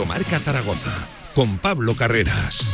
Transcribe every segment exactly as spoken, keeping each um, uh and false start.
Marca Zaragoza, con Pablo Carreras.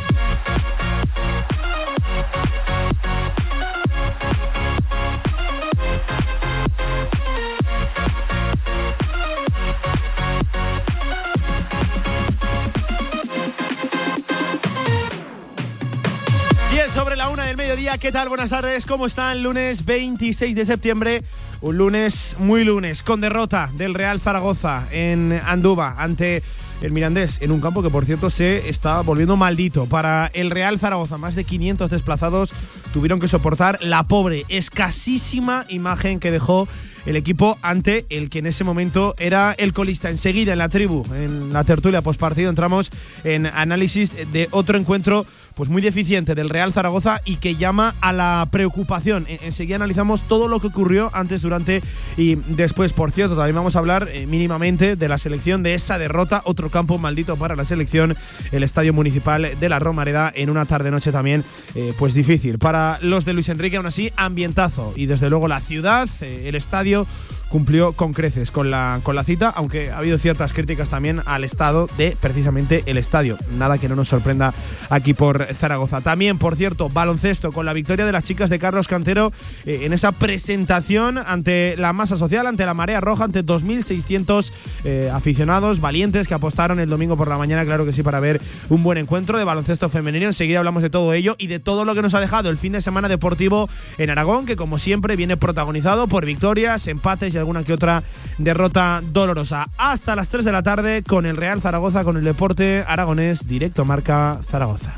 Sobre la una del mediodía, ¿qué tal? Buenas tardes, ¿cómo están? Lunes veintiséis de septiembre, un lunes muy lunes, con derrota del Real Zaragoza en Andúba ante el Mirandés, en un campo que por cierto se está volviendo maldito para el Real Zaragoza. Más de quinientos desplazados tuvieron que soportar la pobre, escasísima imagen que dejó el equipo ante el que en ese momento era el colista. Enseguida en la tribu, en la tertulia postpartido, entramos en análisis de otro encuentro pues muy deficiente del Real Zaragoza y que llama a la preocupación. Enseguida analizamos todo lo que ocurrió antes, durante y después. Por cierto, también vamos a hablar eh, mínimamente de la selección, de esa derrota, otro campo maldito para la selección, el Estadio Municipal de la Romareda, en una tarde-noche también eh, pues difícil para los de Luis Enrique. Aún así, ambientazo, y desde luego la ciudad, eh, el estadio cumplió con creces con la, con la cita, aunque ha habido ciertas críticas también al estado de precisamente el estadio. Nada que no nos sorprenda aquí por Zaragoza. También, por cierto, baloncesto, con la victoria de las chicas de Carlos Cantero eh, en esa presentación ante la masa social, ante la marea roja, ante dos mil seiscientos eh, aficionados valientes que apostaron el domingo por la mañana, claro que sí, para ver un buen encuentro de baloncesto femenino. Enseguida hablamos de todo ello y de todo lo que nos ha dejado el fin de semana deportivo en Aragón, que como siempre viene protagonizado por victorias, empates y alguna que otra derrota dolorosa. Hasta las tres de la tarde con el Real Zaragoza, con el deporte aragonés, directo Marca Zaragoza.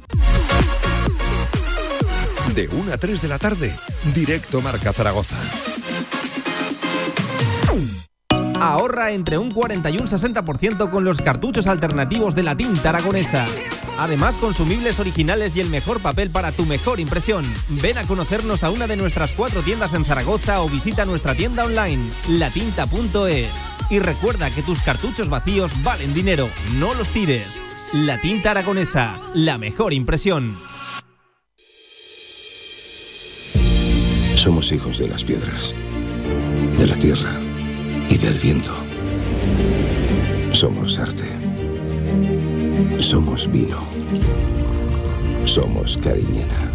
De una a tres de la tarde, directo Marca Zaragoza. Ahorra entre un cuarenta y un sesenta por ciento con los cartuchos alternativos de la tinta aragonesa. Además, consumibles originales y el mejor papel para tu mejor impresión. Ven a conocernos a una de nuestras cuatro tiendas en Zaragoza o visita nuestra tienda online, latinta punto es. Y recuerda que tus cartuchos vacíos valen dinero, no los tires. La Tinta Aragonesa, la mejor impresión. Somos hijos de las piedras, de la tierra y del viento. Somos arte. Somos vino. Somos Cariñena.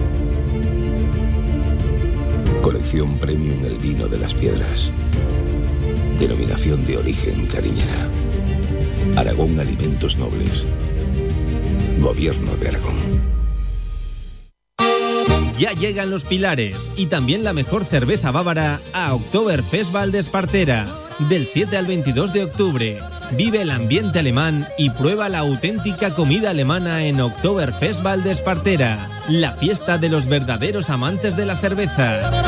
Colección Premium El Vino de las Piedras. Denominación de origen Cariñena. Aragón Alimentos Nobles. Gobierno de Aragón. Ya llegan los Pilares y también la mejor cerveza bávara a Oktoberfest Valdespartera. Del siete al veintidós de octubre. Vive el ambiente alemán y prueba la auténtica comida alemana en Oktoberfest Valdespartera, la fiesta de los verdaderos amantes de la cerveza.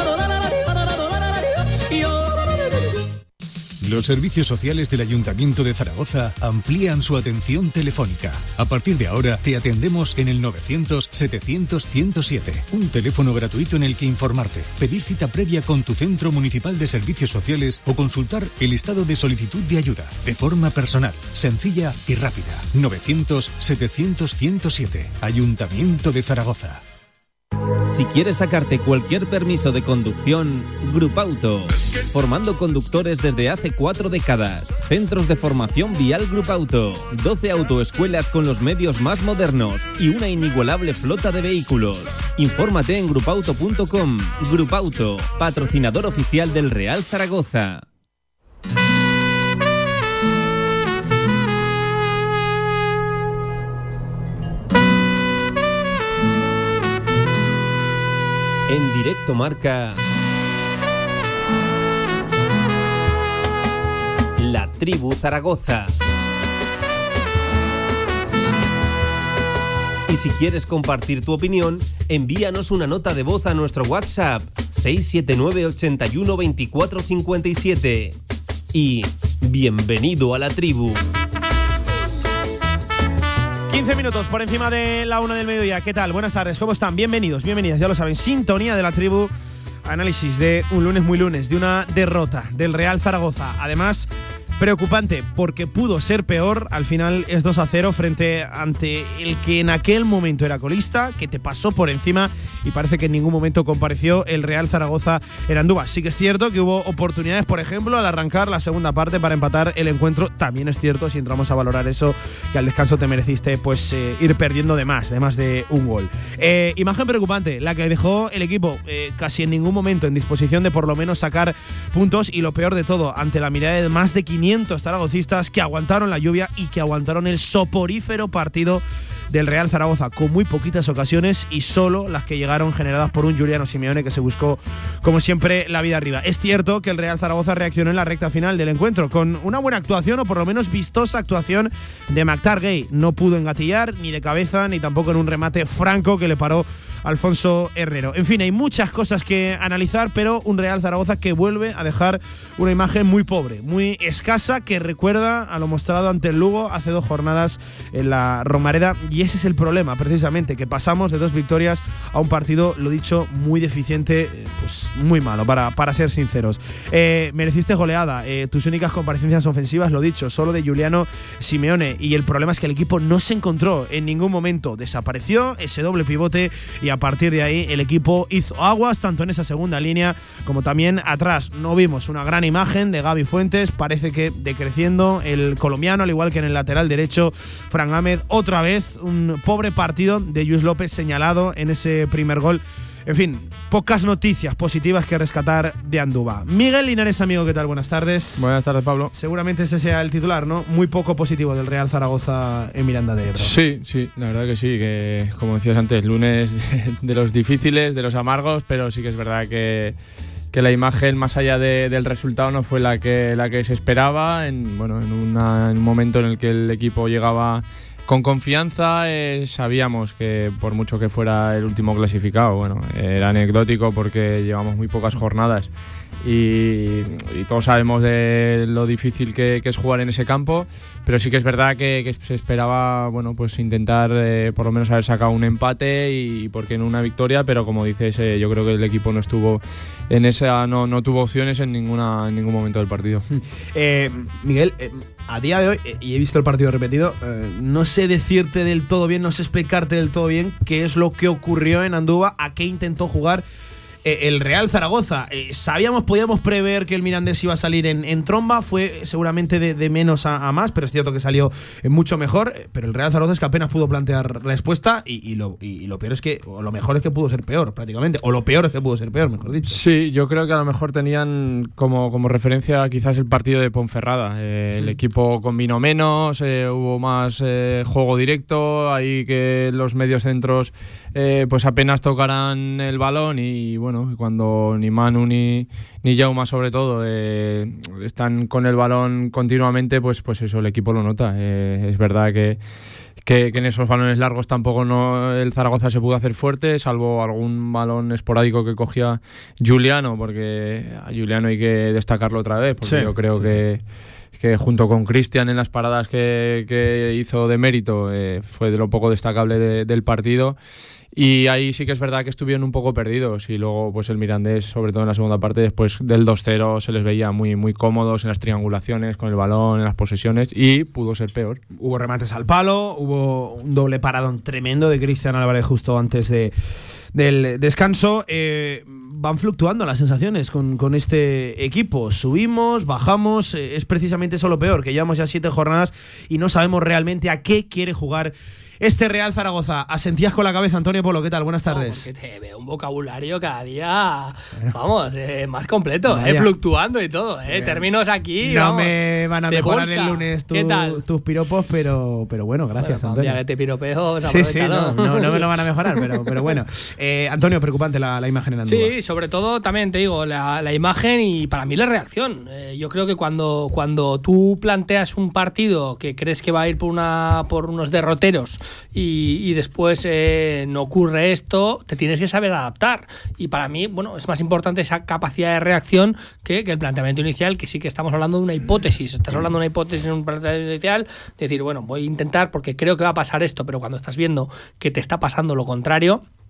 Los servicios sociales del Ayuntamiento de Zaragoza amplían su atención telefónica. A partir de ahora te atendemos en el novecientos setecientos ciento siete, un teléfono gratuito en el que informarte, pedir cita previa con tu centro municipal de servicios sociales o consultar el estado de solicitud de ayuda, de forma personal, sencilla y rápida. novecientos setecientos ciento siete, Ayuntamiento de Zaragoza. Si quieres sacarte cualquier permiso de conducción, Grupauto. Formando conductores desde hace cuatro décadas. Centros de formación vial Grupauto. doce autoescuelas con los medios más modernos y una inigualable flota de vehículos. Infórmate en grupauto punto com. Grupauto, patrocinador oficial del Real Zaragoza. En directo Marca, La Tribu Zaragoza. Y si quieres compartir tu opinión, envíanos una nota de voz a nuestro WhatsApp seis siete nueve, ochenta y uno, veinticuatro cincuenta y siete. Y bienvenido a la tribu. quince minutos por encima de la una del mediodía. ¿Qué tal? Buenas tardes, ¿cómo están? Bienvenidos, bienvenidas, ya lo saben. Sintonía de la tribu. Análisis de un lunes muy lunes, de una derrota del Real Zaragoza. Además, Preocupante porque pudo ser peor. Al final es dos a cero frente ante el que en aquel momento era colista, que te pasó por encima y parece que en ningún momento compareció el Real Zaragoza en Andúba. Sí que es cierto que hubo oportunidades, por ejemplo, al arrancar la segunda parte para empatar el encuentro. También es cierto, si entramos a valorar eso, que al descanso te mereciste pues eh, ir perdiendo de más, de más de un gol. Eh, imagen preocupante, la que dejó el equipo eh, casi en ningún momento en disposición de por lo menos sacar puntos, y lo peor de todo, ante la mirada de más de quinientos zaragocistas que aguantaron la lluvia y que aguantaron el soporífero partido del Real Zaragoza, con muy poquitas ocasiones y solo las que llegaron generadas por un Giuliano Simeone que se buscó, como siempre, la vida arriba. Es cierto que el Real Zaragoza reaccionó en la recta final del encuentro con una buena actuación, o por lo menos vistosa actuación, de Mactar Gueye. No pudo engatillar ni de cabeza ni tampoco en un remate franco que le paró Alfonso Herrero. En fin, hay muchas cosas que analizar, pero un Real Zaragoza que vuelve a dejar una imagen muy pobre, muy escasa, que recuerda a lo mostrado ante el Lugo hace dos jornadas en la Romareda. Y ese es el problema, precisamente, que pasamos de dos victorias a un partido, lo dicho, muy deficiente, pues muy malo, para, para ser sinceros. Eh, mereciste goleada, eh, tus únicas comparecencias ofensivas, lo dicho, solo de Giuliano Simeone, y el problema es que el equipo no se encontró en ningún momento, desapareció ese doble pivote y a partir de ahí el equipo hizo aguas, tanto en esa segunda línea como también atrás. No vimos una gran imagen de Gaby Fuentes, parece que decreciendo el colombiano, al igual que en el lateral derecho, Fran Gámez, otra vez un pobre partido de Lluís López señalado en ese primer gol. En fin, pocas noticias positivas que rescatar de Andúba. Miguel Linares, amigo, ¿qué tal? Buenas tardes. Buenas tardes, Pablo. Seguramente ese sea el titular, ¿no? Muy poco positivo del Real Zaragoza en Miranda de Ebro. Sí, sí, la verdad que sí, que como decías antes, lunes de, de los difíciles, de los amargos, pero sí que es verdad que que la imagen, más allá de, del resultado, no fue la que, la que se esperaba. En, bueno, en, una, en un momento en el que el equipo llegaba con confianza, eh, sabíamos que por mucho que fuera el último clasificado, bueno, era anecdótico porque llevamos muy pocas jornadas y, y todos sabemos de lo difícil que, que es jugar en ese campo, pero sí que es verdad que, que se esperaba, bueno, pues intentar eh, por lo menos haber sacado un empate y, por qué no, una victoria, pero como dices, eh, yo creo que el equipo no estuvo en esa, no, no tuvo opciones en ninguna en ningún momento del partido. Eh, Miguel, eh, a día de hoy, eh, y he visto el partido repetido, eh, no sé decirte del todo bien, no sé explicarte del todo bien qué es lo que ocurrió en Andúba, a qué intentó jugar el Real Zaragoza. Eh, sabíamos, podíamos prever que el Mirandés iba a salir en, en tromba, fue seguramente de, de menos a, a más, pero es cierto que salió mucho mejor, pero el Real Zaragoza es que apenas pudo plantear respuesta y, y, lo, y, y lo peor es que, o lo mejor es que pudo ser peor prácticamente, o lo peor es que pudo ser peor, mejor dicho. Sí, yo creo que a lo mejor tenían como, como referencia quizás el partido de Ponferrada. Eh, sí. El equipo combinó menos, eh, hubo más eh, juego directo, ahí que los mediocentros eh, pues apenas tocaran el balón y bueno, cuando ni Manu ni, ni Jaume sobre todo eh, están con el balón continuamente, pues, pues eso, el equipo lo nota. Eh, es verdad que, que, que en esos balones largos tampoco no, el Zaragoza se pudo hacer fuerte, salvo algún balón esporádico que cogía Giuliano, porque a Giuliano hay que destacarlo otra vez, porque sí, yo creo sí, que, sí. que junto con Cristian en las paradas que, que hizo de mérito eh, fue de lo poco destacable de, del partido. Y ahí sí que es verdad que estuvieron un poco perdidos y luego pues el Mirandés, sobre todo en la segunda parte, después del dos cero se les veía muy, muy cómodos en las triangulaciones, con el balón, en las posesiones, y pudo ser peor. Hubo remates al palo, hubo un doble paradón tremendo de Cristian Álvarez justo antes de, del descanso. Eh, van fluctuando las sensaciones con, con este equipo. Subimos, bajamos, eh, es precisamente eso lo peor, que llevamos ya siete jornadas y no sabemos realmente a qué quiere jugar este Real Zaragoza. Asentías con la cabeza, Antonio Polo, ¿qué tal? Buenas tardes. No, porque te veo un vocabulario cada día, bueno, vamos, eh, más completo, eh, fluctuando y todo, eh, términos aquí. No vamos, me van a mejorar el lunes tu, tus piropos, pero, pero bueno, gracias, bueno, Antonio. Un día que te piropeo, sí, sí, no, no, no me lo van a mejorar, pero, pero bueno. Eh, Antonio, preocupante la, la imagen en Andúba. Sí, sobre todo también te digo, la, la imagen y para mí la reacción. Eh, yo creo que cuando, cuando tú planteas un partido que crees que va a ir por, una, por unos derroteros Y, y después eh, no ocurre esto, te tienes que saber adaptar. Y para mí, bueno, es más importante esa capacidad de reacción que, que el planteamiento inicial, que sí que estamos hablando de una hipótesis. Estás hablando de una hipótesis en un planteamiento inicial, decir, bueno, voy a intentar porque creo que va a pasar esto, pero cuando estás viendo que te está pasando lo contrario,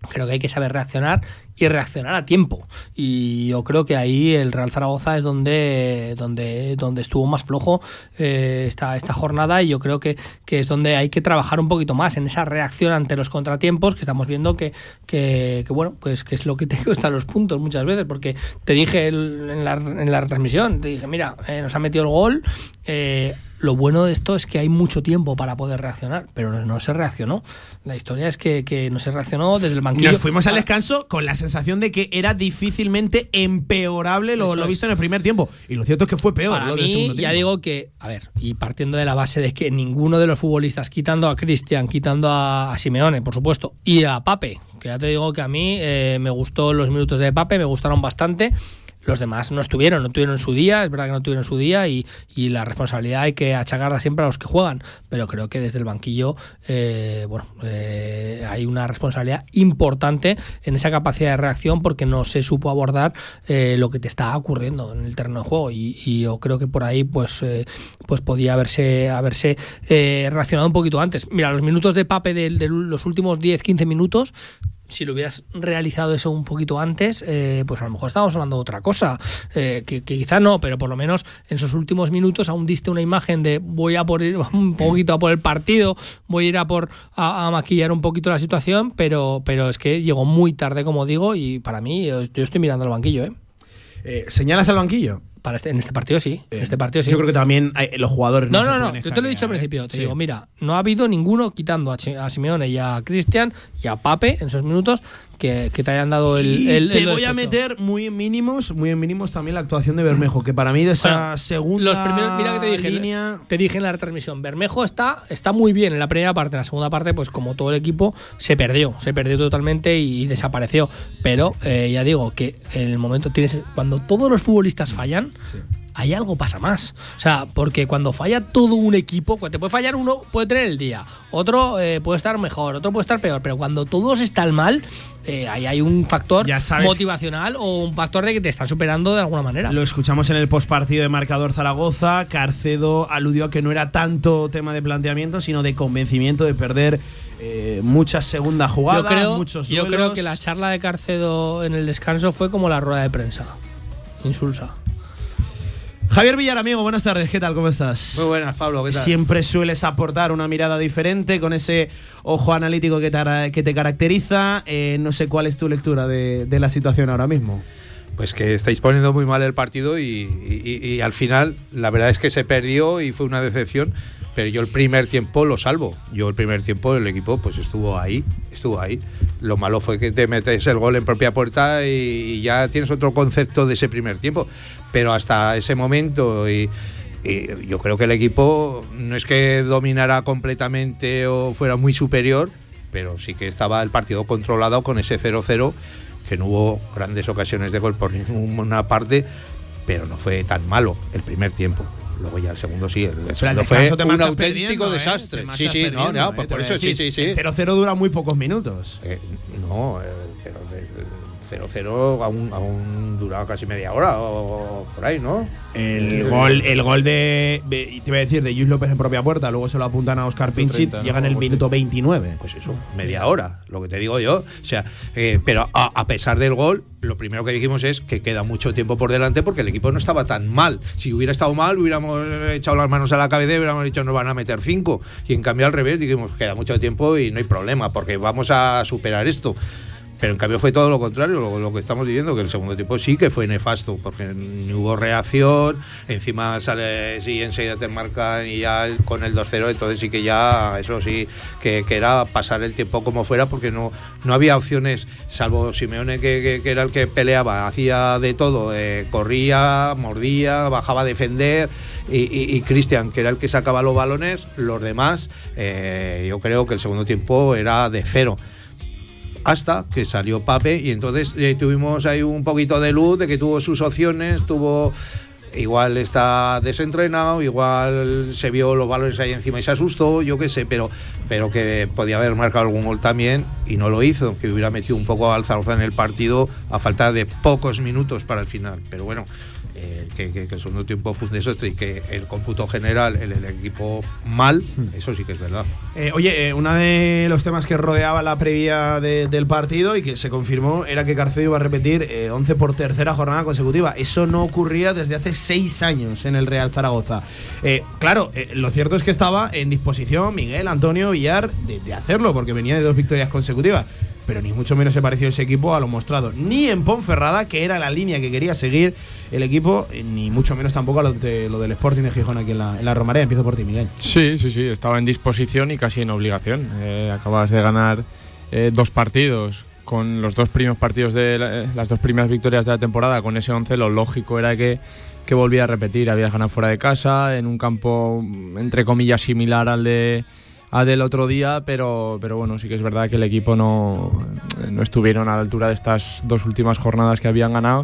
Creo que hay que saber reaccionar y reaccionar a tiempo. Y yo creo que ahí el Real Zaragoza es donde donde, donde estuvo más flojo eh, esta, esta jornada, y yo creo que, que es donde hay que trabajar un poquito más en esa reacción ante los contratiempos, que estamos viendo que, que, que bueno, pues que es lo que te cuesta los puntos muchas veces, porque te dije el, en, la, en la retransmisión, te dije, mira, eh, nos ha metido el gol, eh, lo bueno de esto es que hay mucho tiempo para poder reaccionar, pero no, no se reaccionó. La historia es que, que no se reaccionó desde el banquillo. Nos fuimos al descanso con la sensación de que era difícilmente empeorable lo, lo visto en el primer tiempo. Y lo cierto es que fue peor. Para lo mí, del segundo ya tiempo. digo que, a ver, y partiendo de la base de que ninguno de los futbolistas, quitando a Cristian, quitando a, a Simeone, por supuesto, y a Pape, que ya te digo que a mí eh, me gustó los minutos de Pape, me gustaron bastante. Los demás no estuvieron, no tuvieron su día, es verdad que no tuvieron su día, y, y la responsabilidad hay que achacarla siempre a los que juegan, pero creo que desde el banquillo eh, bueno, eh, hay una responsabilidad importante en esa capacidad de reacción, porque no se supo abordar eh, lo que te está ocurriendo en el terreno de juego, y, y yo creo que por ahí pues, eh, pues podía haberse, haberse eh, reaccionado un poquito antes. Mira, los minutos de Pape de, de los últimos diez quince minutos, si lo hubieras realizado eso un poquito antes, eh, pues a lo mejor estábamos hablando de otra cosa, eh, que, que quizá no, pero por lo menos en esos últimos minutos aún diste una imagen de voy a por ir un poquito a por el partido, voy a ir a por a, a maquillar un poquito la situación, pero, pero es que llegó muy tarde, como digo, y para mí, yo, yo estoy mirando al banquillo. ¿eh? Eh, ¿Señalas al banquillo? Para este, en este partido sí, Eh, en este partido sí. Yo creo que también hay, los jugadores No, no, no, se no, pueden yo te lo he dicho al escanear, principio, ¿eh? te Sí. digo, mira, no ha habido ninguno, quitando a, Chi- a Simeone y a Cristian y a Pape en esos minutos, que, que te hayan dado el, Y el, te el voy a despecho. meter muy en mínimos, muy en mínimos también la actuación de Bermejo, que para mí de esa Bueno, segunda los primeros, mira que te dije, línea… te dije en la retransmisión, Bermejo está, está muy bien en la primera parte, en la segunda parte, pues como todo el equipo, se perdió, se perdió totalmente y, y desapareció. Pero eh, ya digo que en el momento tienes, cuando todos los futbolistas fallan, sí, ahí algo pasa más. O sea, porque cuando falla todo un equipo, cuando te puede fallar uno, puede tener el día, otro eh, puede estar mejor, otro puede estar peor, pero cuando todos están mal, eh, ahí hay un factor motivacional o un factor de que te están superando de alguna manera. Lo escuchamos en el postpartido de Marcador Zaragoza. Carcedo aludió a que no era tanto tema de planteamiento, sino de convencimiento, de perder eh, muchas segundas jugadas, yo creo, muchos yo duelos. creo que la charla de Carcedo en el descanso fue como la rueda de prensa. Insulsa. Javier Villar, amigo, buenas tardes, ¿qué tal? ¿Cómo estás? Muy buenas, Pablo, ¿qué tal? Siempre sueles aportar una mirada diferente, con ese ojo analítico que te, que te caracteriza. Eh, no sé cuál es tu lectura de, de la situación ahora mismo. Pues que estáis poniendo muy mal el partido y, y, y al final la verdad es que se perdió y fue una decepción, pero yo el primer tiempo lo salvo. Yo el primer tiempo el equipo pues estuvo ahí, estuvo ahí. Lo malo fue que te metes el gol en propia puerta y, y ya tienes otro concepto de ese primer tiempo, pero hasta ese momento y, y yo creo que el equipo no es que dominara completamente o fuera muy superior, pero sí que estaba el partido controlado con ese cero cero, que no hubo grandes ocasiones de gol por ninguna parte, pero no fue tan malo el primer tiempo. Luego ya el segundo sí, el, el segundo fue un auténtico ¿eh? desastre. Sí, sí, no, no, por, ¿eh? por eso sí, sí, sí. El cero cero dura muy pocos minutos. Eh, no, eh, pero el cero cero aún, aún duraba casi media hora o por ahí, ¿no? El gol, el gol de, te iba a decir, de Luis López en propia puerta, luego se lo apuntan a Óscar Pinchit, llega en el minuto veintinueve. Pues eso, media hora, lo que te digo yo. O sea, eh, pero a, a pesar del gol, lo primero que dijimos es que queda mucho tiempo por delante porque el equipo no estaba tan mal. Si hubiera estado mal, hubiéramos echado las manos a la cabeza y hubiéramos dicho nos van a meter cinco. Y en cambio al revés, dijimos queda mucho tiempo y no hay problema porque vamos a superar esto. Pero en cambio fue todo lo contrario, lo, lo que estamos diciendo, que el segundo tiempo sí que fue nefasto, porque no hubo reacción, encima sale, sí, enseguida te marcan y ya con el dos cero, entonces sí que ya, eso sí, que, que era pasar el tiempo como fuera, porque no, no había opciones, salvo Simeone, que, que, que era el que peleaba, hacía de todo, eh, corría, mordía, bajaba a defender, y, y, y Cristian, que era el que sacaba los balones, los demás, eh, yo creo que el segundo tiempo era de cero. Hasta que salió Pape y entonces eh, tuvimos ahí un poquito de luz de que tuvo sus opciones, tuvo igual está desentrenado, igual se vio los balones ahí encima y se asustó, yo qué sé, pero, pero que podía haber marcado algún gol también y no lo hizo, que hubiera metido un poco al Zaragoza en el partido a falta de pocos minutos para el final, pero bueno, eh, que, que, que el segundo tiempo fue un desastre y que el cómputo general, el, el equipo mal, eso sí que es verdad. Eh, oye, eh, uno de los temas que rodeaba la previa de, del partido y que se confirmó era que Carcedo iba a repetir eh, once por tercera jornada consecutiva. Eso no ocurría desde hace seis años en el Real Zaragoza. Eh, claro, eh, lo cierto es que estaba en disposición Miguel Antonio Villar de, de hacerlo, porque venía de dos victorias consecutivas. Pero ni mucho menos se pareció ese equipo a lo mostrado. Ni en Ponferrada, que era la línea que quería seguir el equipo, ni mucho menos tampoco a lo, de, lo del Sporting de Gijón aquí en la, en la Romareda. Empiezo por ti, Miguel. Sí, sí, sí. Estaba en disposición y casi en obligación. Eh, acabas de ganar eh, dos partidos con los dos primeros partidos de la, las dos primeras victorias de la temporada. Con ese once lo lógico era que, que volvía a repetir. Habías ganado fuera de casa, en un campo entre comillas similar al de a del otro día, pero, pero bueno, sí que es verdad que el equipo no, no estuvieron a la altura de estas dos últimas jornadas que habían ganado.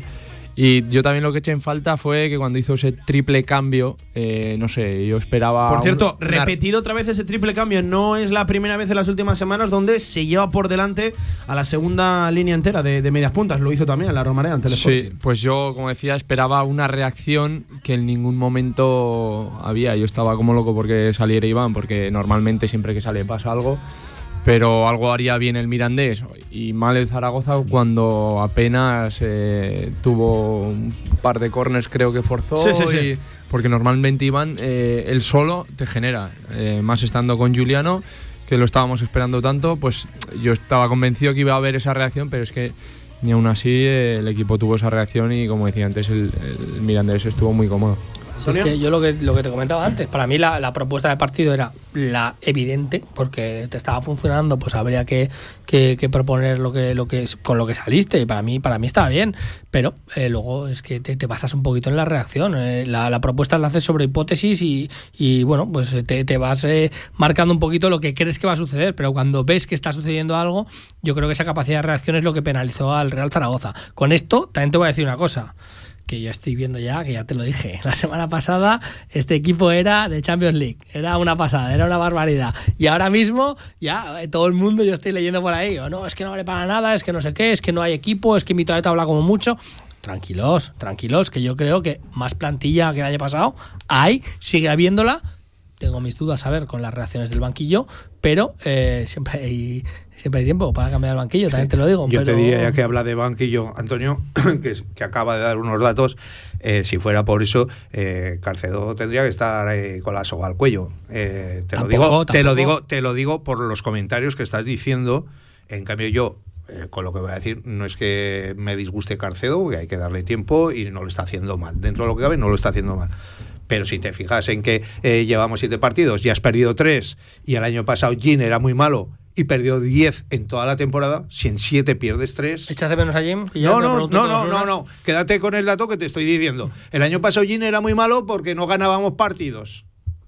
Y yo también lo que eché en falta fue que cuando hizo ese triple cambio, eh, no sé, yo esperaba... Por cierto, un, repetido otra vez ese triple cambio. No es la primera vez en las últimas semanas donde se lleva por delante a la segunda línea entera de, de medias puntas. Lo hizo también en la Romareda ante el Sporting. Sí, pues yo, como decía, esperaba una reacción que en ningún momento había. Yo estaba como loco porque saliera Iván, porque normalmente siempre que sale pasa algo. Pero algo haría bien el Mirandés y mal el Zaragoza cuando apenas eh, tuvo un par de corners, creo que forzó. Sí, sí, sí. Y, porque normalmente Iván, eh, él solo te genera, eh, más estando con Juliano, que lo estábamos esperando tanto, pues yo estaba convencido que iba a haber esa reacción, pero es que ni aún así eh, el equipo tuvo esa reacción y, como decía antes, el, el Mirandés estuvo muy cómodo. Sí, es que yo lo que, lo que te comentaba antes, para mí la, la propuesta de partido era la evidente, porque te estaba funcionando, pues habría que, que, que proponer lo que, lo que con lo que saliste, y para mí, para mí estaba bien, pero eh, luego es que te, te basas un poquito en la reacción. Eh, la, la propuesta la haces sobre hipótesis y, y bueno, pues te, te vas eh, marcando un poquito lo que crees que va a suceder, pero cuando ves que está sucediendo algo, yo creo que esa capacidad de reacción es lo que penalizó al Real Zaragoza. Con esto también te voy a decir una cosa, que yo estoy viendo ya, que ya te lo dije, la semana pasada este equipo era de Champions League, era una pasada, era una barbaridad, y ahora mismo ya eh, todo el mundo, yo estoy leyendo por ahí, o no, es que no vale para nada, es que no sé qué, es que no hay equipo, es que mitad de tabla como mucho. Tranquilos, tranquilos, que yo creo que más plantilla que el año pasado hay, sigue habiéndola. Tengo mis dudas a ver con las reacciones del banquillo, pero eh, siempre hay siempre hay tiempo para cambiar el banquillo, también te lo digo. Yo pero... te diría, ya que habla de banquillo, Antonio, que, que acaba de dar unos datos, eh, si fuera por eso, eh, Carcedo tendría que estar eh, con la soga al cuello. Eh, te, tampoco, lo digo, tampoco. te lo digo, te lo digo por los comentarios que estás diciendo. En cambio yo, eh, con lo que voy a decir, no es que me disguste Carcedo, que hay que darle tiempo y no lo está haciendo mal. Dentro de lo que cabe, no lo está haciendo mal. Pero si te fijas en que eh, llevamos siete partidos y has perdido tres, y el año pasado Jin era muy malo y perdió diez en toda la temporada, si en siete pierdes tres... ¿Echas de menos a Jim? No, no, no, no, no, no. Quédate con el dato que te estoy diciendo. El año pasado Jin era muy malo porque no ganábamos partidos.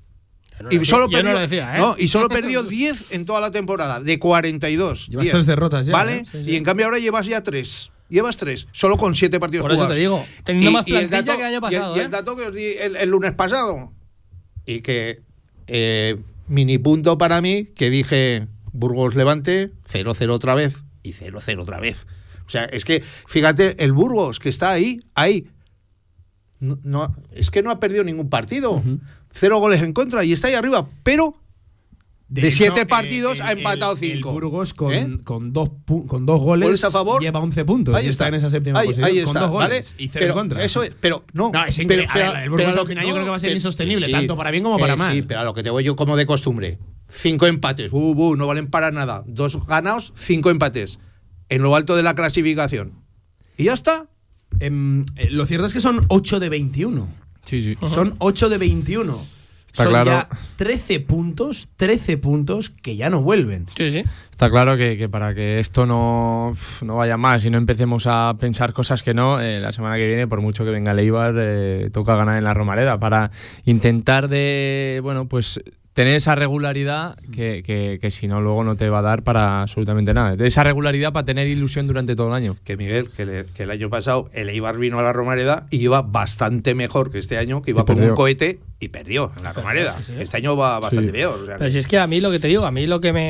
No y, decía, solo yo perdió, no lo decía, ¿eh? no, y solo perdió diez en toda la temporada, de cuarenta y dos. Llevas tres derrotas ya. ¿Vale? ¿eh? Sí, sí. Y en cambio ahora llevas ya tres. Llevas tres, solo con siete partidos Por eso jugados. te digo, teniendo Y- más y el plantilla dato- que el año pasado. Y el, y el ¿eh? dato que os di el, el lunes pasado. Y que eh, mini punto para mí, que dije Burgos Levante, cero cero otra vez y cero cero otra vez. O sea, es que, fíjate, el Burgos que está ahí, ahí, no, no, es que no ha perdido ningún partido. Uh-huh. Cero goles en contra y está ahí arriba, pero de, de hecho, siete partidos eh, el, ha empatado el, cinco. El Burgos con, ¿Eh? con, dos, con dos goles a favor, lleva once puntos ahí y está, está en esa séptima ahí, posición ahí con está, dos goles, ¿vale? y cero pero, en contra. Eso es, pero no, no es increíble. Pero, pero, a ver, el Burgos pero, al final no, yo creo que va a ser pero, insostenible, sí, tanto para bien como para eh, mal. Sí, pero a lo que te voy yo como de costumbre. Cinco empates, uh, uh, no valen para nada. Dos ganados, cinco empates. En lo alto de la clasificación. Y ya está. Eh, lo cierto es que son ocho de veintiuno. Sí, sí. Uh-huh. Son ocho de veintiuno. Está son claro. ya trece puntos, trece puntos que ya no vuelven. Sí, sí. Está claro que, que para que esto no, no vaya más y no empecemos a pensar cosas que no, eh, la semana que viene, por mucho que venga el Eibar, eh, toca ganar en la Romareda para intentar de, bueno, pues tener esa regularidad que, que, que si no luego no te va a dar para absolutamente nada. Esa regularidad para tener ilusión durante todo el año. Que Miguel, que, le, que el año pasado el Eibar vino a la Romareda y iba bastante mejor que este año, que iba con un cohete y perdió en la Romareda. Sí, sí. Este año va bastante sí. peor. O sea, Pero si es que a mí lo que te digo, a mí lo que me...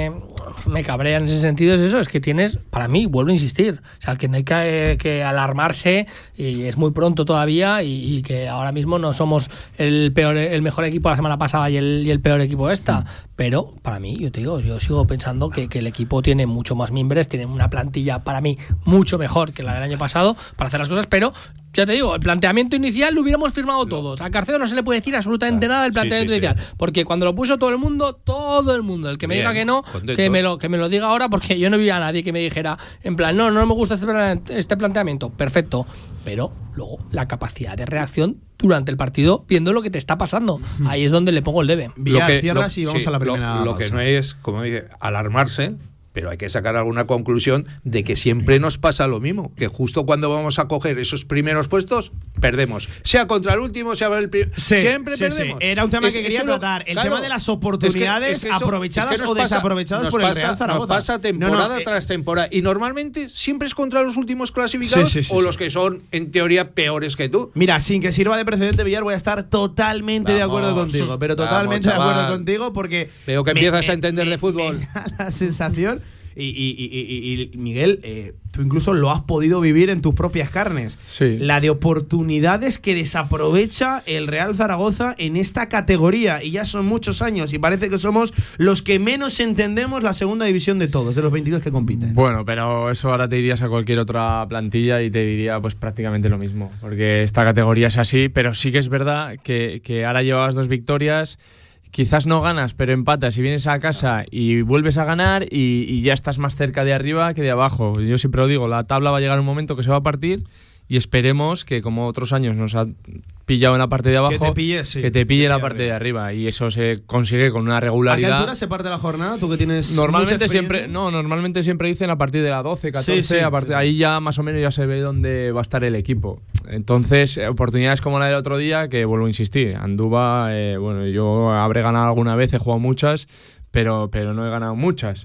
me cabrea en ese sentido es eso, es que tienes, para mí, vuelvo a insistir, o sea, que no hay que, que alarmarse y es muy pronto todavía y, y que ahora mismo no somos el peor, el mejor equipo la semana pasada y el, y el peor equipo esta, mm. pero para mí, yo te digo, yo sigo pensando que, que el equipo tiene mucho más mimbres, tiene una plantilla para mí mucho mejor que la del año pasado para hacer las cosas, pero ya te digo, el planteamiento inicial lo hubiéramos firmado todos. A Carcedo no se le puede decir absolutamente nada del planteamiento sí, sí, inicial, sí. porque cuando lo puso todo el mundo, todo el mundo, el que me Bien, diga que no, que me, lo, que me lo diga ahora, porque yo no vi a nadie que me dijera, en plan, no, no me gusta este, este planteamiento, perfecto, pero luego la capacidad de reacción durante el partido, viendo lo que te está pasando, ahí es donde le pongo el debe. Villar, lo que, cierras lo, y vamos sí, a la primera. Lo, lo que no es, como dije, alarmarse, pero hay que sacar alguna conclusión de que siempre nos pasa lo mismo, que justo cuando vamos a coger esos primeros puestos, perdemos. Sea contra el último, sea el primero. Sí, siempre sí, perdemos. Sí. Era un tema es, que quería tratar. El claro, tema de las oportunidades es que, es que eso, aprovechadas es que o pasa, desaprovechadas por pasa, el Real Zaragoza. Nos pasa temporada no, no, tras temporada. Y normalmente siempre es contra los últimos clasificados sí, sí, sí, o sí. los que son, en teoría, peores que tú. Mira, sin que sirva de precedente, Villar, voy a estar totalmente vamos, de acuerdo contigo. Pero totalmente vamos, de acuerdo contigo porque. Veo que me, empiezas me, a entender me, de fútbol. Me da la sensación. Y, y, y, y Miguel, eh, tú incluso lo has podido vivir en tus propias carnes. Sí. La de oportunidades que desaprovecha el Real Zaragoza en esta categoría. Y ya son muchos años y parece que somos los que menos entendemos la segunda división de todos, de los veintidós que compiten. Bueno, pero eso ahora te irías a cualquier otra plantilla y te diría pues prácticamente lo mismo. Porque esta categoría es así, pero sí que es verdad que, que ahora llevabas dos victorias. Quizás no ganas, pero empatas y vienes a casa y vuelves a ganar y, y ya estás más cerca de arriba que de abajo. Yo siempre lo digo, la tabla va a llegar un momento que se va a partir y esperemos que, como otros años nos ha pillado en la parte de abajo, que te pille, sí, que te pille en la parte de arriba. Y eso se consigue con una regularidad. ¿A qué altura se parte la jornada? Tú que tienes normalmente siempre no Normalmente siempre dicen a partir de la doce, catorce, sí, sí, a partir, sí. ahí ya más o menos ya se ve dónde va a estar el equipo. Entonces, oportunidades como la del otro día, que vuelvo a insistir, Andúba, eh, bueno, yo habré ganado alguna vez, he jugado muchas, pero, pero no he ganado muchas.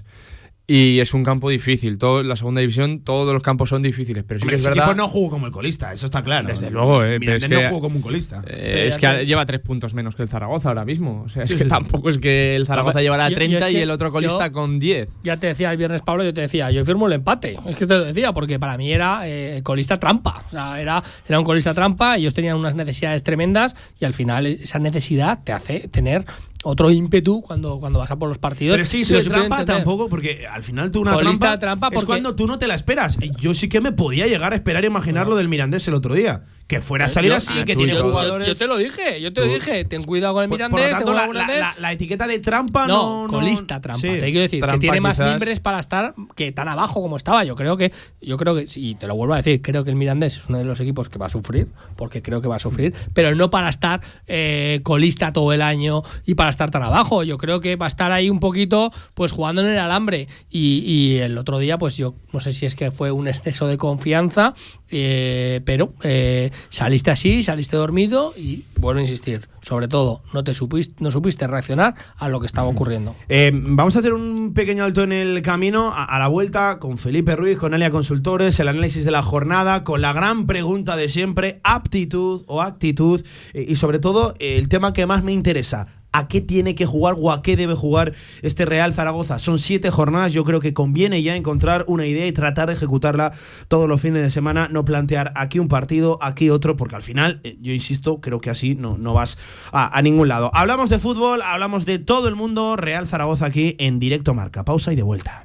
Y es un campo difícil. Todo, la segunda división, todos los campos son difíciles. Pero sí Hombre, que es ese verdad. equipo no jugó como el colista, eso está claro. Desde luego, eh, Mirandés es que, no jugó como un colista. Eh, es que te... lleva tres puntos menos que el Zaragoza ahora mismo. O sea, es sí, que sí, tampoco sí. es que el Zaragoza llevará yo, treinta yo es y que el otro colista yo, con diez. Ya te decía el viernes, Pablo, yo te decía, yo firmo el empate. Es que te lo decía, porque para mí era eh, colista trampa. O sea, era, era un colista trampa, ellos tenían unas necesidades tremendas y al final esa necesidad te hace tener otro ímpetu cuando, cuando vas a por los partidos. Pero sí, eso es trampa tampoco, porque al final tú una colista trampa, trampa es cuando tú no te la esperas. Yo sí que me podía llegar a esperar y imaginar no. lo del Mirandés el otro día. Que fuera a salir yo, así, ah, que tiene yo, jugadores… Yo, yo te lo dije, yo te lo dije. Ten cuidado con el Mirandés. Por, por lo tanto, la, la, la, la etiqueta de trampa no… No, colista no, trampa. Sí. Te quiero decir, trampa, que tiene más quizás. mimbres para estar que tan abajo como estaba. Yo creo que, yo creo que, y te lo vuelvo a decir, creo que el Mirandés es uno de los equipos que va a sufrir, porque creo que va a sufrir, pero no para estar eh, colista todo el año y para estar tan abajo. Yo creo que va a estar ahí un poquito, pues jugando en el alambre. Y, y el otro día, pues yo no sé si es que fue un exceso de confianza, eh, pero eh, saliste así, saliste dormido y vuelvo a insistir, sobre todo no te supiste, no supiste reaccionar a lo que estaba ocurriendo. Eh, vamos a hacer un pequeño alto en el camino, a, a la vuelta con Felipe Ruiz, con Elia Consultores, el análisis de la jornada, con la gran pregunta de siempre, aptitud o actitud, eh, y sobre todo el tema que más me interesa, ¿a qué tiene que jugar o a qué debe jugar este Real Zaragoza? Son siete jornadas, yo creo que conviene ya encontrar una idea y tratar de ejecutarla todos los fines de semana, no plantear aquí un partido, aquí otro, porque al final, eh, yo insisto, creo que así no, no vas a, a ningún lado. Hablamos de fútbol, hablamos de todo el mundo, Real Zaragoza aquí en Directo Marca. Pausa y de vuelta.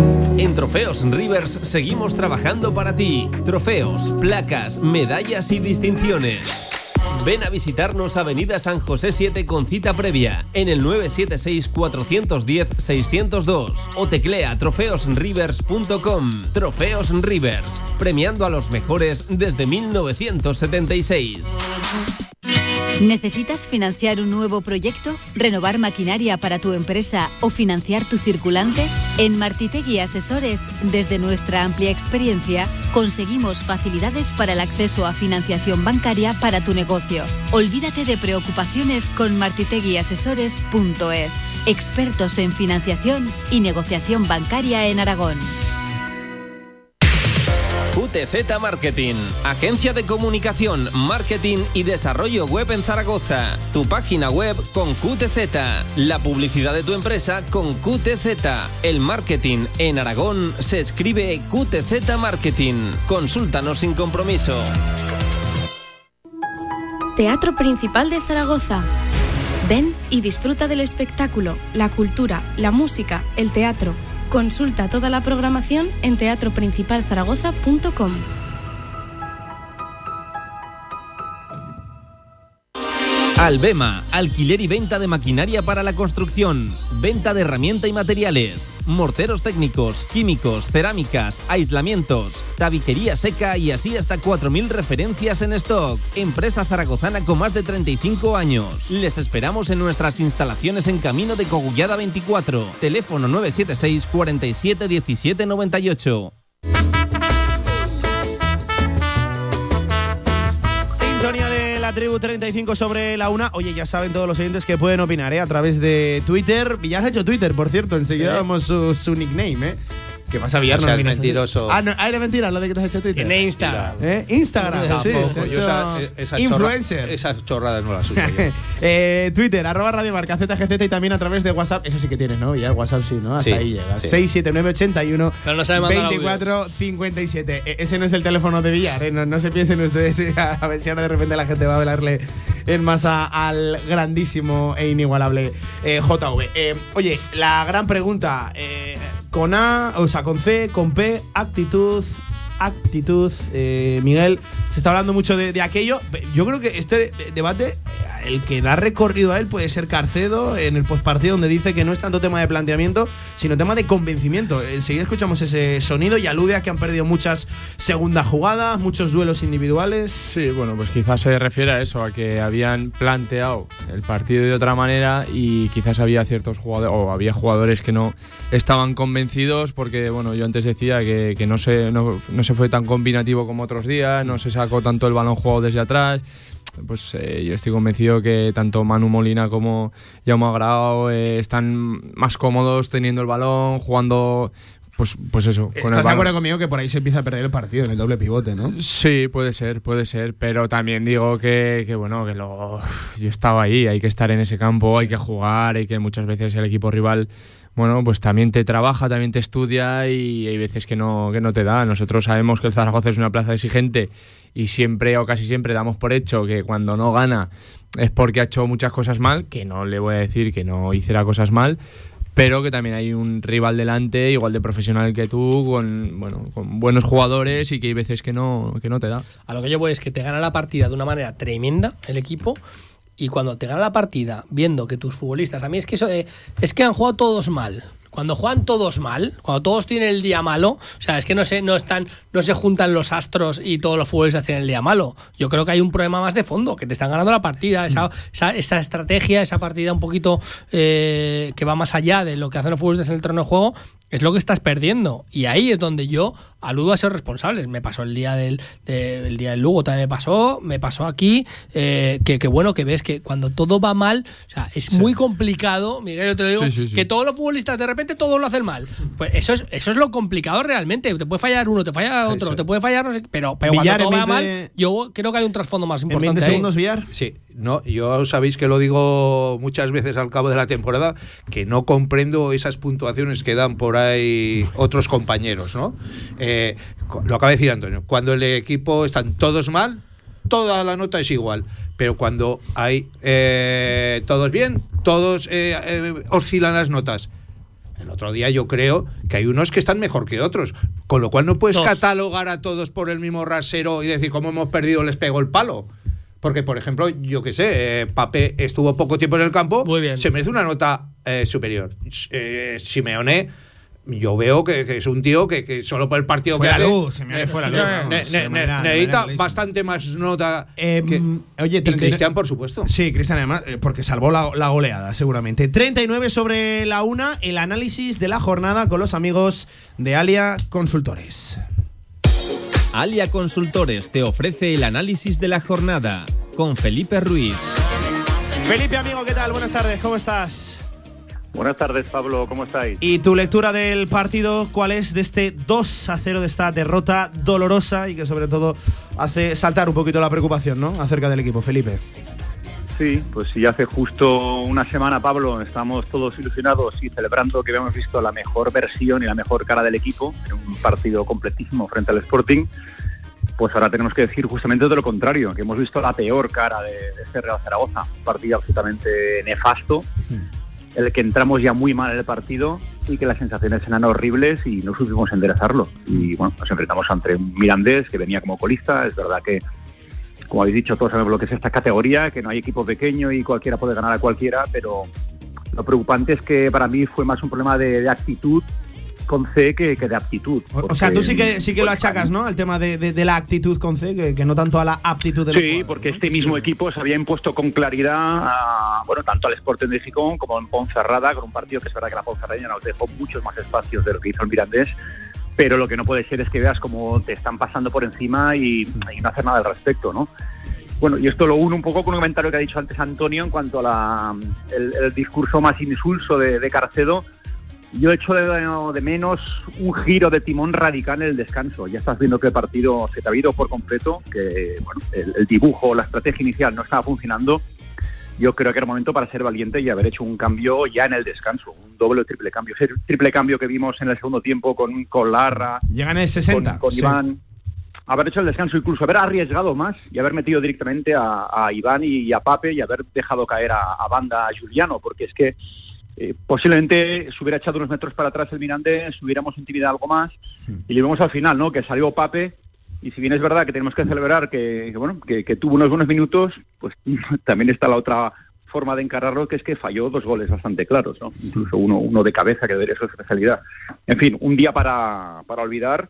En Trofeos Rivers seguimos trabajando para ti. Trofeos, placas, medallas y distinciones. Ven a visitarnos Avenida San José siete con cita previa en el nueve siete seis, cuatro uno cero, seis cero dos o teclea trofeos rivers punto com. Trofeos Rivers, premiando a los mejores desde mil novecientos setenta y seis. ¿Necesitas financiar un nuevo proyecto? ¿Renovar maquinaria para tu empresa o financiar tu circulante? En Martitegui Asesores, desde nuestra amplia experiencia, conseguimos facilidades para el acceso a financiación bancaria para tu negocio. Olvídate de preocupaciones con martitegui asesores punto es. Expertos en financiación y negociación bancaria en Aragón. U T T Z Marketing, agencia de comunicación, marketing y desarrollo web en Zaragoza. Tu página web con Q T Z, la publicidad de tu empresa con Q T Z. El marketing en Aragón se escribe Q T Z Marketing. Consúltanos sin compromiso. Teatro Principal de Zaragoza. Ven y disfruta del espectáculo, la cultura, la música, el teatro. Consulta toda la programación en teatro principal zaragoza punto com. Albema, alquiler y venta de maquinaria para la construcción, venta de herramienta y materiales, morteros técnicos, químicos, cerámicas, aislamientos, tabiquería seca y así hasta cuatro mil referencias en stock. Empresa zaragozana con más de treinta y cinco años. Les esperamos en nuestras instalaciones en Camino de Cogullada veinticuatro. Teléfono nueve siete seis, cuarenta y siete, diecisiete noventa y ocho. Sintonía de la tribu treinta y cinco sobre la una. Oye, ya saben todos los oyentes que pueden opinar, ¿eh? A través de Twitter. Villar ha hecho Twitter, por cierto. Enseguida damos su, su nickname, ¿eh? ¿Qué pasa, Villar? O sea, no es mentiroso. Ah, no, ah, era mentira lo de que te has hecho Twitter. Tiene Instagram. ¿Eh? Instagram, Tampoco, sí. Se ha yo esa, hecho esa influencer. Chorra, esas chorradas no las uso yo. eh, Twitter, arroba Radio Marca Z G Z y también a través de WhatsApp. Eso sí que tienes, ¿no? Ya WhatsApp sí, ¿no? Hasta Sí, ahí llegas. sí. seis siete nueve, ochenta y uno, Pero no sabe mandar veinticuatro, cincuenta y siete. E- ese no es el teléfono de Villar, ¿eh? No, no se piensen ustedes a ver si ahora de repente la gente va a hablarle en masa al grandísimo e inigualable eh, J V. Eh, oye, la gran pregunta, eh, con A, o sea, con C, con P, actitud, actitud, eh, Miguel, se está hablando mucho de, de aquello. Yo creo que este debate, el que da recorrido a él puede ser Carcedo en el postpartido, donde dice que no es tanto tema de planteamiento, sino tema de convencimiento. Enseguida escuchamos ese sonido y alude a que han perdido muchas segundas jugadas, muchos duelos individuales. Sí, bueno, pues quizás se refiere a eso, a que habían planteado el partido de otra manera y quizás había ciertos jugadores, o había jugadores que no estaban convencidos porque, bueno, yo antes decía que, que no, se, no, no se fue tan combinativo como otros días, no se sacó tanto el balón jugado desde atrás. Pues eh, yo estoy convencido que tanto Manu Molina como Jaume Agrao eh, están más cómodos teniendo el balón, jugando, pues, pues eso. Con ¿Estás el de acuerdo conmigo que por ahí se empieza a perder el partido en el doble pivote, no? Sí, puede ser, puede ser, pero también digo que, que bueno, que lo, yo estaba ahí, hay que estar en ese campo, hay que jugar, y que muchas veces el equipo rival, bueno, pues también te trabaja, también te estudia y hay veces que no, que no te da. Nosotros sabemos que el Zaragoza es una plaza exigente y siempre o casi siempre damos por hecho que cuando no gana es porque ha hecho muchas cosas mal, que no le voy a decir que no hiciera cosas mal, pero que también hay un rival delante igual de profesional que tú, con, bueno, con buenos jugadores y que hay veces que no, que no te da. A lo que yo voy es que te gana la partida de una manera tremenda el equipo. Y cuando te gana la partida, viendo que tus futbolistas, a mí es que eso de, es que han jugado todos mal. Cuando juegan todos mal, cuando todos tienen el día malo, o sea, es que no se, no están, no se juntan los astros y todos los futbolistas tienen el día malo. Yo creo que hay un problema más de fondo, que te están ganando la partida, esa, esa, esa estrategia, esa partida un poquito eh, que va más allá de lo que hacen los futbolistas en el terreno de juego, es lo que estás perdiendo. Y ahí es donde yo aludo a ser responsables. Me pasó el día del, de, el día del Lugo, también me pasó, me pasó aquí, eh, que, que bueno, que ves que cuando todo va mal, o sea, es sí. muy complicado, Miguel, yo te lo digo, sí, sí, sí. que todos los futbolistas de repente todos lo hacen mal. Pues eso es, eso es lo complicado realmente. Te puede fallar uno, te falla otro, eso. te puede fallar, no sé, pero, pero cuando todo va mal, yo creo que hay un trasfondo más importante. ¿En veinte segundos, Villar? Sí. No, yo sabéis que lo digo muchas veces al cabo de la temporada, que no comprendo esas puntuaciones que dan por ahí otros compañeros, ¿no? Eh, lo acaba de decir Antonio, cuando el equipo están todos mal, toda la nota es igual, pero cuando hay eh, todos bien, todos eh, eh, oscilan las notas. El otro día yo creo que hay unos que están mejor que otros, con lo cual no puedes Dos. catalogar a todos por el mismo rasero y decir, como hemos perdido, les pego el palo. Porque, por ejemplo, yo qué sé, eh, Pape estuvo poco tiempo en el campo, Muy bien. se merece una nota eh, superior. Eh, Simeone, yo veo que, que es un tío que, que solo por el partido fue que la luz, se me eh, fue la luz. Ne, ne, ne, necesita bastante más nota eh, que, oye, y Cristian, por supuesto. Sí, Cristian, además, porque salvó la, la goleada, seguramente. treinta y nueve sobre la una, el análisis de la jornada con los amigos de Alia Consultores. Alia Consultores te ofrece el análisis de la jornada con Felipe Ruiz. Felipe, amigo, ¿qué tal? Buenas tardes, ¿cómo estás? Buenas tardes, Pablo, ¿cómo estáis? ¿Y tu lectura del partido cuál es de este dos a cero, de esta derrota dolorosa y que sobre todo hace saltar un poquito la preocupación, ¿no?, acerca del equipo, Felipe? Sí, pues sí, hace justo una semana, Pablo, estamos todos ilusionados y celebrando que habíamos visto la mejor versión y la mejor cara del equipo en un partido completísimo frente al Sporting. Pues ahora tenemos que decir justamente de lo contrario, que hemos visto la peor cara de, de este Real Zaragoza, un partido absolutamente nefasto, en el que entramos ya muy mal en el partido y que las sensaciones eran horribles y no supimos enderezarlo. Y bueno, nos enfrentamos ante un Mirandés que venía como colista. Es verdad que, como habéis dicho, todos sabemos lo que es esta categoría, que no hay equipo pequeño y cualquiera puede ganar a cualquiera, pero lo preocupante es que para mí fue más un problema de, de actitud con C que, que de aptitud. O sea, tú sí que sí que lo achacas, ¿no?, al tema de, de, de la actitud con C, que, que no tanto a la aptitud de los Sí, jugadores, porque ¿no? este mismo equipo se había impuesto con claridad a, bueno, tanto al Sporting de Gijón como en Ponferrada, con un partido que es verdad que la Ponferrada nos dejó muchos más espacios de lo que hizo el Mirandés, pero lo que no puede ser es que veas cómo te están pasando por encima y, y no hacer nada al respecto, ¿no? Bueno, y esto lo uno un poco con un comentario que ha dicho antes Antonio en cuanto a la, el, el discurso más insulso de, de Carcedo. Yo echo de, de menos un giro de timón radical en el descanso. Ya estás viendo que el partido se te ha ido por completo, que bueno, el, el dibujo, la estrategia inicial no estaba funcionando. Yo creo que era momento para ser valiente y haber hecho un cambio ya en el descanso, un doble o triple cambio. Ese triple cambio que vimos en el segundo tiempo con, con Larra, llegan en el sesenta, con, con sí. Iván. Haber hecho el descanso, incluso haber arriesgado más y haber metido directamente a, a Iván y, y a Pape y haber dejado caer a, a banda a Juliano, porque es que Eh, posiblemente se hubiera echado unos metros para atrás el Mirandés, hubiéramos intimidado algo más y le vemos al final, ¿no?, que salió Pape y si bien es verdad que tenemos que celebrar que, que bueno que, que tuvo unos buenos minutos, pues también está la otra forma de encararlo, que es que falló dos goles bastante claros, ¿no?, incluso uno uno de cabeza, que debería ser su especialidad. En fin, un día para, para olvidar.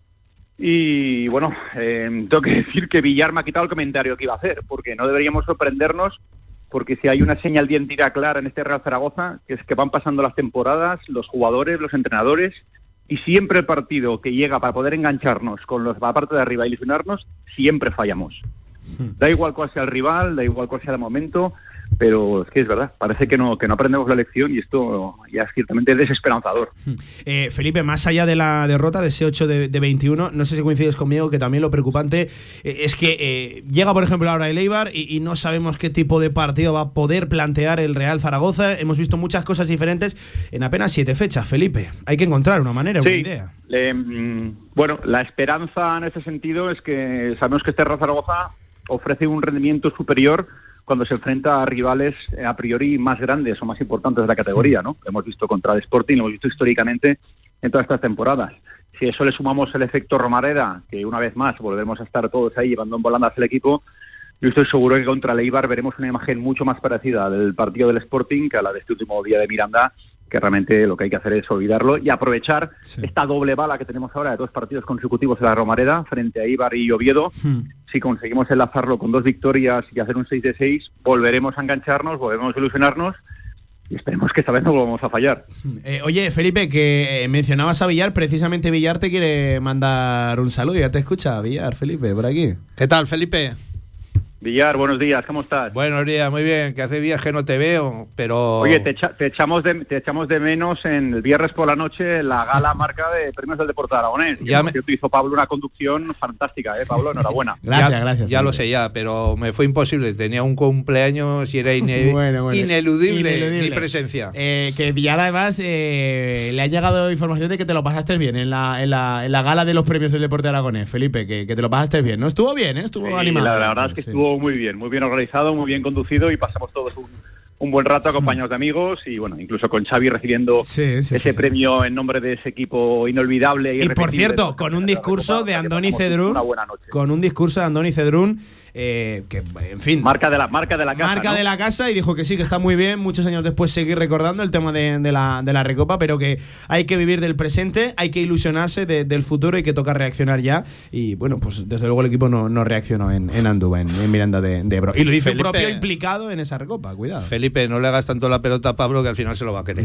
Y bueno, eh, tengo que decir que Villar me ha quitado el comentario que iba a hacer, porque no deberíamos sorprendernos. Porque si hay una señal de identidad clara en este Real Zaragoza, que es que van pasando las temporadas, los jugadores, los entrenadores, y siempre el partido que llega para poder engancharnos con los, la parte de arriba y ilusionarnos, siempre fallamos. Da igual cuál sea el rival, da igual cuál sea el momento, pero es que es verdad, parece que no que no aprendemos la lección y esto ya es ciertamente desesperanzador. Eh, Felipe, más allá de la derrota de ese ocho de veintiuno, no sé si coincides conmigo que también lo preocupante eh, es que eh, llega, por ejemplo, ahora el Eibar y, y no sabemos qué tipo de partido va a poder plantear el Real Zaragoza. Hemos visto muchas cosas diferentes en apenas siete fechas, Felipe. Hay que encontrar una manera, una sí, idea. Eh, bueno, la esperanza en ese sentido es que sabemos que este Real Zaragoza ofrece un rendimiento superior cuando se enfrenta a rivales eh, a priori más grandes o más importantes de la categoría, ¿no? Lo hemos visto contra el Sporting, lo hemos visto históricamente en todas estas temporadas. Si a eso le sumamos el efecto Romareda, que una vez más volveremos a estar todos ahí llevando en volandas el equipo, yo estoy seguro que contra el Eibar veremos una imagen mucho más parecida del partido del Sporting que a la de este último día de Miranda, que realmente lo que hay que hacer es olvidarlo y aprovechar sí. esta doble bala que tenemos ahora de dos partidos consecutivos en la Romareda frente a Eibar y Oviedo. Hmm. Si conseguimos enlazarlo con dos victorias y hacer un seis de seis, volveremos a engancharnos, volveremos a ilusionarnos y esperemos que esta vez no volvamos a fallar. Eh, oye, Felipe, que eh, mencionabas a Villar, precisamente Villar te quiere mandar un saludo. Ya te escucha Villar, Felipe, por aquí. ¿Qué tal, Felipe? Villar, buenos días, ¿cómo estás? Buenos días, muy bien, que hace días que no te veo, pero... Oye, te, echa, te, echamos de, te echamos de menos en el viernes por la noche la gala marca de premios del Deporte Aragonés. Ya me... hizo Pablo una conducción fantástica, ¿eh, Pablo? Enhorabuena. Gracias, ya, gracias. Ya Felipe. Lo sé ya, pero me fue imposible, tenía un cumpleaños y era ine... bueno, bueno. Ineludible, ineludible mi presencia. Eh, que Villar además eh, le ha llegado información de que te lo pasaste bien en la, en la, en la gala de los premios del Deporte Aragonés, Felipe, que, que te lo pasaste bien, ¿no? Estuvo bien, ¿eh? Estuvo sí, animado. La, la verdad es que sí. estuvo muy bien, muy bien organizado, muy bien conducido y pasamos todos un, un buen rato acompañados de amigos y bueno, incluso con Xavi recibiendo sí, sí, ese sí, premio sí. en nombre de ese equipo inolvidable y, y por cierto, con un discurso de Andoni Cedrún, con un discurso de Andoni Cedrún Eh, que en fin, marca de la marca de la casa marca ¿no? de la casa y dijo que sí, que está muy bien muchos años después seguir recordando el tema de, de, la, de la Recopa, pero que hay que vivir del presente, hay que ilusionarse de, del futuro y que toca reaccionar ya y bueno, pues desde luego el equipo no, no reaccionó en, en Andúba, en, en Miranda de, de Ebro y lo dice Felipe, un propio implicado en esa Recopa, cuidado. Felipe, no le hagas tanto la pelota a Pablo que al final se lo va a querer.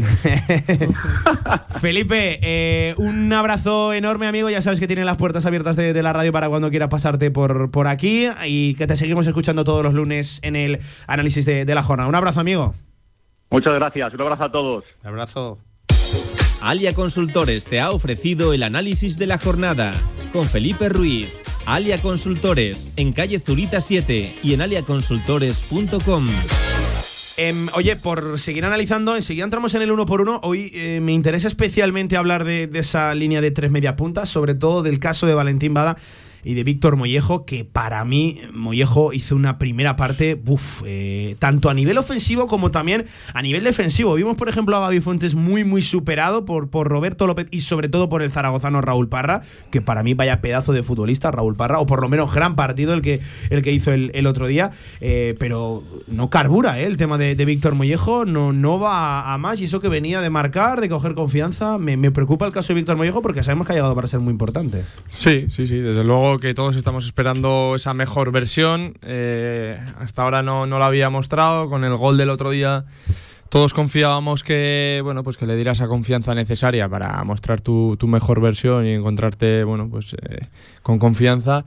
Felipe, eh, un abrazo enorme, amigo, ya sabes que tienen las puertas abiertas de, de la radio para cuando quieras pasarte por, por aquí y que te seguimos escuchando todos los lunes en el análisis de, de la jornada. Un abrazo, amigo. Muchas gracias, un abrazo a todos. Un abrazo. Alia Consultores te ha ofrecido el análisis de la jornada con Felipe Ruiz. Alia Consultores, en calle Zurita siete y en alia consultores punto com. Eh, oye, por seguir analizando, enseguida entramos en el uno por uno. Hoy eh, me interesa especialmente hablar de, de esa línea de tres media puntas, sobre todo del caso de Valentín Bada y de Víctor Mollejo, que para mí Mollejo hizo una primera parte, buf, eh, tanto a nivel ofensivo como también a nivel defensivo. Vimos, por ejemplo, a Gaby Fuentes muy, muy superado por, por Roberto López y sobre todo por el zaragozano Raúl Parra, que para mí vaya pedazo de futbolista Raúl Parra, o por lo menos gran partido el que, el que hizo el, el otro día, eh, pero no carbura eh, el tema de, de Víctor Mollejo, no, no va a, a más, y eso que venía de marcar, de coger confianza, me, me preocupa el caso de Víctor Mollejo porque sabemos que ha llegado para ser muy importante. Sí, sí, sí, desde luego que todos estamos esperando esa mejor versión. Eh, hasta ahora no, no la había mostrado. Con el gol del otro día todos confiábamos que, bueno, pues que le diera esa confianza necesaria para mostrar tu, tu mejor versión y encontrarte, bueno, pues eh, con confianza.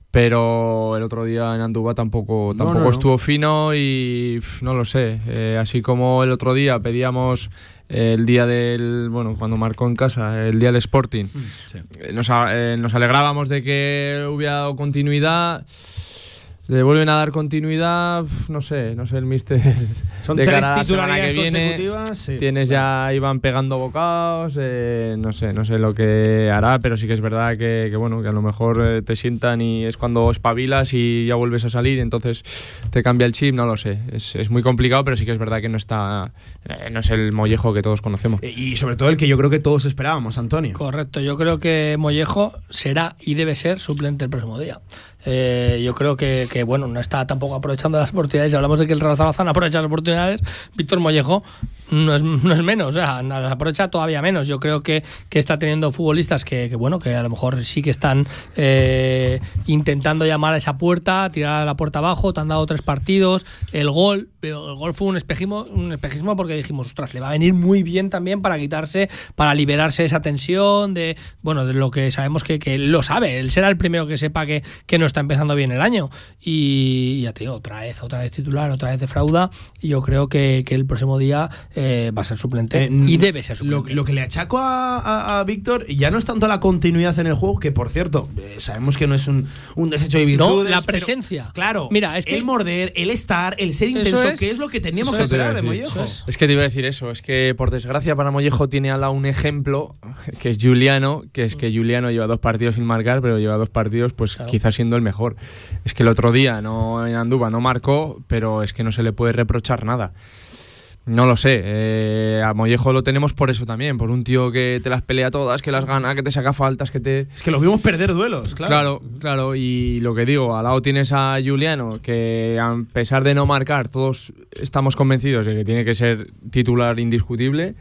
Pero el otro día en Andúba tampoco, tampoco no, no, estuvo no. fino y pff, no lo sé. Eh, así como el otro día pedíamos eh, el día del, bueno, cuando marcó en casa, el día del Sporting, sí. eh, nos, eh, nos alegrábamos de que hubiera dado continuidad. Le vuelven a dar continuidad, no sé, no sé el míster. Son de tres cara a la semana que viene, sí. Tienes ya Iván pegando bocados, eh, no sé, no sé lo que hará, pero sí que es verdad que, que bueno, que a lo mejor eh, te sientan y es cuando espabilas y ya vuelves a salir, entonces te cambia el chip, no lo sé. Es, es muy complicado, pero sí que es verdad que no está, eh, no es el Mollejo que todos conocemos. Y sobre todo el que yo creo que todos esperábamos, Antonio. Correcto, yo creo que Mollejo será y debe ser suplente el próximo día. Eh, yo creo que, que bueno, no está tampoco aprovechando las oportunidades. Si hablamos de que el Real Zaragoza no aprovecha las oportunidades, Víctor Mollejo no es, no es menos, o sea, las aprovecha todavía menos. Yo creo que, que está teniendo futbolistas que, que bueno, que a lo mejor sí que están eh, intentando llamar a esa puerta, tirar a la puerta abajo. Te han dado tres partidos, el gol, el gol fue un espejismo, un espejismo porque dijimos, ostras, le va a venir muy bien también para quitarse, para liberarse esa tensión de, bueno, de lo que sabemos que, que él lo sabe, él será el primero que sepa que, que no está empezando bien el año, y ya te digo, otra vez, otra vez titular, otra vez defrauda, y yo creo que, que el próximo día eh, va a ser suplente, eh, y debe ser suplente. Lo, lo que le achaco a, a, a Víctor ya no es tanto la continuidad en el juego, que por cierto, eh, sabemos que no es un, un desecho de virtudes. No, la presencia. Pero, claro, mira, es que el morder, el estar, el ser intenso, es, que es lo que teníamos que es, esperar de Mollejo. Es. es que te iba a decir eso, es que por desgracia para Mollejo tiene al lado un ejemplo, que es Juliano, que es que Juliano lleva dos partidos sin marcar, pero lleva dos partidos pues claro. quizás siendo el mejor. Es que el otro día no en Andúba no marcó, pero es que no se le puede reprochar nada. No lo sé, eh, a Mollejo lo tenemos por eso también, por un tío que te las pelea todas, que las gana, que te saca faltas, que te... Es que lo vimos perder duelos, claro. Claro, claro, y lo que digo, al lado tienes a Juliano, que a pesar de no marcar, todos estamos convencidos de que tiene que ser titular indiscutible.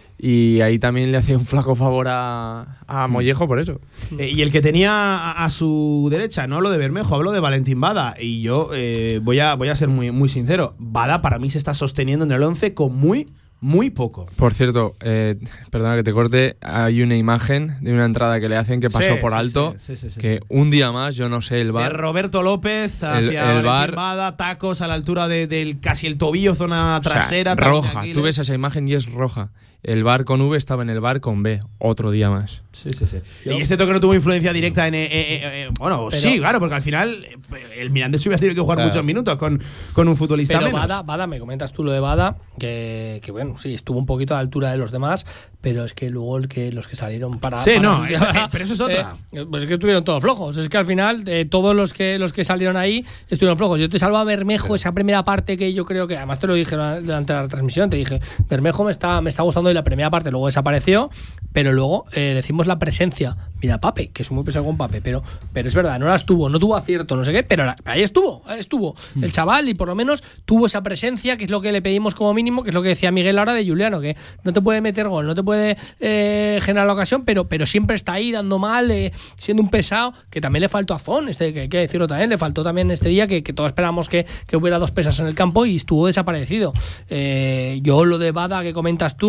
Y ahí también le hace un flaco favor a, a Mollejo por eso. Eh, y el que tenía a, a su derecha, no hablo de Bermejo, hablo de Valentín Bada. Y yo eh, voy, a, voy a ser muy, muy sincero. Bada para mí se está sosteniendo en el once con muy, muy poco. Por cierto, eh, perdona que te corte, hay una imagen de una entrada que le hacen que pasó sí, por alto, sí, sí, sí, sí, que sí. un día más, yo no sé, el V A R... De Roberto López hacia el, el V A R, Bada, tacos a la altura de, del casi el tobillo, zona trasera. O sea, roja, tú ves esa imagen y es roja. El V A R con V estaba en el V A R con B, otro día más. Sí, sí, sí. Yo, y este toque no tuvo influencia directa en... Eh, eh, eh, bueno, pero, sí, claro, porque al final el Mirandés hubiera tenido que jugar claro. muchos minutos con, con un futbolista pero menos. Bada, Bada, me comentas tú lo de Bada, que, que bueno, sí, estuvo un poquito a la altura de los demás, pero es que luego el que, los que salieron para... Sí, para no, es, eh, pero eso es otra. Eh, pues es que estuvieron todos flojos. Es que al final eh, todos los que, los que salieron ahí estuvieron flojos. Yo te salvo a Bermejo, pero, esa primera parte que yo creo que... Además te lo dije durante la transmisión, te dije, Bermejo me está, me está gustando y la primera parte, luego desapareció, pero luego eh, decimos la presencia. Mira, Pape, que es muy pesado con Pape, pero, pero es verdad, no las tuvo, no tuvo acierto, no sé qué, pero la, ahí estuvo, ahí estuvo el chaval y por lo menos tuvo esa presencia, que es lo que le pedimos como mínimo, que es lo que decía Miguel ahora de Juliano, que no te puede meter gol, no te puede eh, generar la ocasión, pero, pero siempre está ahí dando mal, eh, siendo un pesado, que también le faltó a Zon, este, que hay que decirlo también, le faltó también este día, que, que todos esperábamos que, que hubiera dos pesas en el campo y estuvo desaparecido. Eh, yo lo de Bada que comentas tú,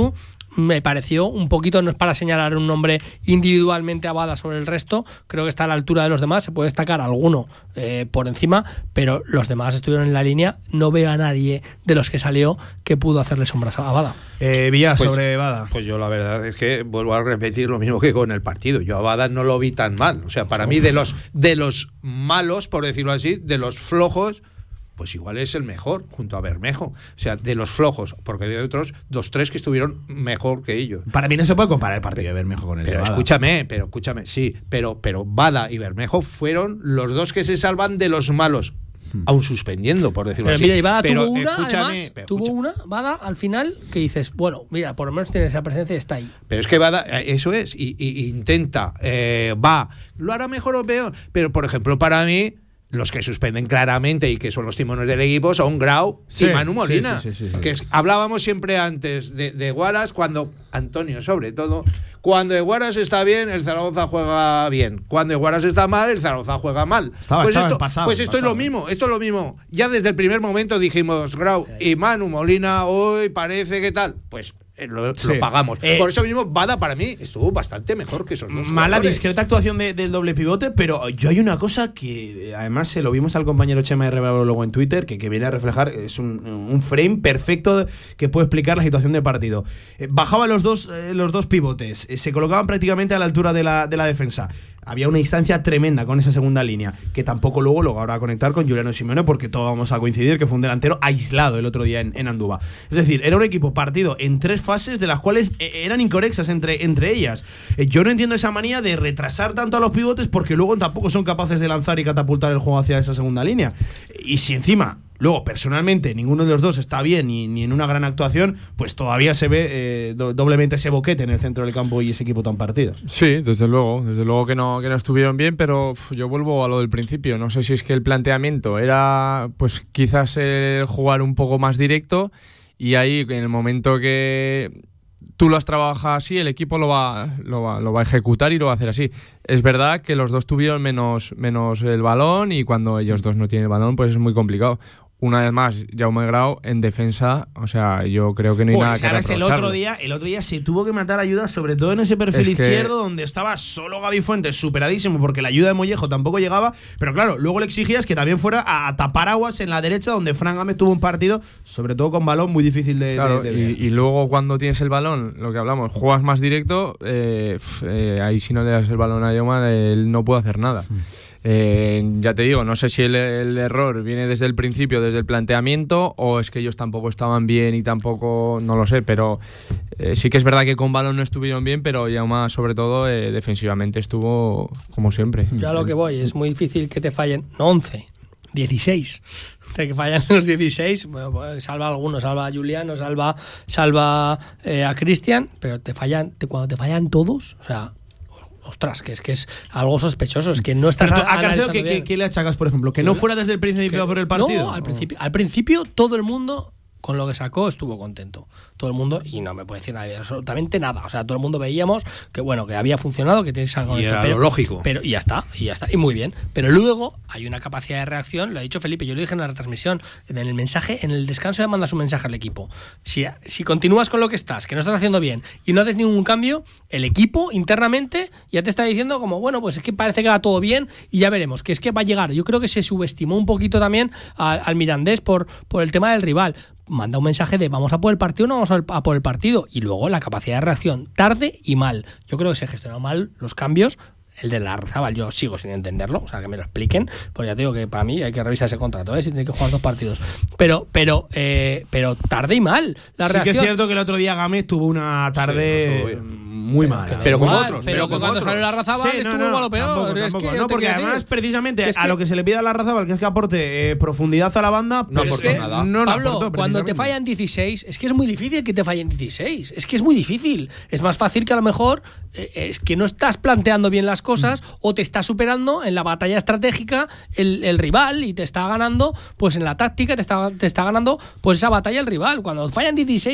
me pareció un poquito, no es para señalar un nombre individualmente a Bada sobre el resto, creo que está a la altura de los demás, se puede destacar alguno eh, por encima, pero los demás estuvieron en la línea. No veo a nadie de los que salió que pudo hacerle sombras a Bada. Eh, Villas, pues, sobre Bada. Pues yo la verdad es que vuelvo a repetir lo mismo que con el partido. Yo a Bada no lo vi tan mal. O sea, para mí de los, de los malos, por decirlo así, de los flojos, pues igual es el mejor, junto a Bermejo. O sea, de los flojos, porque hay otros dos, tres que estuvieron mejor que ellos. Para mí no se puede comparar el partido de Bermejo con el pero de Bada. escúchame, pero escúchame, sí, pero, pero Bada y Bermejo fueron los dos que se salvan de los malos, hmm. aún suspendiendo, por decirlo pero así. Mira, y Bada pero tuvo una, escúchame, además, pero tuvo escucha. una, Bada, al final, que dices, bueno, mira, por lo menos tiene esa presencia y está ahí. Pero es que Bada, eso es, y, y intenta, eh, va, lo hará mejor o peor, pero por ejemplo, para mí, los que suspenden claramente y que son los timones del equipo son Grau sí, y Manu Molina. Sí, sí, sí, sí, sí. Que es, hablábamos siempre antes de, de Guaras, cuando Antonio, sobre todo, cuando Guaras está bien, el Zaragoza juega bien. Cuando Guaras está mal, el Zaragoza juega mal. Estaba, pues estaba esto, pasado, pues esto pasado. es lo mismo, esto es lo mismo. Ya desde el primer momento dijimos, Grau y Manu Molina, hoy parece que tal. Pues Lo, sí. lo pagamos. Eh, Por eso mismo, Bada para mí estuvo bastante mejor que esos dos Mala, jugadores. discreta actuación de, del doble pivote, pero yo hay una cosa que además se lo vimos al compañero Chema de Rivero luego en Twitter, que, que viene a reflejar, es un, un frame perfecto que puede explicar la situación del partido. Eh, bajaba los dos, eh, los dos pivotes, eh, se colocaban prácticamente a la altura de la, de la defensa. Había una distancia tremenda con esa segunda línea, que tampoco luego lograron conectar con Juliano Simeone, porque todos vamos a coincidir que fue un delantero aislado el otro día en, en Andúba. Es decir, era un equipo partido en tres fases, de las cuales eh, eran inconexas entre, entre ellas. Eh, yo no entiendo esa manía de retrasar tanto a los pivotes, porque luego tampoco son capaces de lanzar y catapultar el juego hacia esa segunda línea. Y si encima luego, personalmente, ninguno de los dos está bien ni, ni en una gran actuación, pues todavía se ve eh, do, doblemente ese boquete en el centro del campo y ese equipo tan partido. Sí, desde luego, desde luego que no, que no estuvieron bien, pero uf, yo vuelvo a lo del principio. No sé si es que el planteamiento era, pues quizás el jugar un poco más directo, y ahí en el momento que tú lo has trabajado así, el equipo lo va, lo va, lo va a ejecutar y lo va a hacer así. Es verdad que los dos tuvieron menos, menos el balón, y cuando ellos dos no tienen el balón, pues es muy complicado. Una vez más, Jaume Grau en defensa, o sea, yo creo que no hay Joder, nada que el reprocharle. otro día, el otro día se tuvo que matar ayuda, sobre todo en ese perfil Es que- izquierdo, donde estaba solo Gaby Fuentes, superadísimo, porque la ayuda de Mollejo tampoco llegaba. Pero claro, luego le exigías que también fuera a, a tapar aguas en la derecha, donde Fran Gámez tuvo un partido, sobre todo con balón, muy difícil de, Claro, de- de ver. y, y luego cuando tienes el balón, lo que hablamos, juegas más directo, eh, pf, eh, ahí si no le das el balón a Jaume, él no puede hacer nada. Eh, ya te digo, no sé si el, el error viene desde el principio, desde el planteamiento, o es que ellos tampoco estaban bien y tampoco, no lo sé, pero eh, sí que es verdad que con balón no estuvieron bien, pero Jaume sobre todo eh, defensivamente estuvo como siempre. Yo a lo que voy, es muy difícil que te fallen, no once, dieciséis. De que fallan los dieciséis, bueno, pues, salva a algunos, salva a Juliano, salva, salva eh, a Cristian, pero te fallan, te, cuando te fallan todos, o sea, ostras, que es que es algo sospechoso, es que no estás Pero tú, a- a Carceo, analizando ¿qué, bien. qué- qué le achacas, por ejemplo? ¿Que no fuera desde el principio Que- por el partido? No, al principio, al principio todo el mundo con lo que sacó estuvo contento. Todo el mundo, y no me puede decir nadie, absolutamente nada. O sea, todo el mundo veíamos que bueno, que había funcionado, que tienes algo Y esto, era pero, lo lógico. Pero y ya está, y ya está, y muy bien. Pero luego hay una capacidad de reacción, lo ha dicho Felipe, yo lo dije en la retransmisión, en el mensaje, en el descanso ya mandas un mensaje al equipo. Si, si continúas con lo que estás, que no estás haciendo bien y no haces ningún cambio, el equipo internamente ya te está diciendo como, bueno, pues es que parece que va todo bien y ya veremos, que es que va a llegar. Yo creo que se subestimó un poquito también al, al Mirandés por, por el tema del rival. Manda un mensaje de vamos a por el partido o no vamos a, a por el partido, y luego la capacidad de reacción tarde y mal. Yo creo que se gestionó mal los cambios. El de Larrazábal yo sigo sin entenderlo, o sea, que me lo expliquen, pues ya te digo que para mí hay que revisar ese contrato, ¿eh? Si tiene que jugar dos partidos, pero pero eh, pero tarde y mal la sí reacción. que es cierto que el otro día Gámez tuvo una tarde Sí, muy Pero mala. que me Pero da con igual, otros, pero pero que con cuando otros. salió Larrazábal Sí, no, estuvo no, malo peor. tampoco, Es tampoco. que no, te porque quiero además decir, precisamente que es a que- lo que se le pide a Larrazábal, que es que aporte eh, profundidad a la banda, No pero aportó es que nada. no lo Pablo, aportó, cuando te precisamente. fallan dieciséis, es que es muy difícil que te fallen dieciséis. Es que es muy difícil. Es más fácil que a lo mejor eh, es que no estás planteando bien las cosas, o te está superando en la batalla estratégica el, el rival y te está ganando, pues en la táctica te está, te está ganando pues esa batalla el rival. Cuando fallan dieciséis,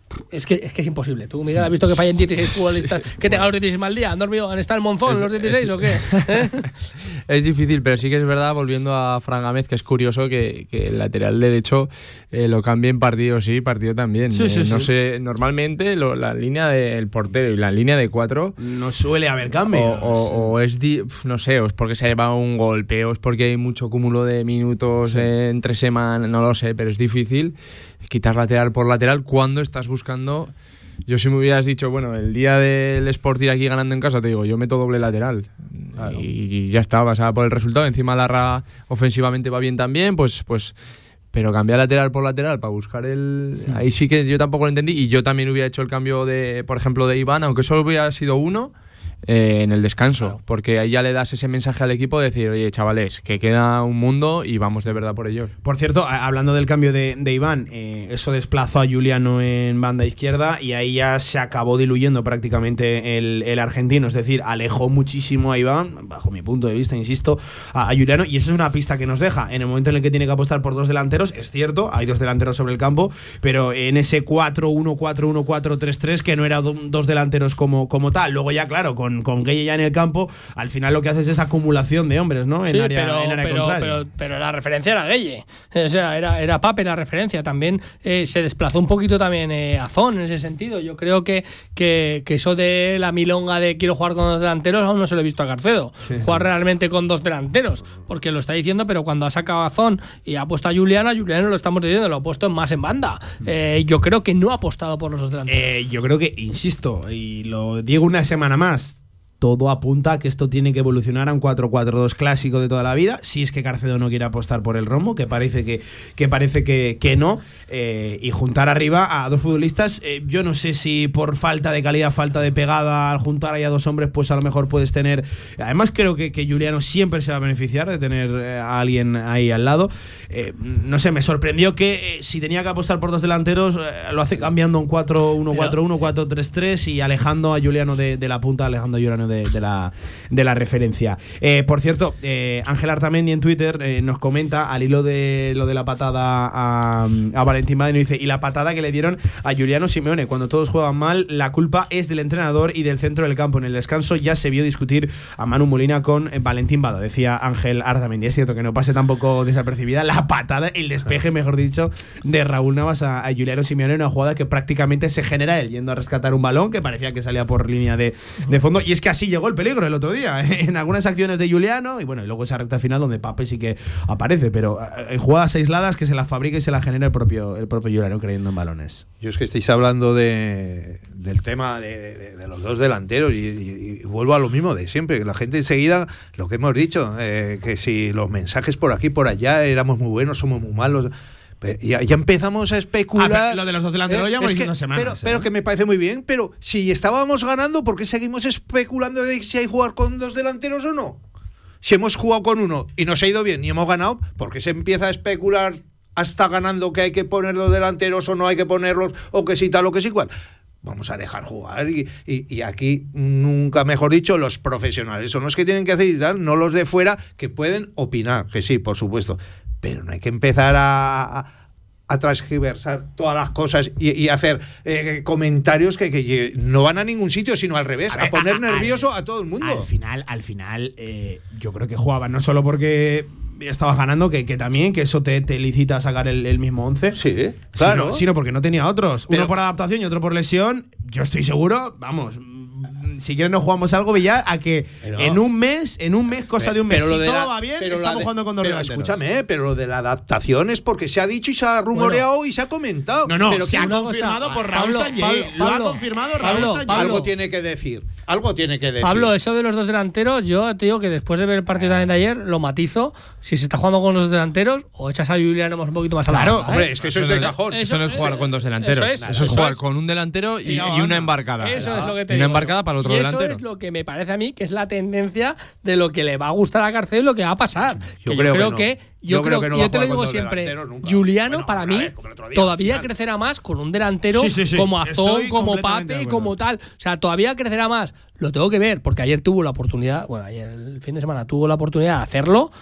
Es que, es que es imposible. Tú, Miguel, has visto que fallen dieciséis futbolistas que tengan los dieciséis mal día. ¿Han dormido? ¿Han estado en Monzón los dieciséis es, o qué? ¿Eh? Es difícil, pero sí que es verdad, volviendo a Fran Gámez, que es curioso que, que el lateral derecho eh, lo cambie en partido sí, partido también. Sí, sí, eh, no sí. sé, normalmente lo, la línea del portero y la línea de cuatro no suele haber cambios. O, o, o es, di, no sé, o es porque se ha llevado un golpe, o es porque hay mucho cúmulo de minutos sí. eh, entre semanas, no lo sé, pero es difícil quitar lateral por lateral cuando estás buscando. Yo si me hubieras dicho, bueno, el día del Sporting aquí ganando en casa, te digo, yo meto doble lateral. Claro. Y, y ya está, basada por el resultado. Encima Larra ofensivamente va bien también, pues, pues, pero cambiar lateral por lateral para buscar el... Sí. Ahí sí que yo tampoco lo entendí. Y yo también hubiera hecho el cambio de, por ejemplo, de Iván, aunque solo hubiera sido uno, Eh, en el descanso, claro. Porque ahí ya le das ese mensaje al equipo de decir, oye, chavales, que queda un mundo y vamos de verdad por ello. Por cierto, hablando del cambio de, de Iván, eh, eso desplazó a Juliano en banda izquierda y ahí ya se acabó diluyendo prácticamente el, el argentino, es decir, alejó muchísimo a Iván, bajo mi punto de vista, insisto, a, a Juliano, y eso es una pista que nos deja. En el momento en el que tiene que apostar por dos delanteros, es cierto, hay dos delanteros sobre el campo, pero en ese cuatro uno cuatro uno cuatro tres tres, que no eran do, dos delanteros como, como tal, luego ya, claro, con con Gueye ya en el campo, al final lo que haces es acumulación de hombres, ¿no? En sí, área, pero, en área pero, contraria. Pero, pero la referencia era Gueye. O sea, era, era Pape la referencia. También eh, se desplazó un poquito también eh, Azón en ese sentido. Yo creo que, que, que eso de la milonga de quiero jugar con dos delanteros aún no se lo he visto a Carcedo. Sí, jugar sí. realmente con dos delanteros, porque lo está diciendo, pero cuando ha sacado a Azón y ha puesto a Juliano, a Juliano lo estamos diciendo, lo ha puesto más en banda. Eh, yo creo que no ha apostado por los dos delanteros. Eh, yo creo que, insisto, y lo digo una semana más, todo apunta a que esto tiene que evolucionar a un cuatro cuatro dos clásico de toda la vida, si es que Carcedo no quiere apostar por el rombo, que parece que, que, parece que, que no, eh, y juntar arriba a dos futbolistas, eh, yo no sé si por falta de calidad, falta de pegada, al juntar ahí a dos hombres, pues a lo mejor puedes tener, además creo que, que Juliano siempre se va a beneficiar de tener eh, a alguien ahí al lado, eh, no sé, me sorprendió que eh, si tenía que apostar por dos delanteros, eh, lo hace cambiando un cuatro uno cuatro uno, cuatro tres tres y alejando a Juliano de, de la punta, alejando a Juliano De, de, la, de la referencia. Eh, por cierto, eh, Ángel Artamendi en Twitter eh, nos comenta, al hilo de lo de la patada a, a Valentín Badeno, dice, y la patada que le dieron a Juliano Simeone, cuando todos juegan mal, la culpa es del entrenador y del centro del campo. En el descanso ya se vio discutir a Manu Molina con eh, Valentín Bado, decía Ángel Artamendi. Es cierto que no pase tampoco desapercibida la patada, el despeje, mejor dicho, de Raúl Navas a, a Juliano Simeone, una jugada que prácticamente se genera él yendo a rescatar un balón que parecía que salía por línea de, de fondo, y es que así llegó el peligro el otro día, ¿eh? En algunas acciones de Juliano, y bueno, y luego esa recta final donde Pape sí que aparece, pero en jugadas aisladas que se las fabrica y se las genera el propio, el propio Juliano creyendo en balones. Yo es que estáis hablando de, del tema de, de, de los dos delanteros y, y, y vuelvo a lo mismo de siempre, que la gente enseguida, lo que hemos dicho, eh, que si los mensajes por aquí, por allá, éramos muy buenos, somos muy malos. Ya, ya empezamos a especular. Ah, lo de los dos delanteros eh, ya hemos es que, unas semanas. Pero, ¿eh? pero que me parece muy bien. Pero si estábamos ganando, ¿por qué seguimos especulando de si hay que jugar con dos delanteros o no? Si hemos jugado con uno y nos ha ido bien y hemos ganado, ¿por qué se empieza a especular hasta ganando que hay que poner dos delanteros o no hay que ponerlos o que si tal o que si cual? Vamos a dejar jugar y, y, y aquí, nunca mejor dicho, los profesionales son los que tienen que hacer y tal, no los de fuera que pueden opinar, que sí, por supuesto. Pero no hay que empezar a, a, a transgiversar todas las cosas y, y hacer eh, comentarios que, que no van a ningún sitio, sino al revés, a, ver, a poner a, nervioso a, a todo el mundo. Al final, al final eh, yo creo que jugaban no solo porque estabas ganando, que, que también, que eso te, te licita a sacar el, el mismo once. Sí, claro. Sino, sino porque no tenía otros. Pero, uno por adaptación y otro por lesión. Yo estoy seguro, vamos, si quieres nos jugamos algo, Villar, a que pero, en un mes, en un mes, cosa de un mes, pero si todo la, va bien, estamos de, jugando con dos pero delanteros. Escúchame, pero lo de la adaptación es porque se ha dicho y se ha rumoreado bueno, y se ha comentado. No, no, pero se ha confirmado por Raúl Sánchez. Lo ha confirmado Raúl Sánchez. Algo tiene que decir. Algo tiene que decir. Pablo, eso de los dos delanteros, yo te digo que después de ver el partido también de ayer, lo matizo. Si se está jugando con los delanteros, o echas a Juliano un poquito más a la Claro, banda, hombre, ¿eh? es que eso, eso es de cajón. Eso, eso no es jugar eh, con dos delanteros. Eso es, eso es eso jugar es. con un delantero y, no, y una no. embarcada. Eso es lo que te y digo. una embarcada para el otro y delantero. Eso es lo que me parece a mí que es la tendencia de lo que le va a gustar a Carcedo y lo que va a pasar. Yo, que creo, yo creo que, que no. yo, yo creo que no yo te lo digo siempre. Juliano, bueno, para mí, ver, todavía crecerá más con un delantero sí, sí, sí. como Azón, como Pape, como tal. O sea, todavía crecerá más. Lo tengo que ver, porque ayer tuvo la oportunidad, bueno, ayer el fin de semana tuvo la oportunidad de hacerlo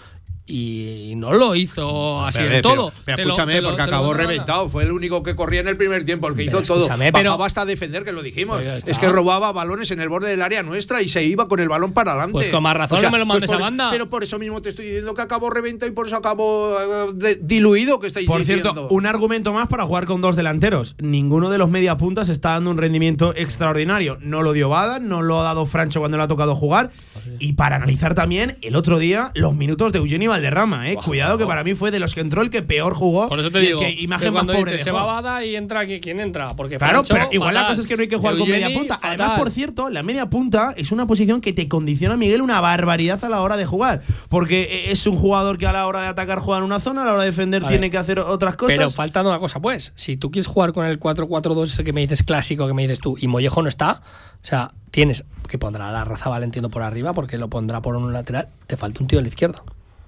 y no lo hizo así pero, del pero, todo. Pero, Te escúchame, lo, te lo, porque te lo acabó mando reventado. ahora. Fue el único que corría en el primer tiempo, el que Pero hizo todo. pero, Bajaba hasta defender, que lo dijimos. Es que robaba balones en el borde del área nuestra y se iba con el balón para adelante. Pues con más razón, o sea, no me lo mandes pues a banda. Pero por eso mismo te estoy diciendo que acabó reventado y por eso acabó uh, de, diluido, que estáis por diciendo. Por cierto, un argumento más para jugar con dos delanteros. Ninguno de los mediapuntas está dando un rendimiento extraordinario. No lo dio Badan, no lo ha dado Francho cuando le ha tocado jugar. Y para analizar también, el otro día, los minutos de Eugenio Valderrama. Eh. Cuidado, que para mí fue de los que entró el que peor jugó. Por eso te digo, que imagen que cuando más pobre dice, dejó. se va Bada y entra aquí. ¿Quién entra? Porque claro, Francho, pero igual fatal. la cosa es que no hay que jugar Eugeni, con media punta. fatal. Además, por cierto, la media punta es una posición que te condiciona, Miguel, una barbaridad a la hora de jugar. Porque es un jugador que a la hora de atacar juega en una zona, a la hora de defender vale. tiene que hacer otras cosas. Pero faltando una cosa, pues, si tú quieres jugar con el cuatro cuatro dos, ese que me dices clásico, que me dices tú, y Mollejo no está, o sea, tienes que pondrá a la Razabal, entiendo, por arriba, porque lo pondrá por un lateral, te falta un tío a la izquierda.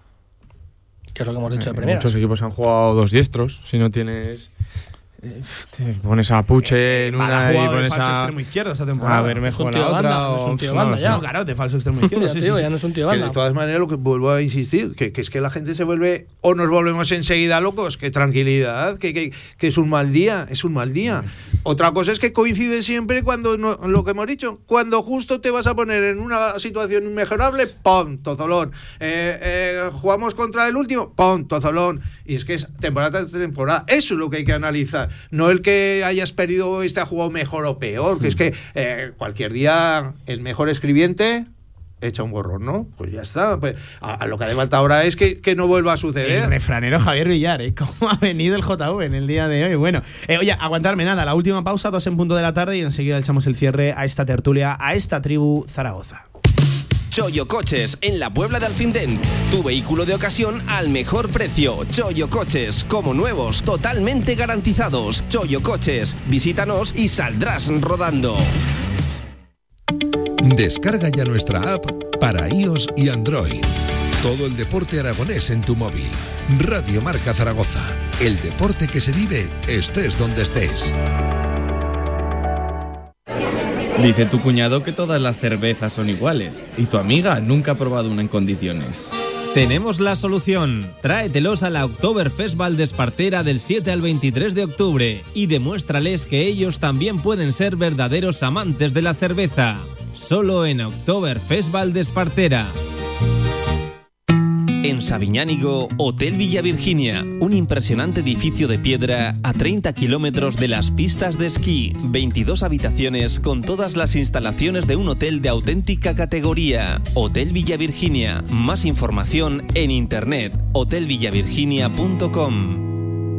Que es lo que hemos dicho de primera. Muchos equipos han jugado dos diestros. Si no tienes. Eh, te pones a Puche en una y pones falso a. extremo izquierdo esta temporada. A Bermejo en la otra. No es un tío de banda, ya. No, claro, de falso extremo izquierdo. ya, sí, tío, sí, ya sí. no es un tío de Que banda. de todas maneras, lo que vuelvo a insistir, que, que es que la gente se vuelve, o nos volvemos enseguida locos, que tranquilidad, que, que, que es un mal día, es un mal día. Otra cosa es que coincide siempre cuando, no, lo que hemos dicho, cuando justo te vas a poner en una situación inmejorable, ¡pum! Tozolón. Eh, eh, jugamos contra el último, ¡pum! Tozolón. Y es que es temporada tras temporada. Eso es lo que hay que analizar. No el que hayas perdido, este ha jugado mejor o peor, que es que eh, cualquier día el mejor escribiente echa un gorro, ¿no? Pues ya está. Pues a, a lo que hace falta ahora es que, que no vuelva a suceder. El refranero Javier Villar, ¿eh? ¿Cómo ha venido el J V en el día de hoy? Bueno, eh, oye, aguantarme nada. La última pausa, dos en punto de la tarde, y enseguida echamos el cierre a esta tertulia, a esta tribu Zaragoza. Choyo Coches, en la Puebla de Alfindén. Tu vehículo de ocasión al mejor precio. Choyo Coches, como nuevos, totalmente garantizados. Choyo Coches, visítanos y saldrás rodando. Descarga ya nuestra app para iOS y Android. Todo el deporte aragonés en tu móvil. Radio Marca Zaragoza. El deporte que se vive, estés donde estés. Dice tu cuñado que todas las cervezas son iguales y tu amiga nunca ha probado una en condiciones. Tenemos la solución. Tráetelos a la Oktoberfest Valdespartera del siete al veintitrés de octubre y demuéstrales que ellos también pueden ser verdaderos amantes de la cerveza. Solo en Oktoberfest Valdespartera. En Sabiñánigo, Hotel Villa Virginia, un impresionante edificio de piedra a treinta kilómetros de las pistas de esquí, veintidós habitaciones con todas las instalaciones de un hotel de auténtica categoría. Hotel Villa Virginia, más información en internet, hotel villa virginia punto com.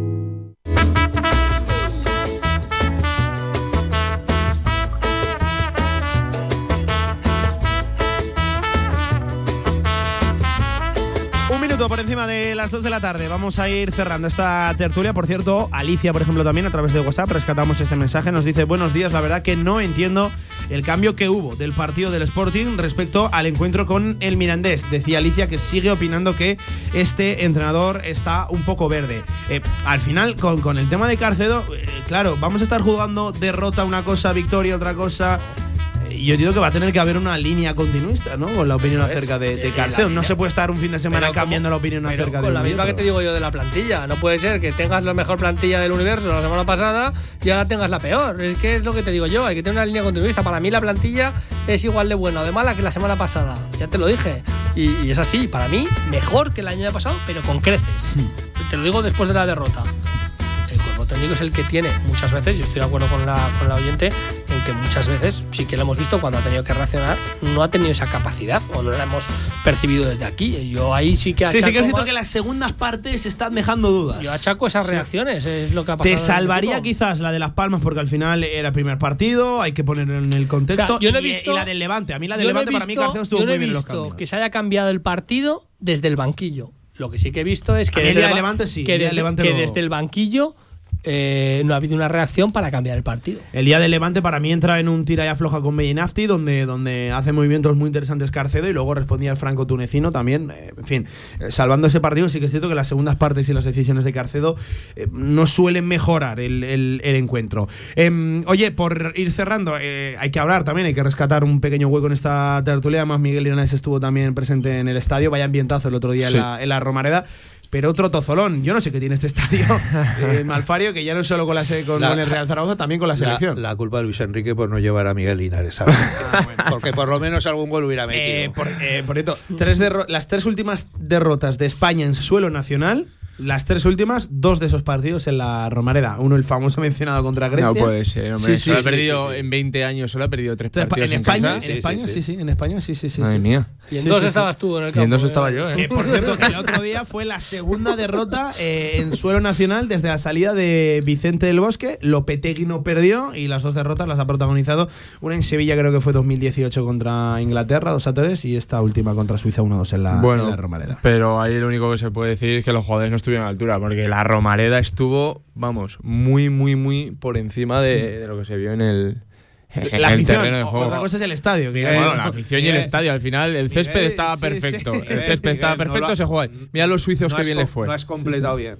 Por encima de las dos de la tarde vamos a ir cerrando esta tertulia. Por cierto, Alicia, por ejemplo, también a través de WhatsApp rescatamos este mensaje. Nos dice: buenos días, la verdad que no entiendo el cambio que hubo del partido del Sporting respecto al encuentro con el Mirandés. Decía Alicia que sigue opinando que este entrenador está un poco verde. Eh, al final, con, con el tema de Cárcedo, eh, claro, vamos a estar jugando derrota una cosa, victoria otra cosa. Yo entiendo que va a tener que haber una línea continuista, ¿no? Con la opinión acerca de, de Cárcedo. No se puede estar un fin de semana pero cambiando como, la opinión acerca de con la misma que te digo yo de la plantilla. No puede ser que tengas la mejor plantilla del universo la semana pasada y ahora tengas la peor. Es que es lo que te digo yo. Hay que tener una línea continuista. Para mí la plantilla es igual de buena o de mala que la semana pasada. Ya te lo dije. Y, y es así. Para mí, mejor que el año pasado, pero con creces. Te lo digo después de la derrota. El cuerpo técnico es el que tiene muchas veces, yo estoy de acuerdo con la, con la oyente, en que muchas veces sí que lo hemos visto cuando ha tenido que reaccionar, no ha tenido esa capacidad o no la hemos percibido desde aquí. Yo ahí sí que achaco. Sí, sí que es cierto más, que las segundas partes están dejando dudas. Yo achaco esas reacciones, sí. Es lo que ha pasado. Te salvaría quizás la de Las Palmas porque al final era el primer partido, hay que ponerlo en el contexto. O sea, yo no he visto, y, y la del Levante, a mí la del Levante no para mí Cárcedo estuvo yo no muy bien he en los visto cambios. Que se haya cambiado el partido desde el banquillo. Lo que sí que he visto es que, desde, el el, Levante, sí, que, el desde, Levante que lo... desde el banquillo eh, no ha habido una reacción para cambiar el partido. El día del Levante para mí entra en un tira y afloja con Bellinafti, donde, donde hace movimientos muy interesantes Carcedo y luego respondía el franco-tunecino también. Eh, en fin, eh, salvando ese partido, sí que es cierto que las segundas partes y las decisiones de Carcedo eh, no suelen mejorar el, el, el encuentro. Eh, oye, por ir cerrando, eh, hay que hablar también, hay que rescatar un pequeño hueco en esta tertulia. Además, Miguel Linares estuvo también presente en el estadio. Vaya ambientazo el otro día sí. en, la, en la Romareda. Pero otro tozolón. Yo no sé qué tiene este estadio, eh, Malfario, que ya no es solo con, la, con, la, con el Real Zaragoza, también con la selección. La, la culpa de Luis Enrique por no llevar a Miguel Linares, ¿sabes? Ah, bueno. Porque por lo menos algún gol hubiera metido. Eh, por, eh, por cierto, tres las tres últimas derrotas de España en suelo nacional, las tres últimas, dos de esos partidos en la Romareda. Uno, el famoso mencionado contra Grecia. No puede ser, hombre. Sí, sí, solo sí, ha perdido sí, sí. en veinte años, solo ha perdido tres partidos en, en España. casa. En España, sí, sí, sí, en España, sí, sí, sí. Madre sí. mía. Y en sí, dos sí, estabas sí. tú en el campo. Y en dos estaba yo, ¿eh? eh por cierto, el otro día fue la segunda derrota eh, en suelo nacional desde la salida de Vicente del Bosque. Lopetegui no perdió y las dos derrotas las ha protagonizado. Una en Sevilla, creo que fue dos mil dieciocho contra Inglaterra, dos a tres, y esta última contra Suiza, uno a dos en la, bueno, en la Romareda. Pero ahí lo único que se puede decir es que los jugadores no estuvieron a la altura, porque la Romareda estuvo, vamos, muy, muy, muy por encima de, de lo que se vio en el, en la el afición, terreno de juego. Otra cosa es el estadio. Que Bueno, ya, la afición y el estadio. Al final, el césped Miguel, estaba sí, perfecto. sí. El césped Miguel, estaba no perfecto, lo ha- se juega. Mira los suizos no que has bien com- les fue. No has completado bien.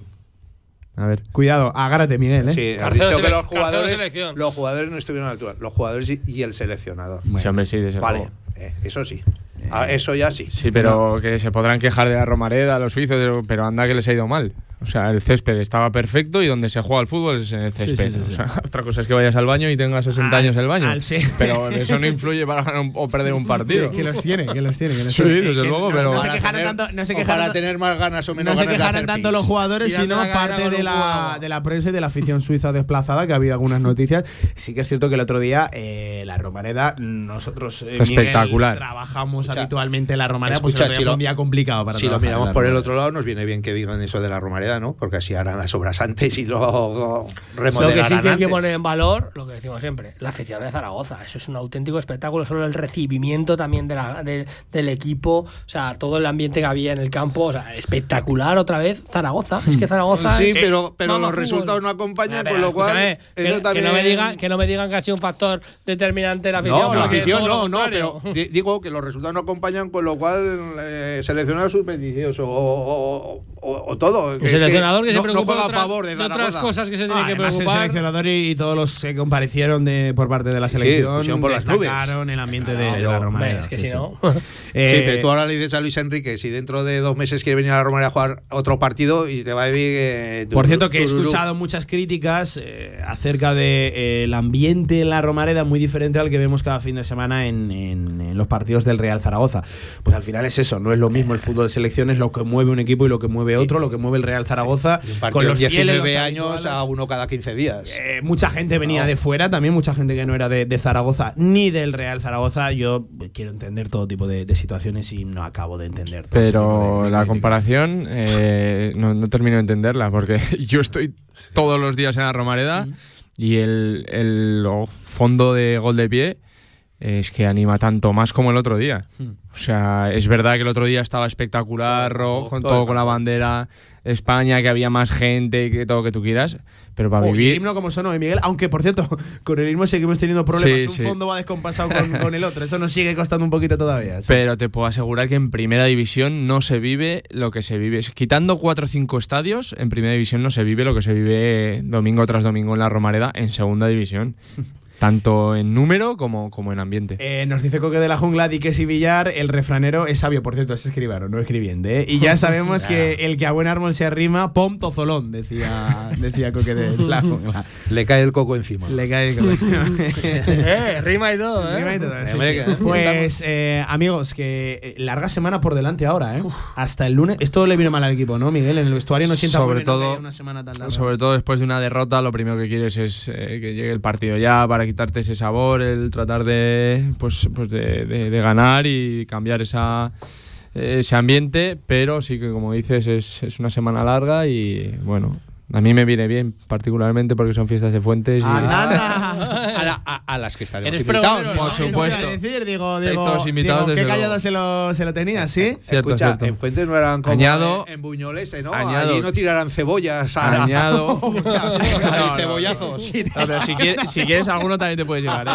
A ver. Cuidado, agárrate, Miguel, ¿eh? Sí, has Carcedo dicho que sele- los Carcedo jugadores, selección. los jugadores no estuvieron a la altura. Los jugadores y, y el seleccionador. Sí, hombre, sí, desde Vale, luego. eh, eso sí. Ah, eso ya sí. Sí, pero que se podrán quejar de la Romareda, los suizos, pero anda que les ha ido mal. O sea, el césped estaba perfecto y donde se juega al fútbol es en el césped. Sí, sí, sí, o sea, otra cosa es que vayas al baño y tengas sesenta Al- años en el baño. al- sí. Pero eso no influye para ganar un- o perder un partido. Que los tiene, que los tiene. Que los Sí, tiene. desde Que luego, no, pero- no se Para quejaran tener- tanto, no se o quejaran, para tener más ganas o menos no se ganas de quejaran hacer tanto pis. los jugadores, Tirando sino la cadena parte con de un la, huevo. de la prensa y de la afición suiza desplazada, que ha habido algunas noticias. Sí que es cierto que el otro día eh, la Romareda, nosotros eh, Espectacular. Miguel, trabajamos Escucha, habitualmente en la Romareda, pues escucha, el otro día si fue lo- un día complicado para Si lo trabajar en miramos la por el Romareda. otro lado, nos viene bien que digan eso de la Romareda, ¿no? Porque así harán las obras antes y luego Lo que remodelarán sí que hay que antes. poner en valor, lo que decimos siempre, la afición de Zaragoza. Eso es un auténtico espectáculo, solo el recibimiento también de la, de- del equipo, o sea, todo el ambiente que había en el campo, o sea, espectacular otra vez Zaragoza. Es que Zaragoza Sí, es- pero, pero Mama los fútbol. resultados no acompañan, Pero, con lo cual escúchame, eso que, también que no me digan que no me digan que ha sido un factor determinante la afición. No, la porque afición todo lo no, no, contrario. pero di- digo que los resultados no acompañan, con lo cual eh, seleccionar sus beneficios o, o, o, o todo. El Es que seleccionador que se no, no preocupa juega de, a otra- favor de de otras Zaragoza. cosas que se tiene Ah, que además, el preocupar. seleccionador y, y todos los que comparecieron de, por parte de la Sí, sí, selección pusieron por las nubes. destacaron el ambiente de, Claro, de la hombre, Romareda. es que sí, si sí. no. Eh, Sí, pero tú ahora le dices a Luis Enrique si dentro de dos meses quiere venir a la Romareda a jugar otro partido y te va a decir que... Por cierto, que he tururú. escuchado muchas críticas eh, acerca del de, eh, el ambiente en la Romareda muy diferente al que vemos cada fin de semana en, en- en los partidos del Real Zaragoza. Pues al final es eso, no es lo mismo el fútbol de selección, es lo que mueve un equipo y lo que mueve otro, lo que mueve el Real Zaragoza. Y un partido Con los de fieles, diecinueve los años habituales. a uno cada quince días. Eh, mucha gente venía No. de fuera, también mucha gente que no era de, de Zaragoza ni del Real Zaragoza. Yo quiero entender todo tipo de, de situaciones y no acabo de entender todo ese tipo Pero de- de la críticas. comparación eh, no, no termino de entenderla, porque yo estoy todos los días en la Romareda y el, el fondo de gol de pie es que anima tanto más como el otro día. O sea, es verdad que el otro día estaba espectacular, Todo, con todo todo el con la campo. bandera, España, que había más gente, que todo lo que tú quieras, pero para Oh, y el vivir... himno como sonó, ¿eh, Miguel? Aunque, por cierto, con el himno seguimos teniendo problemas. Sí, un sí. fondo va descompasado con, con el otro. Eso nos sigue costando un poquito todavía. sí. Pero te puedo asegurar que en Primera División no se vive lo que se vive. Quitando cuatro o cinco estadios, en Primera División no se vive lo que se vive domingo tras domingo en la Romareda en Segunda División. Tanto en número como, como en ambiente. Eh, nos dice Coque de la Jungla, Diques y Villar, el refranero es sabio, por cierto, es escribano, no escribiente. ¿eh? Y ya sabemos que el que a buen árbol se arrima, pom tozolón, decía, decía Coque de la Jungla. Le cae el coco encima. Le cae el coco. eh, rima y todo, ¿eh? Rima y todo, sí, Venga, sí. Pues, eh, amigos, que eh, larga semana por delante ahora, ¿eh? Hasta el lunes. Esto le viene mal al equipo, ¿no, Miguel? En el vestuario no sienta Sobre muy bien, ¿no? todo- Que haya una semana tan larga. Sobre todo después de una derrota, lo primero que quieres es eh, que llegue el partido ya para quitarte ese sabor, el tratar de pues, pues de, de- de ganar y cambiar esa ese ambiente, pero sí que, como dices, es, es una semana larga y bueno, a mí me viene bien particularmente porque son fiestas de Fuentes y, Anda, anda. A la, a, a las que estaremos Eres invitados. pregonero, Por ¿no? supuesto. Eso te iba a decir, digo, Estáis digo, todos invitados, digo, desde qué luego. callado se lo, se lo tenía, ¿sí? Cierto, Escucha, cierto. en Fuentes no eran como Añado- en, en Buñolese, ¿no? añado- Allí no tirarán cebollas. A, Añado- Hay No, no, cebollazos. No, pero si quieres, si quieres alguno también te puedes llevar,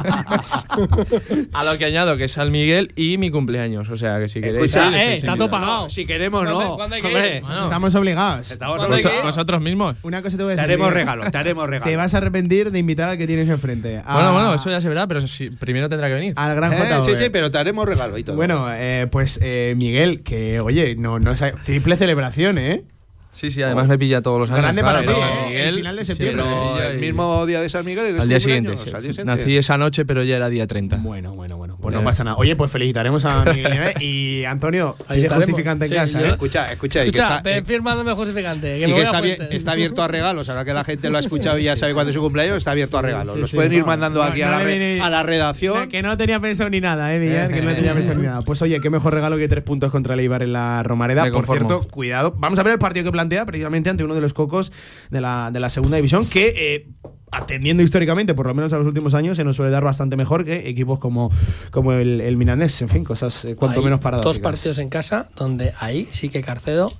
¿eh? A lo que añado que es San Miguel y mi cumpleaños, o sea que si queréis. Escucha, ahí eh, estáis está todo invitados. pagado. No, si queremos, ¿Cuándo- no. cuándo hay que Hombre, ir? Bueno. Estamos obligados. estamos ¿Cuándo hay que obligados. ir? Vosotros mismos. Una cosa te voy a Te decir. haremos Miguel. regalo, te haremos regalo. Te vas a arrepentir de invitar al que tienes enfrente. a- Bueno, bueno, eso ya se verá, pero si- primero tendrá que venir. Al gran Eh, J V. sí, sí, pero te haremos regalo y todo. Bueno, eh, pues eh, Miguel, que oye, no, no es triple celebración, ¿eh? Sí, sí, además me pilla todos los años. Grande claro, para ti, San ¿eh? Miguel, El final de sí, septiembre. pero pero el mismo día de San Miguel. ¿es al día tu siguiente. cumpleaños? sí. Al día siguiente. Nací esa noche, pero ya era día treinta. Bueno, bueno, bueno. Pues Eh. no pasa nada. Oye, pues felicitaremos a Miguel Nieves y Antonio, Ahí pide estaremos. justificante en Sí, casa, yo- ¿eh? Escucha, escucha. y que Escucha, está- ve eh, firmándome justificante. Que y me que voy a está, bien- Fuentes. está abierto a regalos. Ahora que la gente lo ha escuchado y ya sabe cuándo es su cumpleaños, está abierto a regalos. sí, Los sí, pueden ir no, mandando no, aquí no a, la le re- viene- a la redacción. Que no tenía pensado ni nada, ¿eh, Miguel? Que no tenía pensado ni nada. Pues oye, qué mejor regalo que tres puntos contra el Eibar en la Romareda. Me Por conformo. cierto, cuidado. Vamos a ver el partido que plantea precisamente ante uno de los cocos de la, de la segunda división que, eh, atendiendo históricamente, por lo menos a los últimos años, se nos suele dar bastante mejor que equipos como, como el, el Mirandés. En fin, cosas eh, cuanto Hay menos paradójicas. dos partidos en casa donde ahí sí que Carcedo,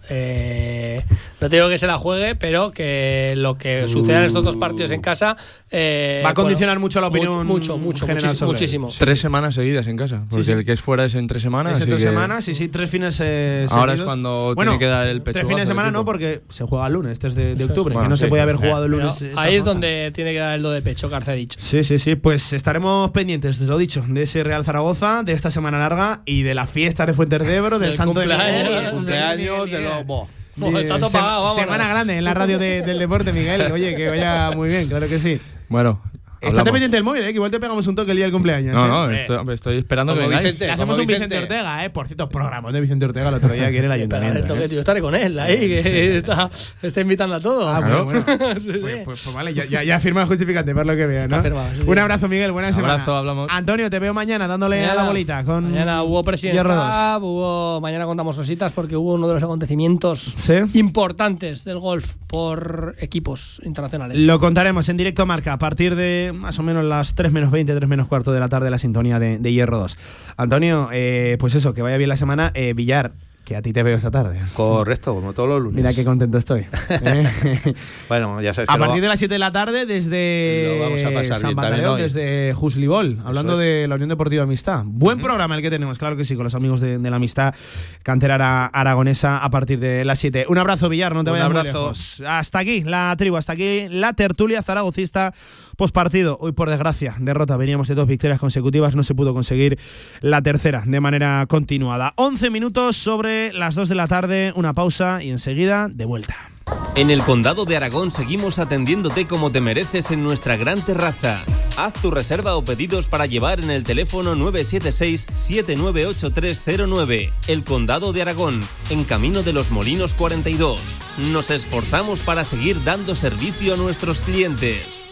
eh, no te digo que se la juegue, pero que lo que suceda en estos dos partidos en casa eh, Va a condicionar bueno, mucho la opinión mucho, mucho, general muchísimo, sobre él. muchísimo. Tres semanas seguidas en casa. Porque sí. el que es fuera es en tres semanas. Es en así tres que semanas, sí, sí, tres fines eh, Ahora es seguidos. cuando bueno, tiene que dar el tres pechugazo fines de al semana equipo. no, porque se juega el lunes, tres de, de Eso es. octubre, Bueno, que no se sí, podía haber pero- jugado el Pero lunes. esta ahí es jornada. donde tiene que dar el do de pecho Carcedich. Sí, sí, sí, pues estaremos pendientes, lo dicho, de ese Real Zaragoza, de esta semana larga y de la fiesta de Fuentes de Ebro, del Del Santo de cumpleaños. Miguel. El cumpleaños de los. Bo. Ojo, está todo Sem- pagado, vámonos. Semana grande en la radio de- del deporte, Miguel. Oye, que vaya muy bien, claro que sí. Bueno, Estate hablamos. pendiente del móvil, eh, que igual te pegamos un toque el día del cumpleaños. No, ¿eh? no, Hombre, estoy, estoy esperando Como que vengáis. Vicente. le hacemos como un Vicente Vicente. Ortega, ¿eh? Por cierto, programón de Vicente Ortega el otro día que en el Pegar el ayuntamiento. toque, ¿eh? tío, yo estaré con él ahí, que está, está invitando a todos. Ah, bueno, bueno. Sí, sí. Pues, pues- pues vale, ya, ya, ya firma el justificante, por lo que veo, ¿no? Está firmado, sí, sí. Un abrazo, Miguel, buena semana. Abrazo, hablamos. Antonio, te veo mañana dándole a la bolita con Mañana hubo Presidente Hierro dos. Cup, hubo, mañana contamos cositas porque hubo uno de los acontecimientos ¿Sí? importantes del golf por equipos internacionales. Lo contaremos en directo Marca a partir de más o menos las tres menos veinte, tres menos cuarto de la tarde, la sintonía de, de Hierro dos. Antonio, eh, pues eso, que vaya bien la semana. Eh, Villar, que a ti te veo esta tarde. Correcto, como todos los lunes. Mira qué contento estoy. ¿eh? Bueno, ya sabes. A que lo- partir de las siete de la tarde, desde Lo vamos a pasar San bien también Pantaleón, hoy. desde Juslibol, hablando es. de la Unión Deportiva Amistad. Buen programa el que tenemos, claro que sí, con los amigos de, de la Amistad Cantera ara- Aragonesa a partir de las siete. Un abrazo, Villar, no te Un vayas muy abrazo. lejos. Hasta aquí la tribu, hasta aquí la tertulia zaragocista postpartido. Hoy, por desgracia, derrota. Veníamos de dos victorias consecutivas, no se pudo conseguir la tercera de manera continuada. once minutos sobre las dos de la tarde, una pausa y enseguida de vuelta. En el Condado de Aragón seguimos atendiéndote como te mereces en nuestra gran terraza. Haz tu reserva o pedidos para llevar en el teléfono nueve siete seis, siete nueve ocho tres cero nueve. El Condado de Aragón, en Camino de los Molinos cuarenta y dos. Nos esforzamos para seguir dando servicio a nuestros clientes.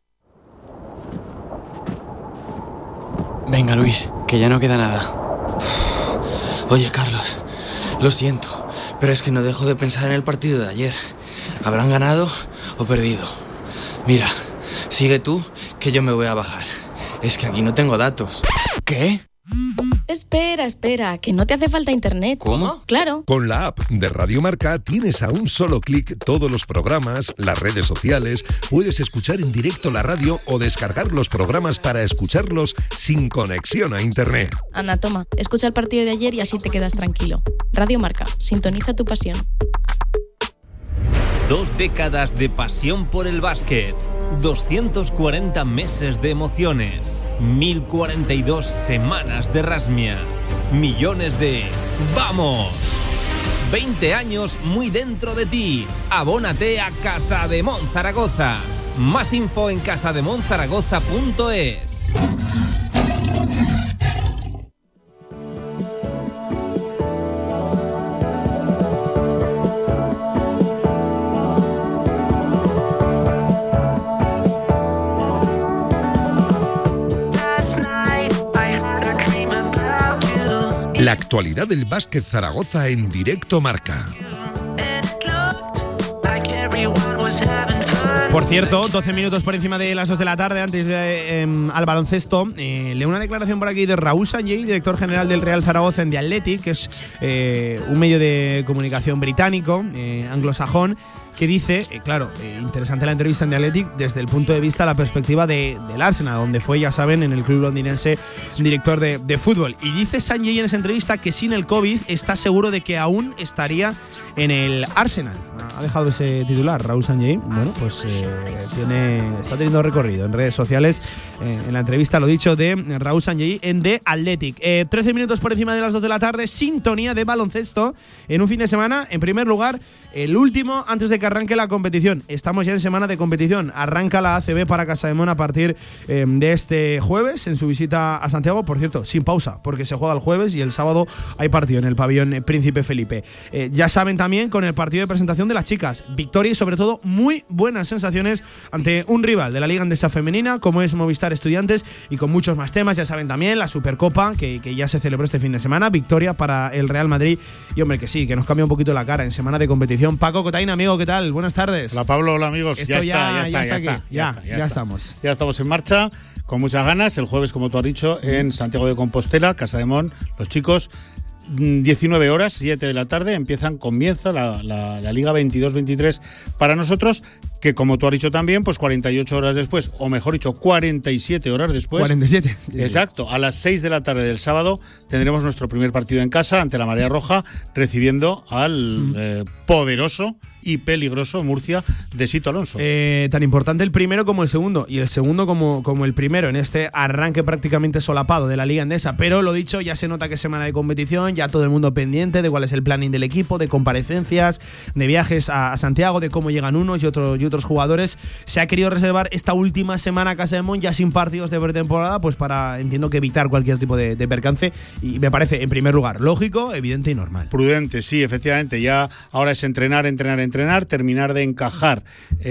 Venga, Luis, que ya no queda nada. Oye, Carlos, lo siento, pero es que no dejo de pensar en el partido de ayer. ¿Habrán ganado o perdido? Mira, sigue tú, que yo me voy a bajar. Es que aquí no tengo datos. ¿Qué? Espera, espera, que no te hace falta internet. ¿Cómo? Claro. Con la app de Radio Marca tienes a un solo clic todos los programas, las redes sociales, puedes escuchar en directo la radio o descargar los programas para escucharlos sin conexión a internet. Anda, toma, escucha el partido de ayer y así te quedas tranquilo. Radio Marca, sintoniza tu pasión. Dos décadas de pasión por el básquet, doscientos cuarenta meses de emociones, mil cuarenta y dos semanas de rasmia, millones de ¡vamos! veinte años muy dentro de ti. Abónate a Casademont Zaragoza. Más info en casademontzaragoza punto es. La actualidad del básquet Zaragoza en directo Marca. Like everyone was having fun. Por cierto, doce minutos por encima de las dos de la tarde, antes de, eh, al baloncesto, eh, leo una declaración por aquí de Raúl Sanllehy, director general del Real Zaragoza en The Athletic, que es eh, un medio de comunicación británico, eh, anglosajón, que dice, eh, claro, eh, interesante la entrevista en The Athletic desde el punto de vista, la perspectiva de, del Arsenal, donde fue, ya saben, en el club londinense director de, de fútbol. Y dice Sanllehy en esa entrevista que sin el COVID está seguro de que aún estaría en el Arsenal. Ha dejado ese titular Raúl Sanllehy. Bueno, pues eh, tiene, está teniendo recorrido en redes sociales. Eh, en la entrevista, lo dicho, de Raúl Sanllehy en The Athletic. Eh, trece minutos por encima de las dos de la tarde, sintonía de baloncesto en un fin de semana. En primer lugar, el último antes de que arranque la competición. Estamos ya en semana de competición. Arranca la A C B para Casademón a partir eh, de este jueves en su visita a Santiago. Por cierto, sin pausa, porque se juega el jueves y el sábado hay partido en el pabellón Príncipe Felipe. Eh, ya saben también con el partido de presentación de las chicas. Victoria y sobre todo muy buenas sensaciones ante un rival de la Liga Endesa Femenina como es Movistar Estudiantes, y con muchos más temas. Ya saben también la Supercopa que, que ya se celebró este fin de semana. Victoria para el Real Madrid. Y hombre, que sí, que nos cambia un poquito la cara en semana de competición. Paco Cotaina, amigo, ¿qué tal? Buenas tardes. Hola Pablo, hola amigos. Esto ya, ya, está, ya, ya, está, ya, está, está, aquí. ya, ya, está, ya, ya está. estamos. Ya estamos en marcha, con muchas ganas. El jueves, como tú has dicho, en Santiago de Compostela, Casademón, los chicos. diecinueve horas, siete de la tarde, empiezan, comienza la, la, la Liga veintidós veintitrés para nosotros, que como tú has dicho también, pues cuarenta y ocho horas después, o mejor dicho, cuarenta y siete horas después. cuarenta y siete. Exacto, a las seis de la tarde del sábado tendremos nuestro primer partido en casa ante la Marea Roja, recibiendo al mm. eh, poderoso y peligroso Murcia de Sito Alonso. Eh, tan importante el primero como el segundo, y el segundo como, como el primero en este arranque prácticamente solapado de la Liga Endesa. Pero lo dicho, ya se nota que es semana de competición, ya todo el mundo pendiente de cuál es el planning del equipo, de comparecencias, de viajes a, a Santiago, de cómo llegan unos y otros y otros jugadores. Se ha querido reservar esta última semana a Casademón ya sin partidos de pretemporada, pues para, entiendo que evitar cualquier tipo de, de percance, y me parece, en primer lugar, lógico, evidente y normal. Prudente, sí, efectivamente. Ya ahora es entrenar, entrenar, entrenar. entrenar, terminar de encajar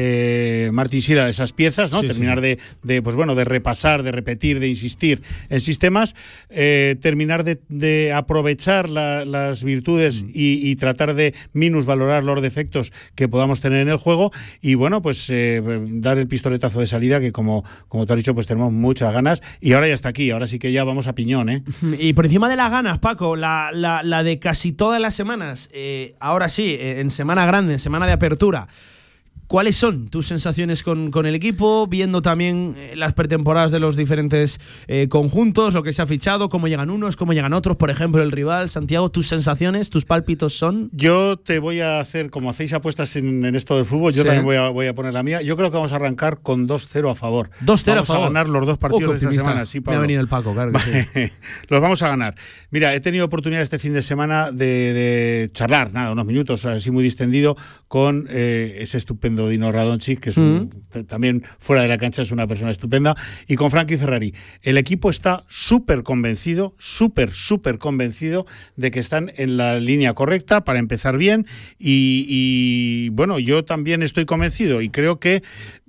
eh, Martín Sira esas piezas, ¿no? Sí, terminar sí. De, de, pues bueno, de repasar, de repetir, de insistir en sistemas, eh, terminar de, de aprovechar la, las virtudes mm. y, y tratar de minusvalorar los defectos que podamos tener en el juego, y bueno, pues eh, dar el pistoletazo de salida, que como, como tú has dicho, pues tenemos muchas ganas, y ahora ya está aquí, ahora sí que ya vamos a piñón, ¿eh? Y por encima de las ganas, Paco, la, la, la de casi todas las semanas, eh, ahora sí, en semana grande, en semana de apertura, ¿cuáles son tus sensaciones con, con el equipo? Viendo también eh, las pretemporadas de los diferentes eh, conjuntos, lo que se ha fichado, cómo llegan unos, cómo llegan otros, por ejemplo, el rival, Santiago, ¿tus sensaciones, tus pálpitos son? Yo te voy a hacer, como hacéis apuestas en, en esto del fútbol, yo sí. también voy a, voy a poner la mía. Yo creo que vamos a arrancar con dos cero a favor. dos cero a favor. Vamos a ganar los dos partidos oh, de esta semana. Sí, Pablo. Me ha venido el Paco, claro que sí. Los vamos a ganar. Mira, he tenido oportunidad este fin de semana de, de charlar, nada, unos minutos, así muy distendido, con eh, ese estupendo Dino Radonjic, que es un, mm. también fuera de la cancha es una persona estupenda, y con Frankie Ferrari. El equipo está súper convencido, súper, súper convencido de que están en la línea correcta para empezar bien, y, y bueno, yo también estoy convencido y creo que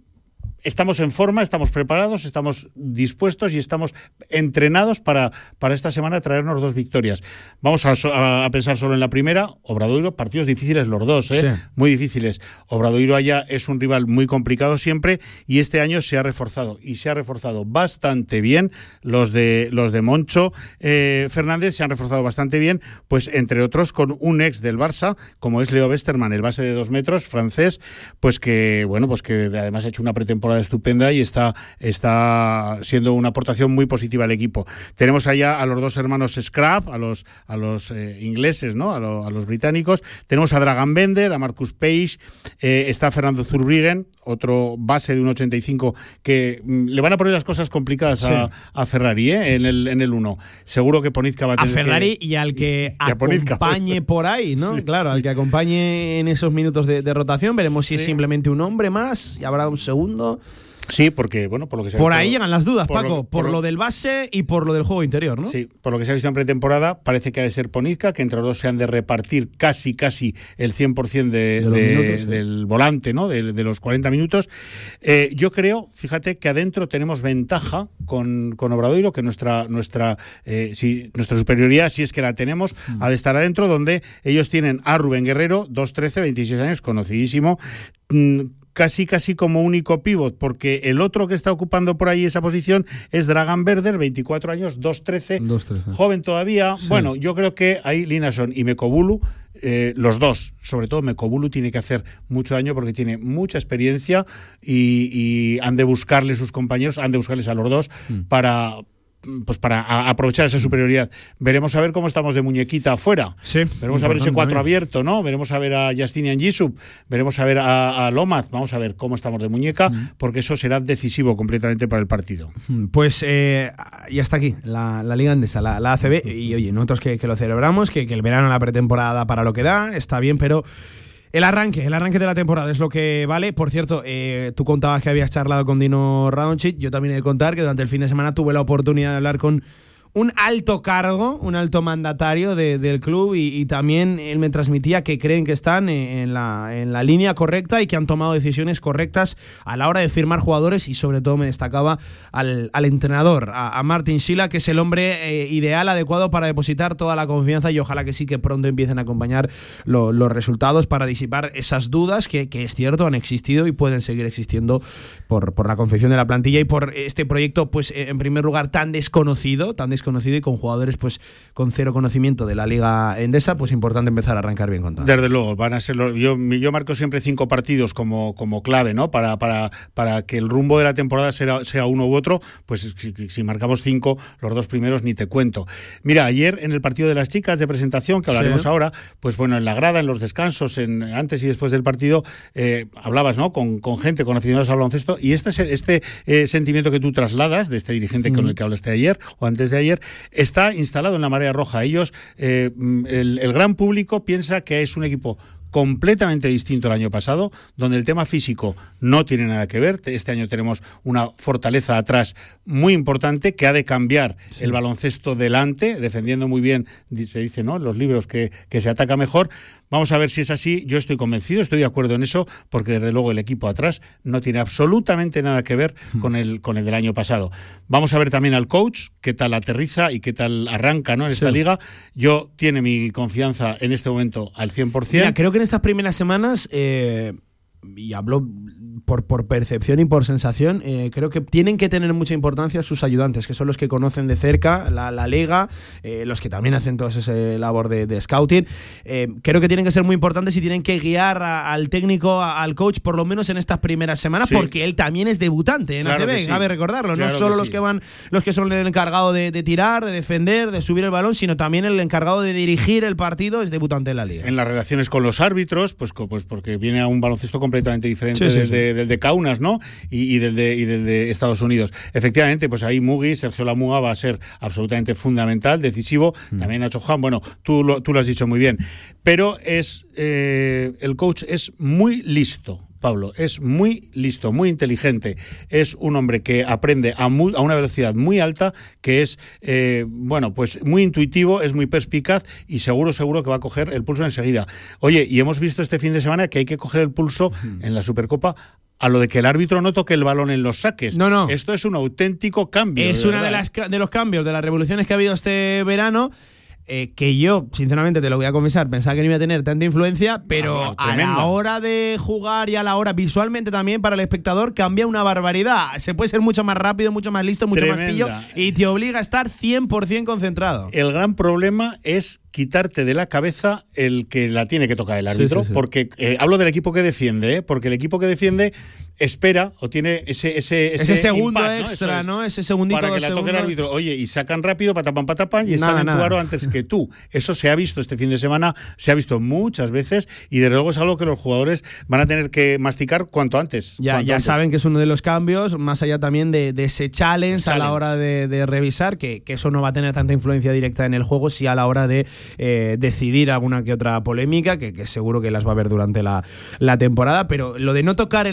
estamos en forma, estamos preparados, estamos dispuestos y estamos entrenados para, para esta semana traernos dos victorias. Vamos a, a pensar solo en la primera. Obradoiro, partidos difíciles los dos, ¿eh? Sí. Muy difíciles. Obradoiro allá es un rival muy complicado siempre, y este año se ha reforzado, y se ha reforzado bastante bien. Los de los de Moncho eh, Fernández se han reforzado bastante bien, pues entre otros con un ex del Barça, como es Leo Westermann, el base de dos metros, francés, pues que, bueno, pues que además ha hecho una pretemporada estupenda y está, está siendo una aportación muy positiva al equipo. Tenemos allá a los dos hermanos Scrap, a los, a los eh, ingleses, ¿no? A, lo, a los británicos. Tenemos a Dragan Bender, a Marcus Page, eh, está Fernando Zurbriggen, otro base de un ochenta y cinco, que mm, le van a poner las cosas complicadas sí. a, a Ferrari, ¿eh? En el en el uno. Seguro que Ponizka va a tener a Ferrari que, y al que y acompañe por ahí, ¿no? Sí, claro, sí. Al que acompañe en esos minutos de, de rotación. Veremos sí. si es simplemente un hombre más y habrá un segundo. Sí, porque, bueno, por lo que se ha Por visto, ahí llegan las dudas, por Paco, lo, por, por lo, lo del base y por lo del juego interior, ¿no? Sí, por lo que se ha visto en pretemporada, parece que ha de ser Ponizka, que entre los dos se han de repartir casi, casi el cien por ciento de, de de, minutos, sí. del volante, ¿no? De, de los cuarenta minutos. Eh, yo creo, fíjate, que adentro tenemos ventaja con, con Obradoiro, que nuestra nuestra eh, si, nuestra superioridad, si es que la tenemos, mm. ha de estar adentro, donde ellos tienen a Rubén Guerrero, dos trece, veintiséis años, conocidísimo, mm, casi casi como único pívot, porque el otro que está ocupando por ahí esa posición es Dragan Berder, veinticuatro años, dos trece, joven todavía. Sí. Bueno, yo creo que ahí Linason y Mekobulu, eh, los dos, sobre todo Mekobulu, tiene que hacer mucho daño porque tiene mucha experiencia y, y han de buscarle sus compañeros, han de buscarles a los dos mm. para... pues para a, aprovechar esa superioridad. Veremos a ver cómo estamos de muñequita afuera. Sí, veremos a ver ese cuatro abierto, ¿no? Veremos a ver a Justinian Yisup, veremos a ver a, a Lomas, vamos a ver cómo estamos de muñeca, mm. porque eso será decisivo completamente para el partido. Pues eh, y hasta aquí la, la Liga Endesa, la, la A C B, y oye, nosotros que, que lo celebramos, que, que el verano, la pretemporada para lo que da, está bien, pero el arranque, el arranque de la temporada es lo que vale. Por cierto, eh, tú contabas que habías charlado con Dino Radonjic. Yo también he de contar que durante el fin de semana tuve la oportunidad de hablar con un alto cargo, un alto mandatario de, del club y, y también él me transmitía que creen que están en la, en la línea correcta y que han tomado decisiones correctas a la hora de firmar jugadores, y sobre todo me destacaba al, al entrenador, a, a Martin Schila, que es el hombre eh, ideal, adecuado para depositar toda la confianza, y ojalá que sí que pronto empiecen a acompañar lo, los resultados para disipar esas dudas que, que es cierto han existido y pueden seguir existiendo por, por la confección de la plantilla y por este proyecto, pues en primer lugar tan desconocido, tan desconocido conocido y con jugadores pues con cero conocimiento de la Liga Endesa, pues importante empezar a arrancar bien con todo. Desde luego, van a ser los, yo, yo marco siempre cinco partidos como, como clave, ¿no? Para, para, para que el rumbo de la temporada sea, sea uno u otro, pues si, si marcamos cinco, los dos primeros ni te cuento. Mira, ayer en el partido de las chicas de presentación, que hablaremos sí. ahora, pues bueno, en la grada, en los descansos, en antes y después del partido, eh, hablabas, ¿no? Con, con gente, con aficionados al baloncesto, y este, este eh, sentimiento que tú trasladas de este dirigente mm. con el que hablaste ayer o antes de ayer, está instalado en la marea roja. Ellos, eh, el, el gran público piensa que es un equipo completamente distinto al año pasado, donde el tema físico no tiene nada que ver. Este año tenemos una fortaleza atrás muy importante que ha de cambiar sí. el baloncesto delante, defendiendo muy bien, se dice, ¿no?, en los libros que, que se ataca mejor. Vamos a ver si es así. Yo estoy convencido, estoy de acuerdo en eso, porque desde luego el equipo atrás no tiene absolutamente nada que ver con el, con el del año pasado. Vamos a ver también al coach, qué tal aterriza y qué tal arranca, ¿no?, en esta sí. liga. Yo tiene mi confianza en este momento al cien por ciento. Mira, creo que en estas primeras semanas, eh, y hablo por, por percepción y por sensación, eh, creo que tienen que tener mucha importancia sus ayudantes, que son los que conocen de cerca la, la liga, eh, los que también hacen toda esa labor de, de scouting. Eh, creo que tienen que ser muy importantes y tienen que guiar a, al técnico, a, al coach, por lo menos en estas primeras semanas, sí. porque él también es debutante en claro A C B, sí. cabe recordarlo. Claro no solo que los sí. que van, los que son el encargado de, de tirar, de defender, de subir el balón, sino también el encargado de dirigir el partido, es debutante en la liga. En las relaciones con los árbitros, pues, pues porque viene a un baloncesto completamente diferente sí, sí, del, sí. De, del de Kaunas, ¿no? Y, y, del de, y del de Estados Unidos. Efectivamente, pues ahí Mugi, Sergio Lamuga va a ser absolutamente fundamental, decisivo. Mm. También Nacho Juan, bueno, tú lo, tú lo has dicho muy bien. Pero es eh, el coach es muy listo. Pablo, es muy listo, muy inteligente, es un hombre que aprende a, muy, a una velocidad muy alta, que es, eh, bueno, pues muy intuitivo, es muy perspicaz y seguro, seguro que va a coger el pulso enseguida. Oye, y hemos visto este fin de semana que hay que coger el pulso uh-huh. en la Supercopa a lo de que el árbitro no toque el balón en los saques. No, no. Esto es un auténtico cambio. Es de una de, las, de los cambios, de las revoluciones que ha habido este verano. Eh, que yo, sinceramente, te lo voy a confesar, pensaba que no iba a tener tanta influencia, pero ah, a la hora de jugar y a la hora, visualmente también para el espectador, cambia una barbaridad. Se puede ser mucho más rápido, mucho más listo, mucho Tremenda. más pillo, y te obliga a estar cien por ciento concentrado. El gran problema es quitarte de la cabeza el que la tiene que tocar el árbitro, sí, sí, sí. porque eh, hablo del equipo que defiende, ¿eh? porque el equipo que defiende espera o tiene ese ese, ese, ese segundo impasse, extra, ¿no? ¿no? Ese segundito para que la toque el árbitro. Oye, y sacan rápido, patapam, patapam, y están en tu antes que tú. Eso se ha visto este fin de semana, se ha visto muchas veces, y desde luego es algo que los jugadores van a tener que masticar cuanto antes. Ya, cuanto ya antes. Saben que es uno de los cambios, más allá también de, de ese challenge, challenge a la hora de, de revisar, que, que eso no va a tener tanta influencia directa en el juego, sí a la hora de eh, decidir alguna que otra polémica, que, que seguro que las va a haber durante la, la temporada, pero lo de no tocar el árbitro, yo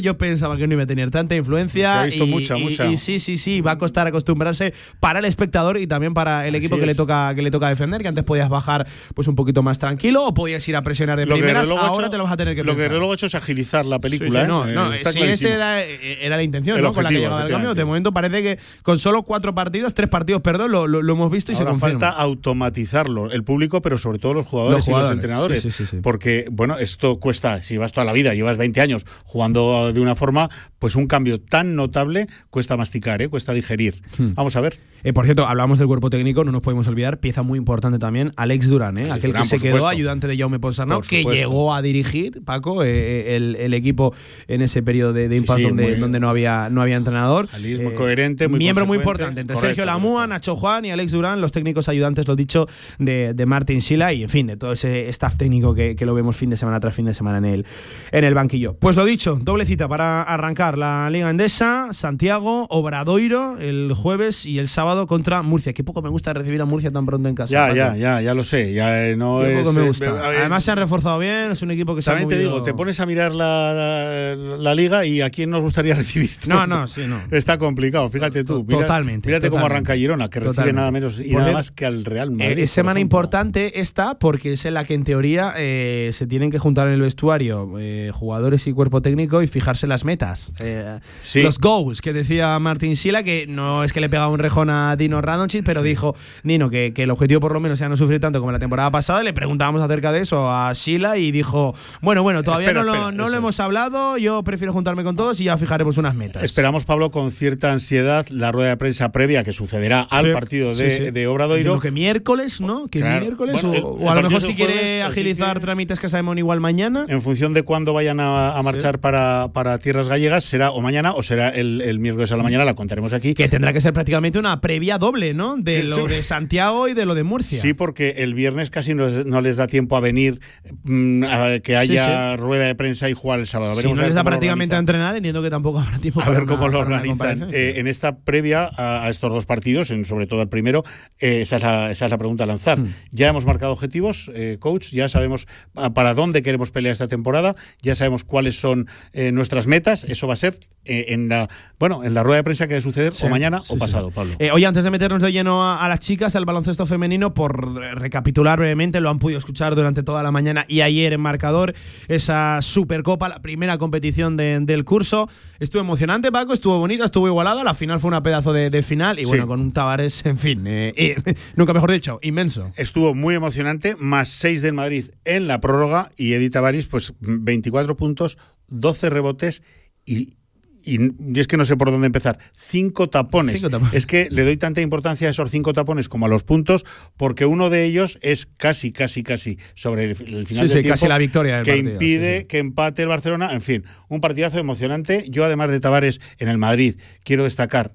yo pensaba que no iba a tener tanta influencia. Se ha visto y, mucha, y, mucha. Y sí, sí, sí, va a costar acostumbrarse para el espectador y también para el equipo Así que le es. toca que le toca defender, que antes podías bajar pues un poquito más tranquilo o podías ir a presionar de Lo que primeras, luego ahora hecho- te lo vas a tener que Lo pensar. que luego ha hecho es agilizar la película. Sí, sí, no, ¿eh? no, Eh, está si clarísimo. esa era, era la intención, El ¿no? Con la que objetivo, llegaba el cambio. De efectivamente. momento parece que con solo cuatro partidos, tres partidos, perdón, lo, lo, lo hemos visto y Ahora se confirma. falta automatizarlo, el público, pero sobre todo los jugadores, Los jugadores, y los entrenadores. sí, sí, sí, sí. Porque, bueno, esto cuesta, si llevas toda la vida, llevas veinte años jugando de una forma, pues un cambio tan notable cuesta masticar, ¿eh? Cuesta digerir. Hmm. Vamos a ver. Eh, por cierto, hablamos del cuerpo técnico, no nos podemos olvidar, pieza muy importante también, Alex Durán, ¿eh? Alex aquel Durán, que se por quedó supuesto. ayudante de Jaume Ponsarnau, Por que supuesto. llegó a dirigir, Paco, eh, el, el equipo en ese periodo de, de Sí, impasse sí, donde, muy- donde no había no había entrenador. Ali es muy Eh, coherente, muy miembro muy consecuente. importante entre Correcto, Sergio Lamúa, Nacho Juan y Alex Durán, los técnicos ayudantes, lo dicho, de, de Martin Sila y, en fin, de todo ese staff técnico que, que lo vemos fin de semana tras fin de semana en el, en el banquillo. Pues lo dicho, doble cita para arrancar la Liga Endesa, Santiago, Obradoiro el jueves y el sábado contra Murcia. Qué poco me gusta recibir a Murcia tan pronto en casa. Ya, Paco. ya, ya, ya lo sé. Ya eh, no Qué es. poco me eh, gusta. a ver, Además se han reforzado bien, es un equipo que se ha También te movido- digo, te pones a mirar la, la, la liga y a quién nos gustaría recibir. No, pronto. no, sí, no. Está complicado, fíjate tú. Mira- Totalmente, Mírate cómo totalmente. arranca Girona, que recibe Totalmente. nada menos y Por nada cierto, más que al Real Madrid. Eh, por es semana ejemplo. importante esta porque es en la que en teoría eh, se tienen que juntar en el vestuario eh, jugadores y cuerpo técnico y fijarse las metas. Eh, Sí. Los goals que decía Martín Sila, que no es que le pegaba un rejón a Dino Radonjic, pero dijo Dino que, que el objetivo por lo menos sea no sufrir tanto como la temporada pasada. Le preguntábamos acerca de eso a Sila y dijo, bueno, bueno, todavía Espera, no, lo, espera, no eso lo hemos hablado, yo prefiero juntarme con todos y ya fijaremos unas metas. Esperamos, Pablo, con cierta ansiedad la rueda de prensa previa que sucederá al Sí, partido sí, de, sí. de Obradoiro. Entiendo que miércoles, ¿no? Que Claro. miércoles Bueno, o, el- o el a lo partido mejor es si el quiere jueves, así agilizar que- trámites que sabemos igual mañana. En función de cuándo vayan a, a marchar para, para tierras gallegas, será o mañana o será el, el miércoles a la mañana, la contaremos aquí. Que tendrá que ser prácticamente una previa doble, ¿no? De Sí, lo sí. de Santiago y de lo de Murcia. Sí, porque el viernes casi no, les- no les da tiempo a venir, mm, a que haya Sí, rueda de prensa y jugar el sábado. Si Veremos no a ver les da cómo lo prácticamente a organizan. entrenar, entiendo que tampoco habrá tiempo A para ver cómo una- lo para una organizan. comparecencia. Eh, en esta previa a, a estos dos partidos, en, sobre todo el primero, eh, esa, es la, esa es la pregunta a lanzar. Hmm. Ya hemos marcado objetivos, eh, coach, ya sabemos a- para dónde queremos pelear esta temporada, ya sabemos cuáles son eh, nuestras metas. Eso va a ser eh, en la bueno en la rueda de prensa que debe suceder Sí, o mañana sí, o sí. pasado, Pablo. Eh, oye, antes de meternos de lleno a, a las chicas, al baloncesto femenino, por recapitular brevemente, lo han podido escuchar durante toda la mañana y ayer en marcador, esa Supercopa, la primera competición de- del curso. Estuvo emocionante, Paco, estuvo bonita, estuvo igualada. La final fue una pedazo de, de final y Sí. bueno, con un Tavares, en fin, eh, eh, nunca mejor dicho, inmenso. Estuvo muy emocionante, más seis del Madrid en la prórroga y Edith Tavares, pues veinticuatro puntos, doce rebotes y, y, y es que no sé por dónde empezar. Cinco tapones. Cinco tapones. Es que le doy tanta importancia a esos cinco tapones como a los puntos, porque uno de ellos es casi, casi, casi sobre el, el final Sí, del sí, tiempo, casi la victoria del que partido, impide sí, sí. que empate el Barcelona. En fin, un partidazo emocionante. Yo, además de Tavares en el Madrid, quiero destacar,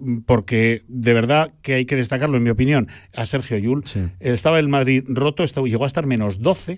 porque de verdad que hay que destacarlo, en mi opinión, a Sergio Llull. Sí. Estaba el Madrid roto, estaba, llegó a estar menos doce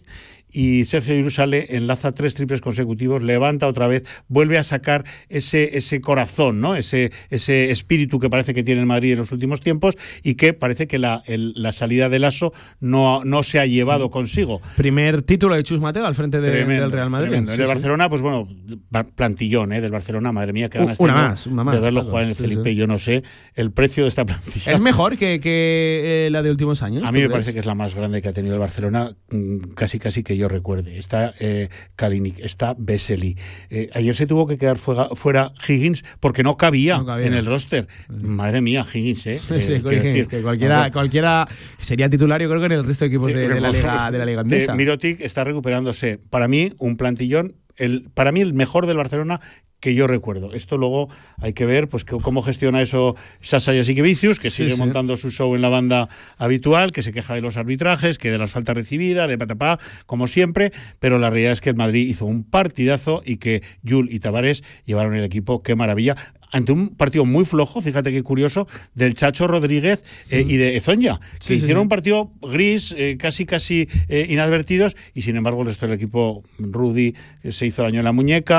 y Sergio Llull sale, enlaza tres triples consecutivos, levanta otra vez, vuelve a sacar ese, ese corazón, ¿no? Ese, ese espíritu que parece que tiene el Madrid en los últimos tiempos y que parece que la, el, la salida de Lasso no, no se ha llevado consigo. Primer título de Chus Mateo al frente de- Tremendo, del Real Madrid. tremendo. En Sí, el sí. Barcelona, pues bueno, plantillón, ¿eh? Del Barcelona, madre mía, que U- ganas una tengo más, una más, de verlo claro. jugar en el Sí, Felipe, sí. yo no sé el precio de esta plantilla. ¿Es mejor que, que eh, la de últimos años? A ¿tú mí me crees? parece que es la más grande que ha tenido el Barcelona, mm, casi casi que yo recuerde. Está eh, Kalinic, está Vesely. Eh, ayer se tuvo que quedar fuera, fuera Higgins porque no cabía, No cabía. en el roster. Madre mía, Higgins, ¿eh? Sí, Eh, sí, quiero que- decir, que cualquiera, a ver, cualquiera sería titular, yo creo que en el resto de equipos de, de la Liga de la Liga Andesa. Eh, Mirotic está recuperándose. Para mí, un plantillón, el, para mí el mejor del Barcelona que yo recuerdo. Esto luego hay que ver pues que, cómo gestiona eso Sasa Jasikevičius, que Sí, sigue sí. montando su show en la banda habitual, que se queja de los arbitrajes, que de las faltas recibidas, de patapá, como siempre, pero la realidad es que el Madrid hizo un partidazo y que Llull y Tavares llevaron el equipo, qué maravilla, ante un partido muy flojo, fíjate qué curioso, del Chacho Rodríguez eh, y de Ezoña, que Sí, sí, hicieron sí. un partido gris, eh, casi casi eh, inadvertidos, y sin embargo el resto del equipo, Rudy eh, se hizo daño en la muñeca,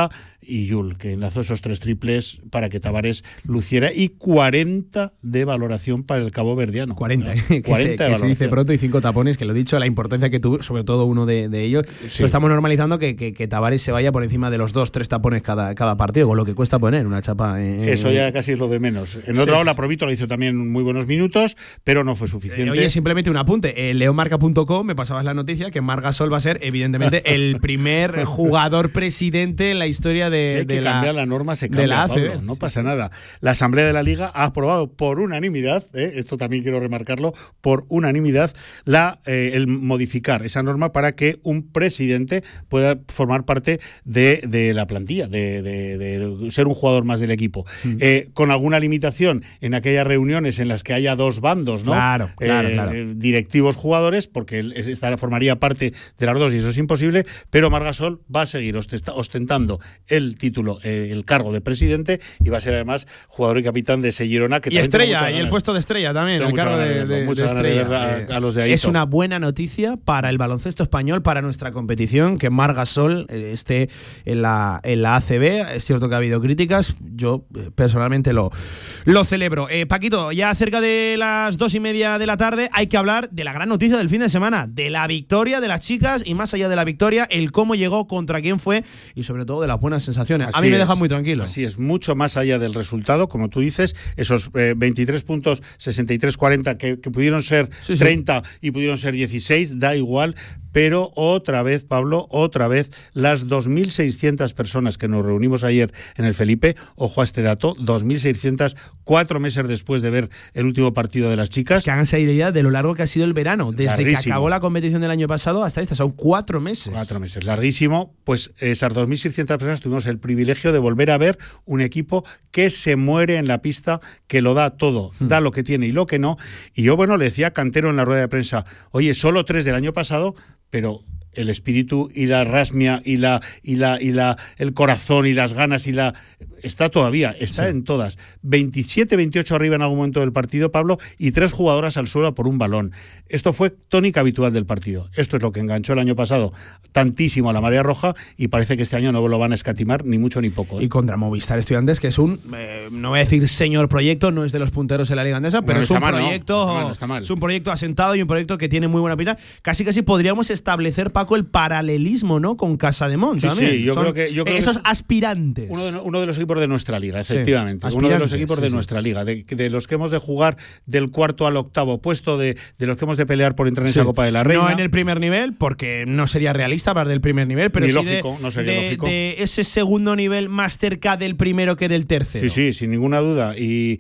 y Yul, que enlazó esos tres triples para que Tavares luciera, y cuarenta de valoración para el caboverdiano. cuarenta, ¿no? que, cuarenta se, que se dice pronto, y cinco tapones, que lo he dicho, la importancia que tuvo, sobre todo uno de, de ellos. Sí. Lo estamos normalizando que, que, que Tavares se vaya por encima de los dos, tres tapones cada, cada partido, con lo que cuesta poner una chapa. En, Eso ya casi es lo de menos. En otro lado, sí. La Provito le hizo también muy buenos minutos, pero no fue suficiente. Eh, oye, simplemente un apunte. En leonmarca punto com me pasabas la noticia que Marc Gasol va a ser, evidentemente, el primer jugador presidente en la historia de, si hay de que la cambiar la norma, se cambia, de la A C B. Pablo, no pasa nada. La Asamblea de la Liga ha aprobado por unanimidad, ¿eh? esto también quiero remarcarlo, por unanimidad, la eh, el modificar esa norma para que un presidente pueda formar parte de, de la plantilla, de, de, de ser un jugador más del equipo. Mm. Eh, con alguna limitación en aquellas reuniones en las que haya dos bandos, ¿no? Claro, claro, eh, claro. Directivos, jugadores, porque él esta formaría parte de las dos y eso es imposible, pero Marc Gasol va a seguir ostentando el título, eh, el cargo de presidente, y va a ser además jugador y capitán de ese Girona. Que y estrella, y el puesto de estrella también, tengo el cargo de, de, de, de estrella. A, a los de ahí. Es una buena noticia para el baloncesto español, para nuestra competición, que Marc Gasol eh, esté en la, en la A C B. Es cierto que ha habido críticas, yo eh, personalmente lo, lo celebro. Eh, Paquito, ya cerca de las dos y media de la tarde hay que hablar de la gran noticia del fin de semana, de la victoria de las chicas, y más allá de la victoria, el cómo llegó, contra quién fue, y sobre todo de las buenas sensaciones. Así a mí me deja muy tranquilo. Así es, mucho más allá del resultado, como tú dices, esos eh, veintitrés puntos, sesenta y tres cuarenta que, que pudieron ser sí, treinta sí. y pudieron ser dieciséis, da igual. Pero otra vez, Pablo, otra vez, las dos mil seiscientas personas que nos reunimos ayer en el Felipe, ojo a este dato, dos mil seiscientas, cuatro meses después de ver el último partido de las chicas. Es que háganse idea de lo largo que ha sido el verano, desde larguísimo. Que acabó la competición del año pasado hasta esta, son cuatro meses. Cuatro meses, larguísimo. Pues esas dos mil seiscientas personas tuvimos el privilegio de volver a ver un equipo que se muere en la pista, que lo da todo, hmm. da lo que tiene y lo que no. Y yo, bueno, le decía a Cantero en la rueda de prensa, oye, solo tres del año pasado, pero el espíritu y la rasmia y la y la y la el corazón y las ganas y la está todavía, está sí. en todas. veintisiete veintiocho arriba en algún momento del partido, Pablo, y tres jugadoras al suelo por un balón. Esto fue tónica habitual del partido. Esto es lo que enganchó el año pasado tantísimo a la marea roja, y parece que este año no lo van a escatimar ni mucho ni poco, ¿eh? Y contra Movistar Estudiantes, que es un, eh, no voy a decir señor proyecto, no es de los punteros en la Liga Andesa, pero bueno, es un mal, proyecto, no, está mal, está mal. Es un proyecto asentado y un proyecto que tiene muy buena pinta. Casi casi podríamos establecer, Paco, el paralelismo, ¿no? Con Casademont sí, también. Sí, yo Son creo que yo creo esos que es aspirantes. Uno de, uno de los equipos de nuestra liga, efectivamente. Sí, uno de los equipos sí, de sí. nuestra liga, de, de los que hemos de jugar del cuarto al octavo puesto, de, de los que hemos de pelear por entrar en sí. esa Copa de la Reina. No en el primer nivel, porque no sería realista hablar del primer nivel, pero Ni sí lógico, de, no sería de, lógico. de ese segundo nivel más cerca del primero que del tercero. Sí, sí, sin ninguna duda. Y,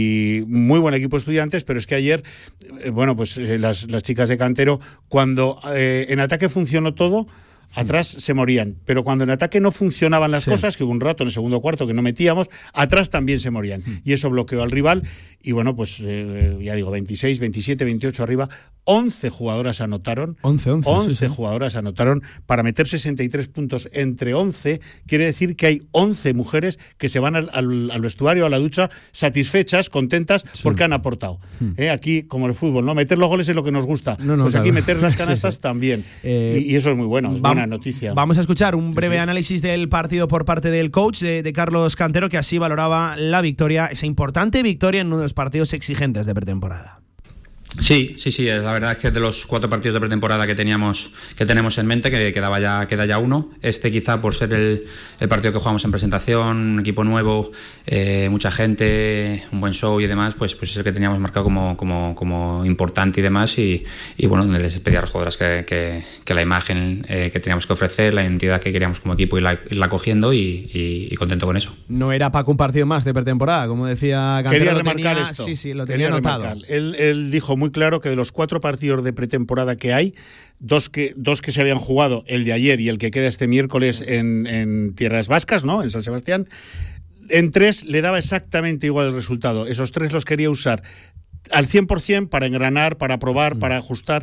y muy buen equipo Estudiantes, pero es que ayer, eh, bueno, pues eh, las, las chicas de Cantero, cuando eh, en ataque funcionó todo, atrás se morían, pero cuando en ataque no funcionaban las sí. cosas, que hubo un rato en el segundo cuarto que no metíamos, atrás también se morían, y eso bloqueó al rival. Y bueno, pues eh, ya digo, veintiséis, veintisiete, veintiocho arriba, once jugadoras anotaron, once, once, once sí, sí. jugadoras anotaron para meter sesenta y tres puntos entre once. Quiere decir que hay once mujeres que se van al, al, al vestuario, a la ducha, satisfechas, contentas, sí. porque han aportado. Hmm. Eh, aquí, como el fútbol, ¿no? Meter los goles es lo que nos gusta, no, no, pues claro. aquí meter las canastas sí, sí. también, eh, y, y eso es muy bueno, es buena noticia. Vamos a escuchar un breve sí. análisis del partido por parte del coach de, de Carlos Cantero, que así valoraba la victoria, esa importante victoria en uno de los partidos exigentes de pretemporada. Sí, sí, sí, la verdad es que de los cuatro partidos de pretemporada que teníamos, que tenemos en mente, que quedaba ya, queda ya uno, este quizá por ser el, el partido que jugamos en presentación, un equipo nuevo, eh, mucha gente, un buen show y demás, pues, pues es el que teníamos marcado como, como, como importante y demás, y, y bueno, les pedí a las jugadoras que, que, que la imagen eh, que teníamos que ofrecer, la identidad que queríamos como equipo irla, irla cogiendo, y, y, y contento con eso. No era Paco un partido más de pretemporada, como decía Cantero. Quería remarcar tenía, esto. Sí, sí, lo tenía anotado. Él, él dijo muy claro que de los cuatro partidos de pretemporada que hay, dos que dos que se habían jugado, el de ayer y el que queda este miércoles en, en Tierras Vascas, ¿no? En San Sebastián, en tres le daba exactamente igual el resultado. Esos tres los quería usar al cien por ciento para engranar, para probar, mm. para ajustar.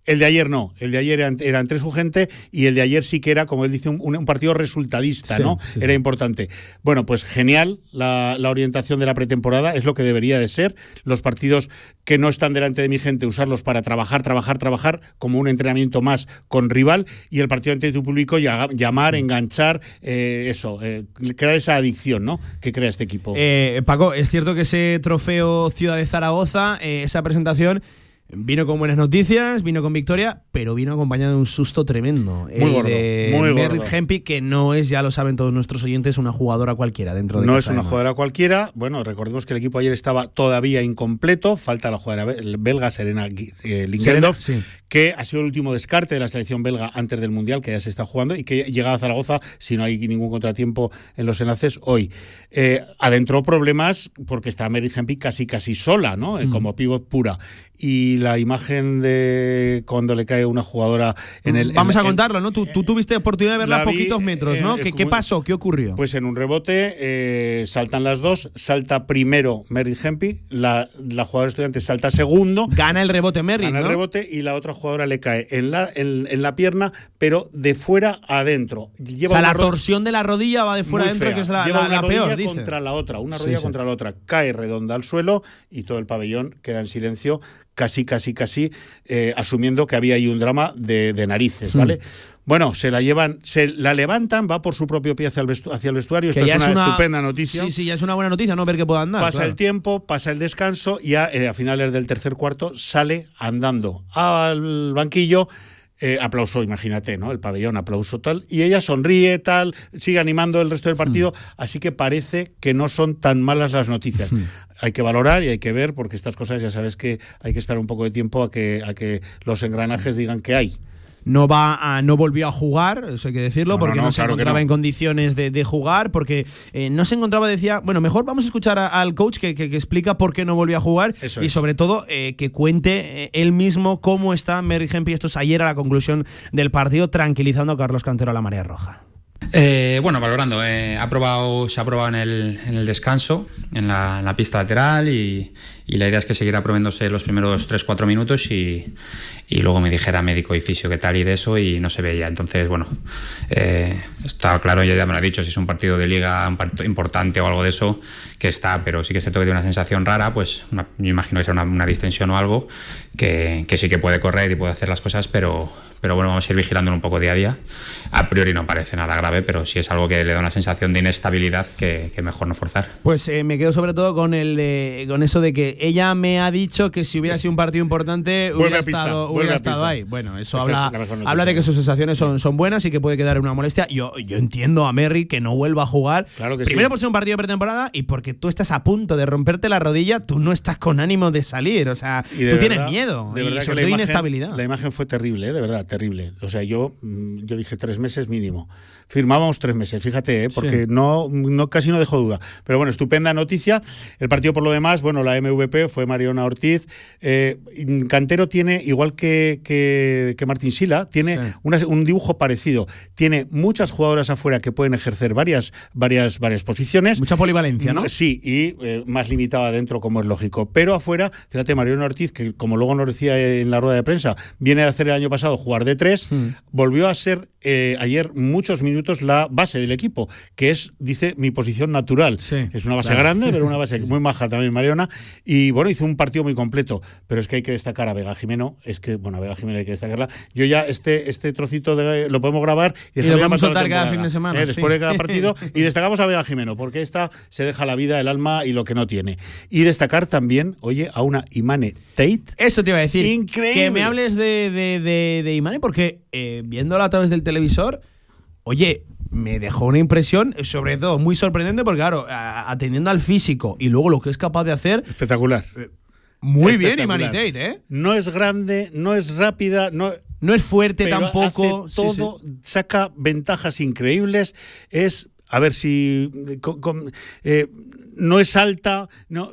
El de ayer no, el de ayer era entre su gente y el de ayer sí que era, como él dice, un, un partido resultadista, sí, ¿no? Sí, era sí. importante. Bueno, pues genial la, la orientación de la pretemporada, es lo que debería de ser. Los partidos que no están delante de mi gente, usarlos para trabajar, trabajar, trabajar, como un entrenamiento más con rival, y el partido ante tu público, llamar, enganchar, eh, eso, eh, crear esa adicción, ¿no? Que crea este equipo. Eh, Paco, es cierto que ese trofeo Ciudad de Zaragoza, eh, esa presentación, vino con buenas noticias, vino con victoria, pero vino acompañado de un susto tremendo. Muy gordo, de muy Merritt gordo. Hempy, que no es, ya lo saben todos nuestros oyentes, una jugadora cualquiera dentro de No casa, es una ¿no? jugadora cualquiera. Bueno, recordemos que el equipo ayer estaba todavía incompleto. Falta la jugadora belga Serena eh, Lingeldorf, sí. que ha sido el último descarte de la selección belga antes del Mundial, que ya se está jugando, y que llega a Zaragoza, si no hay ningún contratiempo en los enlaces, hoy. Eh, adentró problemas porque está Merritt Hempy casi casi sola, ¿no? Mm. Como pívot pura. Y la imagen de cuando le cae una jugadora en el... Vamos en, a contarlo, ¿no? Tú, tú tuviste oportunidad de verla a vi, poquitos metros, ¿no? Eh, ¿Qué, ¿Qué pasó? ¿Qué ocurrió? Pues en un rebote eh, saltan las dos, salta primero Merritt Hempy, la, la jugadora estudiante salta segundo. Gana el rebote Merritt, Gana ¿no? el rebote y la otra jugadora le cae en la, en, en la pierna, pero de fuera a adentro. Lleva o sea, la ro- torsión de la rodilla va de fuera a adentro, que es la, Lleva la, una la rodilla peor, dice. contra la otra, una Sí, rodilla sí. contra la otra. Cae redonda al suelo y todo el pabellón queda en silencio, casi, casi, casi, eh, asumiendo que había ahí un drama de, de narices, ¿vale? Mm. Bueno, se la llevan, se la levantan, va por su propio pie hacia el, vestu- hacia el vestuario. Que Esto ya es una, es una estupenda noticia. Sí, sí, ya es una buena noticia, no ver que pueda andar. Pasa claro. el tiempo, pasa el descanso y a, eh, a finales del tercer cuarto sale andando al banquillo. Eh, aplauso, imagínate, ¿no? El pabellón, aplauso tal, y ella sonríe tal, sigue animando el resto del partido, mm. así que parece que no son tan malas las noticias. Mm. Hay que valorar y hay que ver, porque estas cosas ya sabes que hay que esperar un poco de tiempo a que, a que los engranajes digan que hay. No va a, no volvió a jugar, eso hay que decirlo, No, porque no, no, no, se claro encontraba que no. en condiciones de, de jugar, porque eh, no se encontraba, decía, bueno, mejor vamos a escuchar a, al coach que, que, que explica por qué no volvió a jugar. Eso y es. sobre todo eh, que cuente eh, él mismo cómo está Merritt Hempy. Esto es ayer a la conclusión del partido, tranquilizando a Carlos Cantero a la marea roja. Eh, bueno, valorando, eh, ha probado, se ha probado en el, en el descanso, en la, en la pista lateral, y, y la idea es que seguirá probándose los primeros tres cuatro minutos y, y luego me dijera médico y fisio qué tal y de eso, y no se veía. Entonces, bueno, eh, está claro, ya, ya me lo ha dicho, si es un partido de liga un partido importante o algo de eso, que está, pero sí que se toque de una sensación rara, pues una, me imagino que será una, una distensión o algo, que, que sí que puede correr y puede hacer las cosas, pero, pero bueno, vamos a ir vigilándolo un poco día a día. A priori no parece nada grave, pero sí es algo que le da una sensación de inestabilidad que, que mejor no forzar. Pues eh, me quedo sobre todo con el de, con eso de que ella me ha dicho que si hubiera sido un partido importante Vuelve hubiera a pista, estado, vuelve hubiera a estado pista. ahí. Bueno, eso Esa habla, es la habla de que sus sensaciones son, son buenas y que puede quedar una molestia. Yo, yo entiendo a Merritt que no vuelva a jugar. Claro que Primero sí. por ser un partido de pretemporada y porque tú estás a punto de romperte la rodilla, tú no estás con ánimo de salir. O sea, Y de tú tienes verdad, miedo. de y verdad que sobre la todo imagen, inestabilidad. La imagen fue terrible, ¿eh? De verdad, terrible. O sea, yo, yo dije tres meses mínimo. Firmábamos tres meses, fíjate, ¿eh? Porque Sí. no, no, casi no dejó duda. Pero bueno, estupenda noticia. El partido por lo demás, bueno, la M V P fue Mariona Ortiz. Eh, Cantero tiene, igual que, que, que Martín Sila, tiene Sí. una, un dibujo parecido. Tiene muchas jugadoras afuera que pueden ejercer varias, varias, varias posiciones. Mucha polivalencia, ¿no? Sí, y eh, más limitada adentro, como es lógico. Pero afuera, fíjate, Mariona Ortiz, que como luego nos decía en la rueda de prensa, viene de hacer el año pasado jugar de tres, mm. volvió a ser eh, ayer muchos minutos la base del equipo, que es, dice, mi posición natural. Sí, es una base claro. grande, pero una base muy maja también, Mariona. Y bueno, hizo un partido muy completo, pero es que hay que destacar a Vega Jimeno. Es que, bueno, a Vega Jimeno hay que destacarla. Yo ya, este, este trocito de, lo podemos grabar y, y lo podemos soltar cada fin de semana. Eh, sí. Después de cada partido. Y destacamos a Vega Jimeno, porque esta se deja la vida, el alma y lo que no tiene. Y destacar también, oye, a una Imane Tate. Eso te iba a decir. Increíble. Que me hables de, de, de, de Imane, porque eh, viéndola a través del televisor, oye, me dejó una impresión, sobre todo muy sorprendente, porque claro, atendiendo al físico y luego lo que es capaz de hacer. Espectacular. Eh, muy bien, Imane Tate, ¿eh? No es grande, no es rápida, no. No es fuerte pero tampoco. Hace todo, sí, sí. saca ventajas increíbles. Es, a ver si. Con, con, eh, no es alta, no.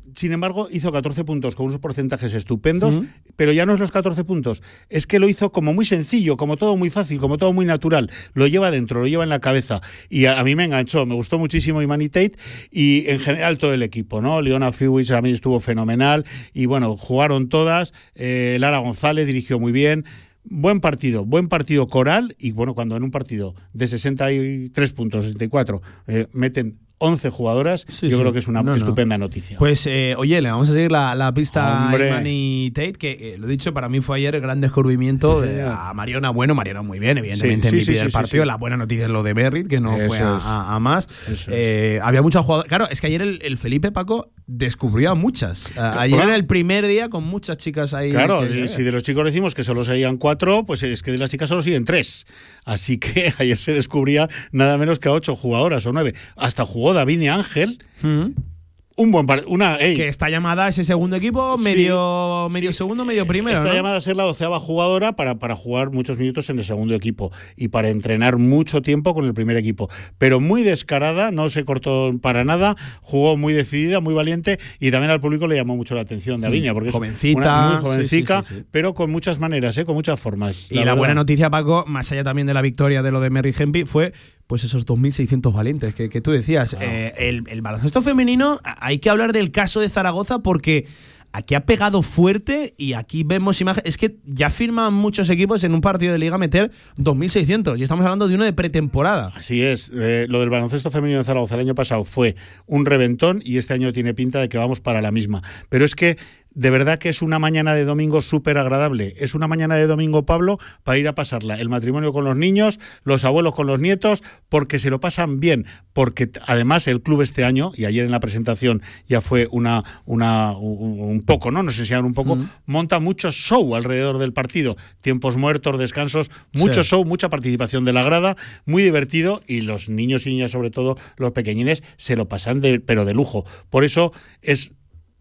sin embargo, hizo catorce puntos con unos porcentajes estupendos, Uh-huh. pero ya no es los catorce puntos, es que lo hizo como muy sencillo, como todo muy fácil, como todo muy natural, lo lleva dentro, lo lleva en la cabeza, y a, a mí me enganchó, me gustó muchísimo Imani Tate y en general todo el equipo, ¿no? Leona Fewich también estuvo fenomenal, y bueno, jugaron todas, eh, Lara González dirigió muy bien. Buen partido, buen partido coral, y bueno, cuando en un partido de sesenta y tres puntos, sesenta y cuatro, eh, meten once jugadoras, Sí, yo sí. creo que es una No, no. estupenda noticia. Pues, eh, oye, le vamos a seguir la, la pista Hombre. a Imani Tate, que eh, lo he dicho, para mí fue ayer el gran descubrimiento Sí, de, señor. a Mariona. Bueno, Mariona muy bien, evidentemente, Sí, M V P sí, sí, del sí, partido. sí. La buena noticia es lo de Merritt, que no Eso fue a, es. a- a más. Eso Eh, había muchas jugadoras. Claro, es que ayer el, el Felipe Paco descubrió a muchas. A- ayer Claro. era el primer día con muchas chicas ahí. Claro, que- y si de los chicos decimos que solo seguían cuatro, pues es que de las chicas solo siguen tres. Así que ayer se descubría nada menos que a ocho jugadoras o nueve. Hasta jugó Davini Ángel. Mm. Un buen par- una ey, Que está llamada a ese segundo equipo, medio, Sí, medio sí. segundo, medio primero. Está ¿no? llamada a ser la doceava jugadora para, para jugar muchos minutos en el segundo equipo y para entrenar mucho tiempo con el primer equipo. Pero muy descarada, no se cortó para nada, jugó muy decidida, muy valiente, y también al público le llamó mucho la atención Davinia, porque Jovencita, es una muy sí, jovencica, sí, sí, sí. pero con muchas maneras, ¿eh? Con muchas formas. Y la, verdad. buena noticia, Paco, más allá también de la victoria de lo de Merry Hempy, fue pues esos dos mil seiscientos valientes que, que tú decías. Claro. Eh, el, el baloncesto femenino, hay que hablar del caso de Zaragoza porque aquí ha pegado fuerte y aquí vemos imágenes. Es que ya firman muchos equipos en un partido de liga meter dos mil seiscientos y estamos hablando de uno de pretemporada. Así es, eh, lo del baloncesto femenino de Zaragoza el año pasado fue un reventón y este año tiene pinta de que vamos para la misma. Pero es que de verdad que es una mañana de domingo súper agradable. Es una mañana de domingo, Pablo, para ir a pasarla. El matrimonio con los niños, los abuelos con los nietos, porque se lo pasan bien. Porque t- además el club este año, y ayer en la presentación ya fue una, una un, un poco, ¿no? Nos enseñaron un poco, Mm. monta mucho show alrededor del partido. Tiempos muertos, descansos, mucho Sí. show, mucha participación de la grada, muy divertido, y los niños y niñas, sobre todo los pequeñines, se lo pasan de, pero de lujo. Por eso es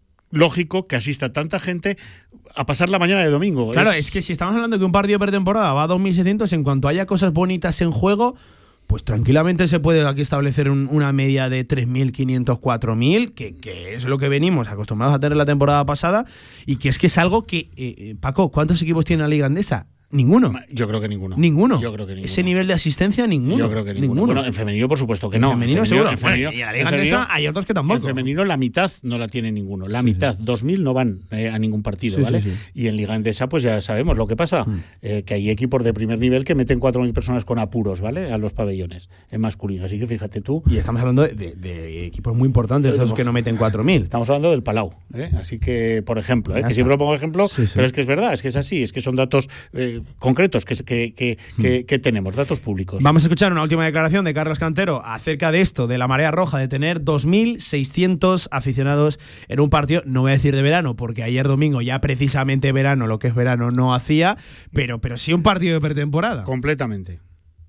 lógico que asista tanta gente a pasar la mañana de domingo. Claro, es que si estamos hablando que un partido de pretemporada va a dos mil seiscientos, en cuanto haya cosas bonitas en juego, pues tranquilamente se puede aquí establecer un- una media de tres mil quinientos, cuatro mil, que, que es lo que venimos acostumbrados a tener la temporada pasada, y que es que es algo que, eh, eh, Paco, ¿cuántos equipos tiene la Liga Andesa? Ninguno. Yo creo que ninguno. Ninguno. Yo creo que ninguno. Ese nivel de asistencia, ninguno. Yo creo que ninguno. Bueno, en femenino, por supuesto que En no. femenino, seguro. en Bueno, femenino- y en la en Liga femenino- Andesa hay otros que tampoco. En femenino la mitad no la tiene ninguno. La mitad, dos mil no van eh, a ningún partido, Sí, ¿vale? sí, sí. Y en Liga Endesa, pues ya sabemos lo que pasa. eh, que hay equipos de primer nivel que meten cuatro mil personas con apuros, ¿vale? A los pabellones, en masculino. Así que fíjate tú. Y estamos hablando de, de- de equipos muy importantes, esos que no meten cuatro mil. Estamos hablando del Palau, ¿eh? Así que, por ejemplo, ¿eh? Ya que está. siempre lo pongo ejemplo, Sí, sí. pero es que es verdad, es que es así, es que son datos eh, concretos que, que, que, que, que tenemos, datos públicos. Vamos a escuchar una última declaración de Carlos Cantero acerca de esto, de la marea roja, de tener dos mil seiscientos aficionados en un partido, no voy a decir de verano, porque ayer domingo ya precisamente verano, lo que es verano, no hacía, pero, pero sí un partido de pretemporada. Completamente.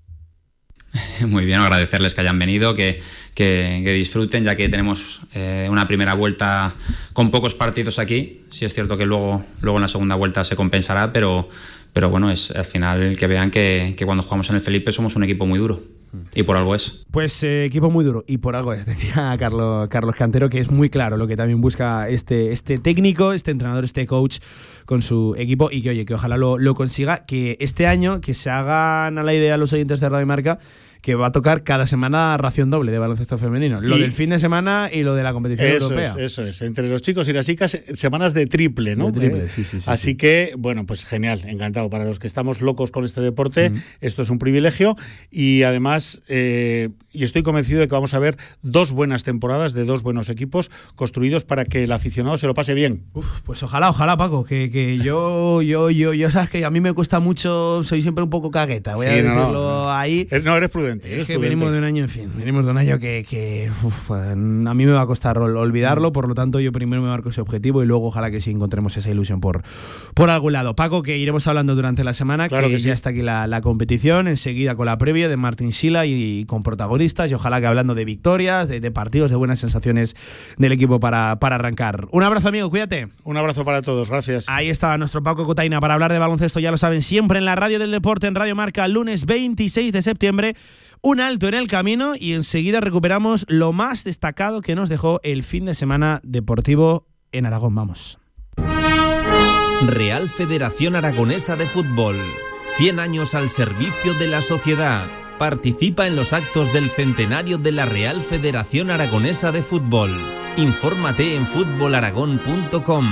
Muy bien, agradecerles que hayan venido, que, que, que disfruten, ya que tenemos eh, una primera vuelta con pocos partidos aquí. Sí es cierto que luego, luego en la segunda vuelta se compensará, pero, pero bueno, es al final que vean que, que cuando jugamos en el Felipe somos un equipo muy duro. Y por algo es. Pues eh, equipo muy duro, y por algo es, decía Carlos, Carlos Cantero, que es muy claro lo que también busca este, este técnico, este entrenador, este coach con su equipo, y que oye, que ojalá lo, lo consiga, que este año, que se hagan a la idea los oyentes de Radio Marca, que va a tocar cada semana ración doble de baloncesto femenino. Lo Y- del fin de semana y lo de la competición Eso europea. es, eso es. Entre los chicos y las chicas, eh, semanas de triple, ¿no? De triple, Eh, sí, sí, sí, Así sí. que, bueno, pues genial, encantado. Para los que estamos locos con este deporte, esto es un privilegio. Y además, eh, y estoy convencido de que vamos a ver dos buenas temporadas de dos buenos equipos construidos para que el aficionado se lo pase bien. Uf, pues ojalá, ojalá, Paco, que, que yo, yo, yo, yo, sabes que a mí me cuesta mucho, soy siempre un poco cagueta, voy a Sí, no, decirlo no. ahí. Eh, No, eres prudente. Es Eres que prudente. venimos de un año, en fin, venimos de un año que, que uf, a mí me va a costar ol- olvidarlo, por lo tanto yo primero me marco ese objetivo y luego ojalá que sí encontremos esa ilusión por, por algún lado. Paco, que iremos hablando durante la semana, Claro que, que ya sí. está aquí la, la competición, enseguida con la previa de Martín Sila y, y con protagonistas, y ojalá que hablando de victorias, de, de partidos, de buenas sensaciones del equipo para, para arrancar. Un abrazo, amigo, cuídate. Un abrazo para todos, gracias. Ahí estaba nuestro Paco Cotaina para hablar de baloncesto, ya lo saben, siempre en la radio del deporte, en Radio Marca, lunes veintiséis de septiembre. Un alto en el camino y enseguida recuperamos lo más destacado que nos dejó el fin de semana deportivo en Aragón. Vamos. Real Federación Aragonesa de Fútbol. cien años al servicio de la sociedad. Participa en los actos del centenario de la Real Federación Aragonesa de Fútbol. Infórmate en fútbol aragón punto com.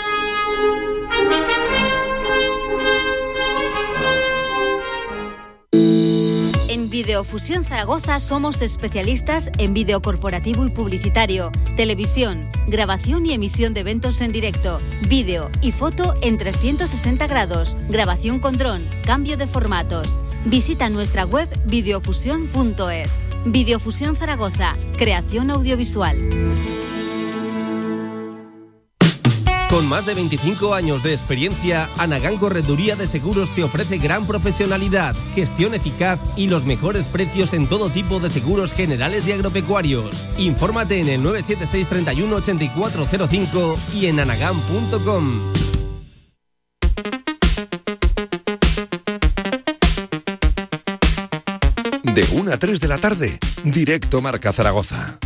En Videofusión Zaragoza somos especialistas en vídeo corporativo y publicitario, televisión, grabación y emisión de eventos en directo, vídeo y foto en trescientos sesenta grados, grabación con dron, cambio de formatos. Visita nuestra web videofusión punto es. Videofusión Zaragoza, creación audiovisual. Con más de veinticinco años de experiencia, Anagán Correduría de Seguros te ofrece gran profesionalidad, gestión eficaz y los mejores precios en todo tipo de seguros generales y agropecuarios. Infórmate en el nueve siete seis, treinta y uno, ochenta y cuatro cero cinco y en anagán punto com. De una a tres de la tarde, directo Marca Zaragoza.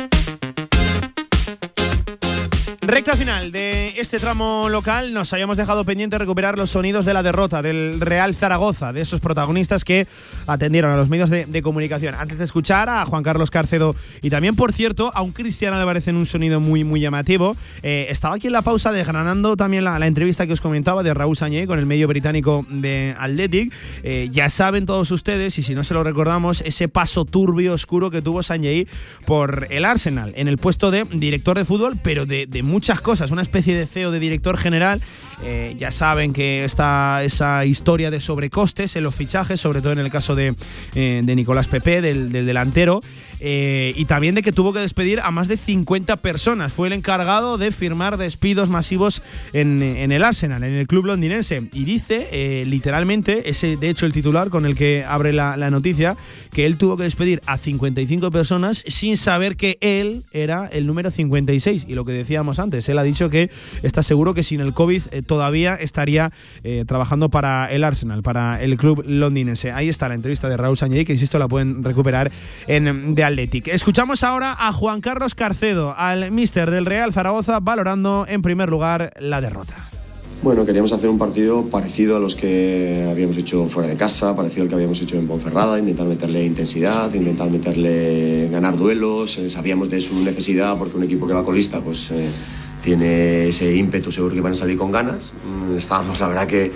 Recta final de este tramo local, nos habíamos dejado pendiente recuperar los sonidos de la derrota del Real Zaragoza, de esos protagonistas que atendieron a los medios de, de comunicación. Antes de escuchar a Juan Carlos Carcedo y también, por cierto, a un Cristian Álvarez en un sonido muy, muy llamativo, eh, estaba aquí en la pausa desgranando también la, la entrevista que os comentaba de Raúl Sañé con el medio británico de Athletic. Eh, ya saben todos ustedes, y si no se lo recordamos, ese paso turbio, oscuro que tuvo Sañé por el Arsenal en el puesto de director de fútbol, pero de, de muchas cosas, una especie de C E O, de director general. Eh, ya saben que está esa historia de sobrecostes en los fichajes, sobre todo en el caso de, eh, de Nicolás Pepe, del, del delantero, eh, y también de que tuvo que despedir a más de cincuenta personas. Fue el encargado de firmar despidos masivos en, en el Arsenal, en el club londinense, y dice eh, literalmente, ese de hecho el titular con el que abre la, la noticia, que él tuvo que despedir a cincuenta y cinco personas sin saber que él era el número cincuenta y seis, y lo que decíamos antes, él ha dicho que está seguro que sin el COVID eh, todavía estaría eh, trabajando para el Arsenal, para el club londinense. Ahí está la entrevista de Raúl Sañé, que insisto la pueden recuperar en The Athletic. Escuchamos ahora a Juan Carlos Carcedo, al míster del Real Zaragoza, valorando en primer lugar la derrota. Bueno, queríamos hacer un partido parecido a los que habíamos hecho fuera de casa, parecido al que habíamos hecho en Ponferrada, intentar meterle intensidad, intentar meterle ganar duelos. Eh, sabíamos de su necesidad porque un equipo que va colista pues eh, tiene ese ímpetu, seguro que van a salir con ganas. Mm, estábamos, la verdad, que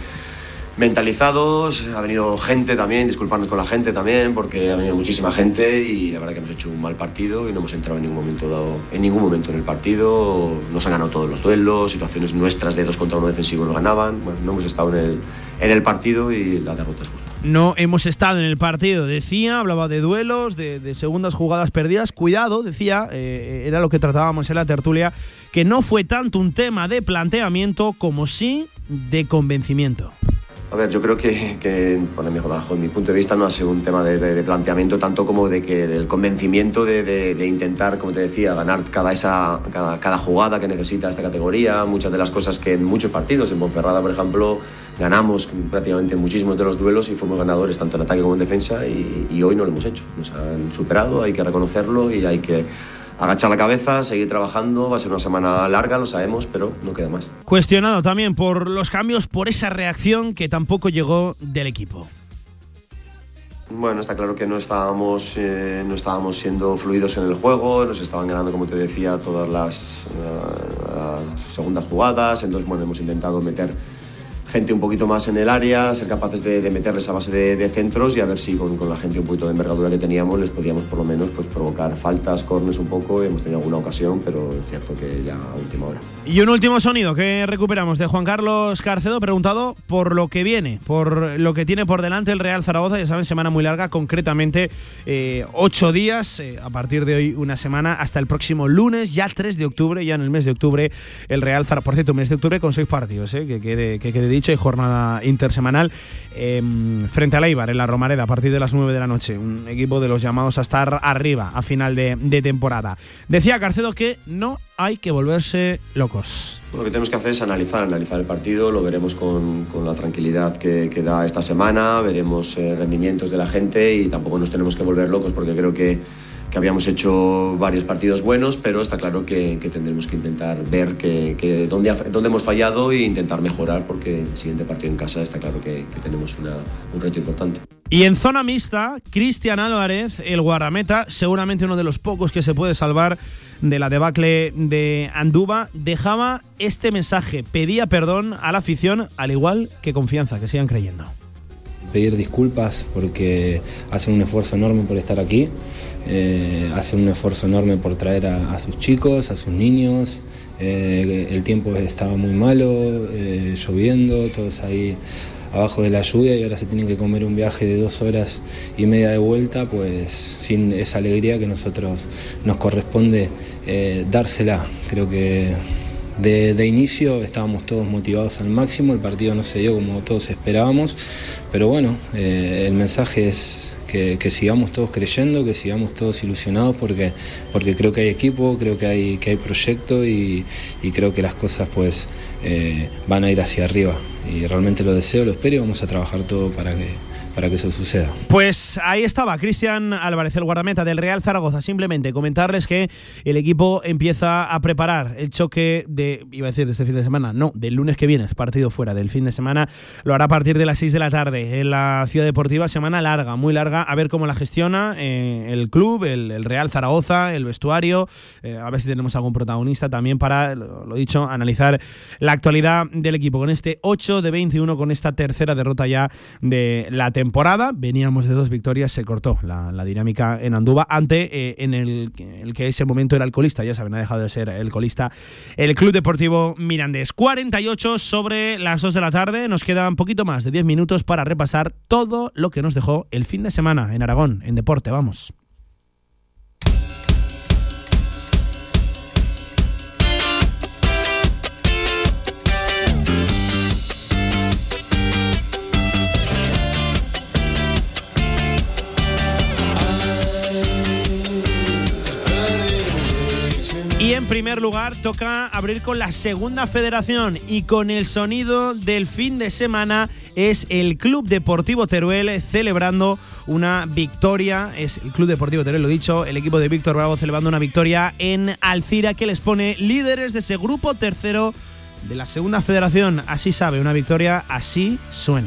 mentalizados. Ha venido gente también, disculparnos con la gente también, porque ha venido muchísima gente y la verdad que hemos hecho un mal partido y no hemos entrado en ningún momento dado, en ningún momento en el partido. Nos han ganado todos los duelos, situaciones nuestras de dos contra uno defensivo nos ganaban. Bueno, no hemos estado en el, en el partido y la derrota es justa. No hemos estado en el partido, decía, hablaba de duelos, de, de segundas jugadas perdidas. Cuidado, decía, eh, era lo que tratábamos en la tertulia, que no fue tanto un tema de planteamiento como sí de convencimiento. A ver, yo creo que, que bueno, bajo mi punto de vista no ha sido un tema de, de, de planteamiento tanto como de que del convencimiento de, de, de intentar, como te decía, ganar cada, esa, cada, cada jugada que necesita esta categoría. Muchas de las cosas que en muchos partidos, en Ponferrada por ejemplo, ganamos prácticamente muchísimos de los duelos y fuimos ganadores tanto en ataque como en defensa y, y hoy no lo hemos hecho. Nos han superado, hay que reconocerlo y hay que agachar la cabeza, seguir trabajando. Va a ser una semana larga, lo sabemos, pero no queda más. Cuestionado también por los cambios, por esa reacción que tampoco llegó del equipo. Bueno, está claro que no estábamos, eh, no estábamos siendo fluidos en el juego, nos estaban ganando, como te decía, todas las, uh, las segundas jugadas. Entonces, bueno, hemos intentado meter gente un poquito más en el área, ser capaces de, de meterles a base de, de centros y a ver si con, con la gente un poquito de envergadura que teníamos les podíamos por lo menos pues, provocar faltas, corners un poco. Hemos tenido alguna ocasión, pero es cierto que ya a última hora. Y un último sonido que recuperamos de Juan Carlos Carcedo, preguntado por lo que viene, por lo que tiene por delante el Real Zaragoza. Ya saben, semana muy larga, concretamente eh, ocho días, eh, a partir de hoy una semana, hasta el próximo lunes, ya tres de octubre, ya en el mes de octubre, el Real Zaragoza, por cierto, mes de octubre con seis partidos, eh, que quede, que quede dicho, y jornada intersemanal eh, frente al Eibar en la Romareda a partir de las nueve de la noche, un equipo de los llamados a estar arriba a final de, de temporada. Decía Carcedo que no hay que volverse locos. Lo que tenemos que hacer es analizar, analizar el partido, lo veremos con, con la tranquilidad que, que da esta semana, veremos eh, rendimientos de la gente y tampoco nos tenemos que volver locos porque creo que que habíamos hecho varios partidos buenos, pero está claro que, que tendremos que intentar ver que, que dónde, dónde hemos fallado e intentar mejorar, porque el siguiente partido en casa está claro que, que tenemos una, un reto importante. Y en zona mixta, Cristian Álvarez, el guardameta, seguramente uno de los pocos que se puede salvar de la debacle de Andúba, dejaba este mensaje: pedía perdón a la afición, al igual que confianza, que sigan creyendo. Pedir disculpas porque hacen un esfuerzo enorme por estar aquí, eh, hacen un esfuerzo enorme por traer a, a sus chicos, a sus niños. Eh, el tiempo estaba muy malo, eh, lloviendo, todos ahí abajo de la lluvia, y ahora se tienen que comer un viaje de dos horas y media de vuelta, pues sin esa alegría que nosotros nos corresponde eh, dársela. Creo que de, de inicio estábamos todos motivados al máximo, el partido no se dio como todos esperábamos, pero bueno, eh, el mensaje es que, que sigamos todos creyendo, que sigamos todos ilusionados, porque, porque creo que hay equipo, creo que hay, que hay proyecto y, y creo que las cosas pues eh, van a ir hacia arriba. Y realmente lo deseo, lo espero y vamos a trabajar todo para que, para que eso suceda. Pues ahí estaba Cristian Álvarez, el guardameta del Real Zaragoza. Simplemente comentarles que el equipo empieza a preparar el choque de, iba a decir de este fin de semana, no, del lunes que viene, es partido fuera del fin de semana. Lo hará a partir de las seis de la tarde en la Ciudad Deportiva. Semana larga, muy larga, a ver cómo la gestiona eh, el club, el, el Real Zaragoza, el vestuario, eh, a ver si tenemos algún protagonista también para, lo, lo dicho, analizar la actualidad del equipo con este ocho de veintiuno, con esta tercera derrota ya de la temporada. Veníamos de dos victorias, se cortó la, la dinámica en Andúba ante eh, en el, el que ese momento era el colista, ya saben, ha dejado de ser el colista, el Club Deportivo Mirandés. cuarenta y ocho sobre las dos de la tarde, nos queda un poquito más de diez minutos para repasar todo lo que nos dejó el fin de semana en Aragón, en deporte. Vamos. Y en primer lugar toca abrir con la segunda federación, y con el sonido del fin de semana es el Club Deportivo Teruel celebrando una victoria. Es el Club Deportivo Teruel, lo dicho, el equipo de Víctor Bravo celebrando una victoria en Alcira que les pone líderes de ese grupo tercero de la segunda federación. Así sabe, una victoria así suena.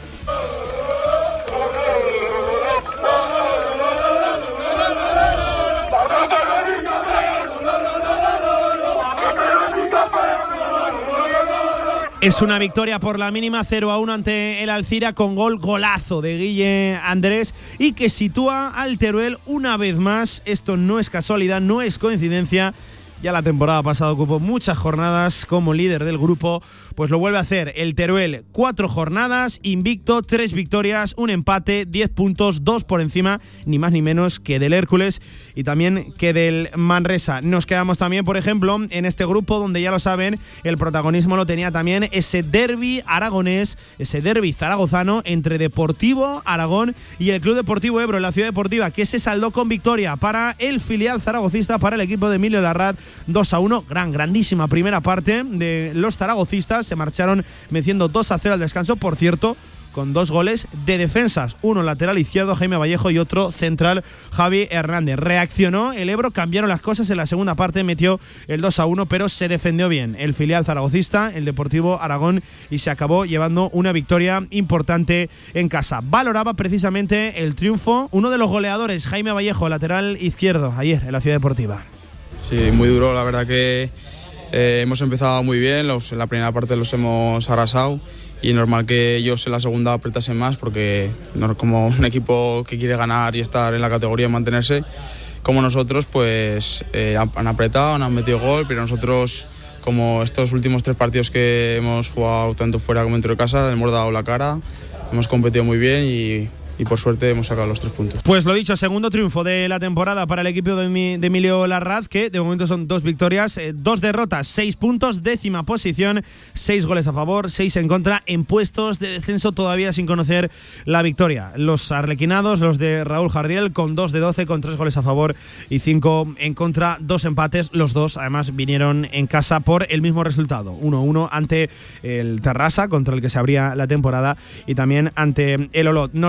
Es una victoria por la mínima, cero a uno ante el Alcira, con gol golazo de Guille Andrés, y que sitúa al Teruel una vez más. Esto no es casualidad, no es coincidencia. Ya la temporada pasada ocupó muchas jornadas como líder del grupo, pues lo vuelve a hacer el Teruel. Cuatro jornadas, invicto, tres victorias, un empate, diez puntos, dos por encima, ni más ni menos que del Hércules y también que del Manresa. Nos quedamos también, por ejemplo, en este grupo donde, ya lo saben, el protagonismo lo tenía también ese derbi aragonés, ese derbi zaragozano entre Deportivo Aragón y el Club Deportivo Ebro en la Ciudad Deportiva, que se saldó con victoria para el filial zaragocista, para el equipo de Emilio Larraz, dos a uno, gran, grandísima primera parte de los zaragocistas. Se marcharon venciendo dos a cero al descanso, por cierto, con dos goles de defensas, uno lateral izquierdo Jaime Vallejo y otro central Javi Hernández. Reaccionó el Ebro, cambiaron las cosas en la segunda parte, metió el dos a uno, pero se defendió bien el filial zaragocista, el Deportivo Aragón, y se acabó llevando una victoria importante en casa. Valoraba precisamente el triunfo uno de los goleadores, Jaime Vallejo, lateral izquierdo, ayer en la Ciudad Deportiva. Sí, muy duro, la verdad que eh, hemos empezado muy bien, los, en la primera parte los hemos arrasado, y normal que ellos en la segunda apretasen más, porque no, como un equipo que quiere ganar y estar en la categoría y mantenerse, como nosotros, pues eh, han, han apretado, han metido gol, pero nosotros, como estos últimos tres partidos que hemos jugado tanto fuera como dentro de casa, hemos dado la cara, hemos competido muy bien y... y por suerte hemos sacado los tres puntos. Pues lo dicho, segundo triunfo de la temporada para el equipo de, Mi, de Emilio Larraz, que de momento son dos victorias, eh, dos derrotas, seis puntos, décima posición, seis goles a favor, seis en contra, en puestos de descenso todavía sin conocer la victoria. Los arlequinados, los de Raúl Jardiel, con dos de doce, con tres goles a favor y cinco en contra, dos empates, los dos además vinieron en casa por el mismo resultado, uno a uno ante el Terrassa, contra el que se abría la temporada, y también ante el Olot. Nos vamos a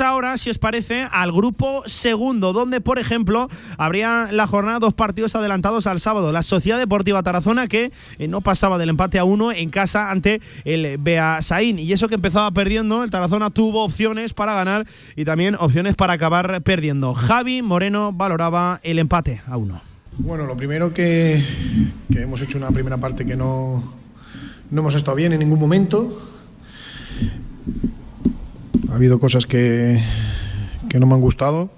ahora, si os parece, al grupo segundo, donde, por ejemplo, habría la jornada dos partidos adelantados al sábado. La Sociedad Deportiva Tarazona, que eh, no pasaba del empate a uno en casa ante el Beasaín. Y eso que empezaba perdiendo, el Tarazona tuvo opciones para ganar y también opciones para acabar perdiendo. Javi Moreno valoraba el empate a uno. Bueno, lo primero que, que hemos hecho una primera parte que no, no hemos estado bien en ningún momento. Ha habido cosas que, que no me han gustado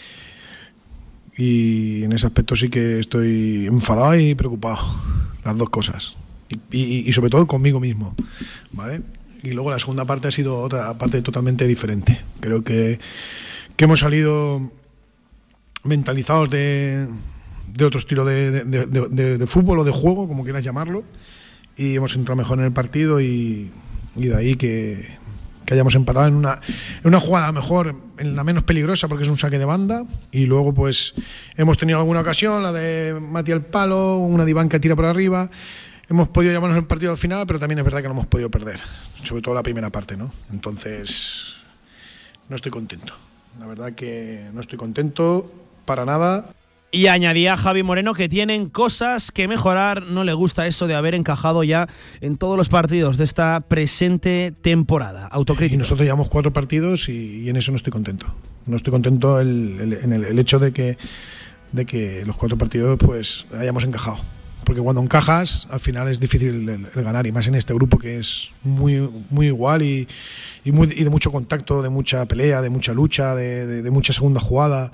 y en ese aspecto sí que estoy enfadado y preocupado, las dos cosas, y, y, y sobre todo conmigo mismo, ¿vale? Y luego la segunda parte ha sido otra parte totalmente diferente. Creo que, que hemos salido mentalizados de, de otro estilo de, de, de, de, de fútbol o de juego, como quieras llamarlo, y hemos entrado mejor en el partido y, y de ahí que, que hayamos empatado en una, en una jugada mejor, en la menos peligrosa porque es un saque de banda, y luego pues hemos tenido alguna ocasión, la de Mati al palo, una de Iván que tira por arriba. Hemos podido llamarnos el partido al final, pero también es verdad que no hemos podido perder, sobre todo la primera parte, ¿no? Entonces, no estoy contento. La verdad que no estoy contento para nada. Y añadía Javi Moreno que tienen cosas que mejorar. No le gusta eso de haber encajado ya en todos los partidos de esta presente temporada. Autocrítico. Y nosotros llevamos cuatro partidos y, y en eso no estoy contento. No estoy contento el, el, en el, el hecho de que, de que los cuatro partidos pues hayamos encajado. Porque cuando encajas, al final es difícil el, el ganar, y más en este grupo que es muy, muy igual y, y, muy, y de mucho contacto, de mucha pelea, de mucha lucha, de, de, de mucha segunda jugada.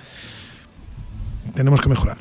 Tenemos que mejorar.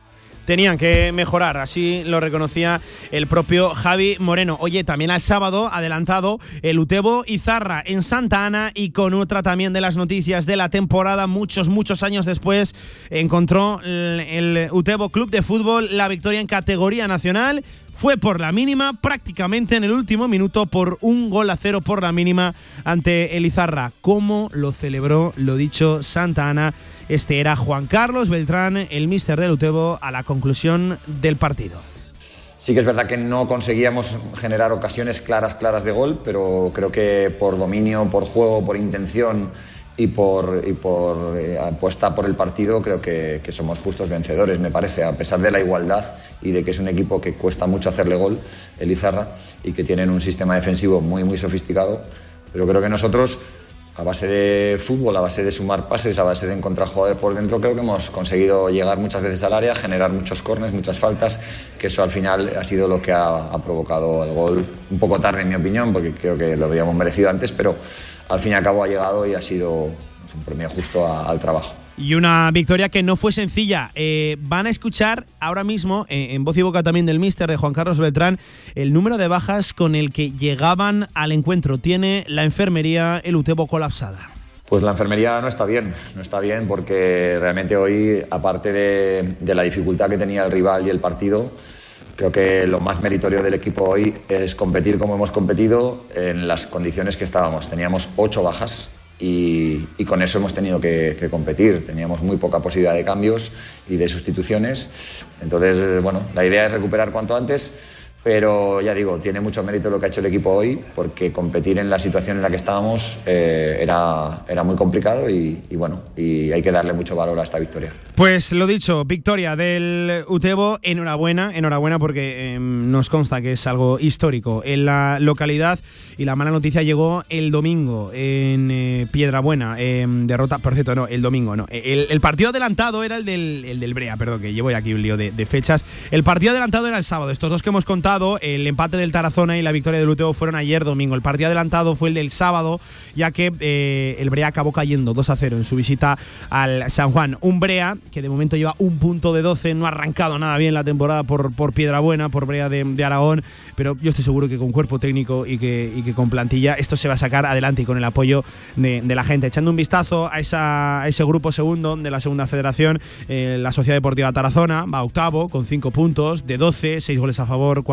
Tenían que mejorar, así lo reconocía el propio Javi Moreno. Oye, también al sábado adelantado el Utebo Izarra en Santa Ana, y con otra también de las noticias de la temporada, muchos, muchos años después, encontró el, el Utebo Club de Fútbol la victoria en categoría nacional. Fue por la mínima, prácticamente en el último minuto, por un gol a cero por la mínima ante el Izarra. ¿Cómo lo celebró, lo dicho, Santa Ana? Este era Juan Carlos Beltrán, el míster del Utebo, a la conclusión del partido. Sí que es verdad que no conseguíamos generar ocasiones claras, claras de gol, pero creo que por dominio, por juego, por intención y por, y por eh, apuesta por el partido, creo que, que somos justos vencedores, me parece, a pesar de la igualdad y de que es un equipo que cuesta mucho hacerle gol, el Izarra, y que tienen un sistema defensivo muy, muy sofisticado, pero creo que nosotros, a base de fútbol, a base de sumar pases, a base de encontrar jugadores por dentro, creo que hemos conseguido llegar muchas veces al área, generar muchos córners, muchas faltas, que eso al final ha sido lo que ha, ha provocado el gol, un poco tarde en mi opinión, porque creo que lo habríamos merecido antes, pero al fin y al cabo ha llegado y ha sido pues, un premio justo a, al trabajo. Y una victoria que no fue sencilla. Eh, van a escuchar ahora mismo, eh, en voz y boca también del míster, de Juan Carlos Beltrán, el número de bajas con el que llegaban al encuentro. Tiene la enfermería el Utebo colapsada. Pues la enfermería no está bien, no está bien porque realmente hoy, aparte de, de la dificultad que tenía el rival y el partido, creo que lo más meritorio del equipo hoy es competir como hemos competido en las condiciones que estábamos. Teníamos ocho bajas y, y con eso hemos tenido que, que competir. Teníamos muy poca posibilidad de cambios y de sustituciones. Entonces, bueno, la idea es recuperar cuanto antes, pero ya digo, tiene mucho mérito lo que ha hecho el equipo hoy, porque competir en la situación en la que estábamos eh, era, era muy complicado y, y bueno, y hay que darle mucho valor a esta victoria. Pues lo dicho, victoria del Utebo, enhorabuena, enhorabuena porque eh, nos consta que es algo histórico en la localidad, y la mala noticia llegó el domingo en eh, Piedrabuena, eh, derrota, por cierto, no, el domingo no, el, el partido adelantado era el del, el del Brea, perdón, que llevo aquí un lío de, de fechas. El partido adelantado era el sábado, estos dos que hemos contado, el empate del Tarazona y la victoria del Utebo fueron ayer domingo. El partido adelantado fue el del sábado, ya que eh, el Brea acabó cayendo dos a cero en su visita al San Juan. Un Brea que de momento lleva un punto de doce, no ha arrancado nada bien la temporada por, por Piedrabuena, por Brea de, de Aragón, pero yo estoy seguro que con cuerpo técnico y que, y que con plantilla esto se va a sacar adelante, y con el apoyo de, de la gente. Echando un vistazo a, esa, a ese grupo segundo de la segunda federación, eh, la Sociedad Deportiva Tarazona va octavo con cinco puntos de doce, seis goles a favor, cuatro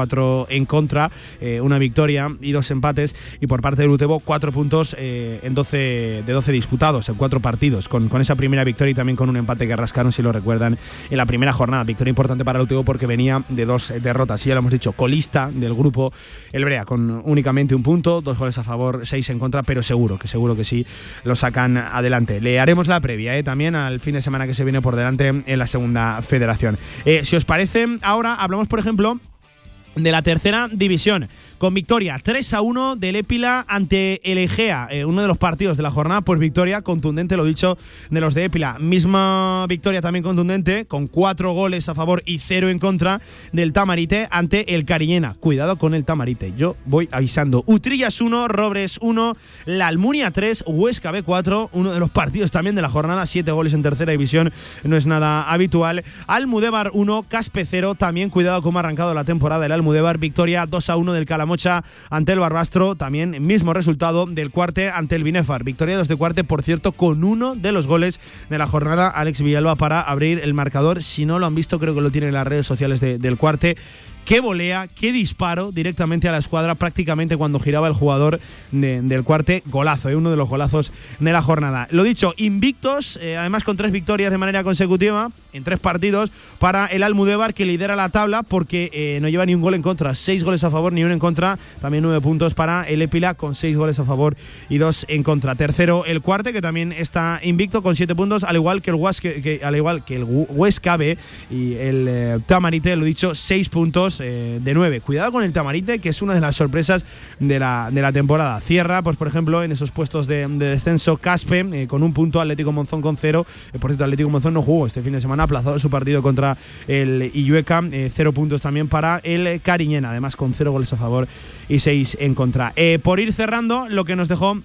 cuatro en contra, eh, una victoria y dos empates. Y por parte del Utebo, cuatro puntos eh, en doce, de doce disputados, en cuatro partidos, con, con esa primera victoria y también con un empate que rascaron, si lo recuerdan, en la primera jornada. Victoria importante para el Utebo porque venía de dos derrotas. Y ya lo hemos dicho, colista del grupo el Brea, con únicamente un punto, dos goles a favor, seis en contra, pero seguro, que seguro que sí lo sacan adelante. Le haremos la previa eh, también al fin de semana que se viene por delante en la segunda federación. Eh, si os parece, ahora hablamos, por ejemplo, de la tercera división, con victoria tres a uno del Épila ante el Egea, eh, uno de los partidos de la jornada, pues victoria contundente, lo dicho, de los de Épila. Misma victoria también contundente, con cuatro goles a favor y cero en contra del Tamarite ante el Cariñena. Cuidado con el Tamarite, yo voy avisando. Utrillas uno, Robres uno, La Almunia tres, Huesca B cuatro, uno de los partidos también de la jornada, siete goles en tercera división, no es nada habitual. Almudévar uno, Caspe cero, también cuidado cómo ha arrancado la temporada el Almudévar, victoria dos a uno del Calamocha ante el Barbastro, también mismo resultado del Cuarte ante el Binefar, victoria dos de Cuarte, por cierto, con uno de los goles de la jornada, Alex Villalba, para abrir el marcador. Si no lo han visto, creo que lo tienen en las redes sociales de, del Cuarte. Qué volea, qué disparo directamente a la escuadra, prácticamente cuando giraba el jugador de, del Cuarte. Golazo, ¿eh? Uno de los golazos de la jornada. Lo dicho, invictos, eh, además con tres victorias de manera consecutiva en tres partidos para el Almudévar, que lidera la tabla porque eh, no lleva ni un gol en contra, seis goles a favor, ni uno en contra. También nueve puntos para el Épila, con seis goles a favor y dos en contra. Tercero el Cuarte, que también está invicto con siete puntos, al igual que el Huesca, que, al igual que el Huesca B y el eh, Tamarite, lo dicho, seis puntos eh, de nueve. Cuidado con el Tamarite, que es una de las sorpresas de la, de la temporada. Cierra, pues por ejemplo, en esos puestos de, de descenso Caspe, eh, con un punto, Atlético Monzón con cero. Eh, por cierto, Atlético Monzón no jugó este fin de semana, ha aplazado su partido contra el Illueca. Eh, cero puntos también para el Cariñena, además con cero goles a favor y seis en contra. Eh, por ir cerrando, lo que nos dejó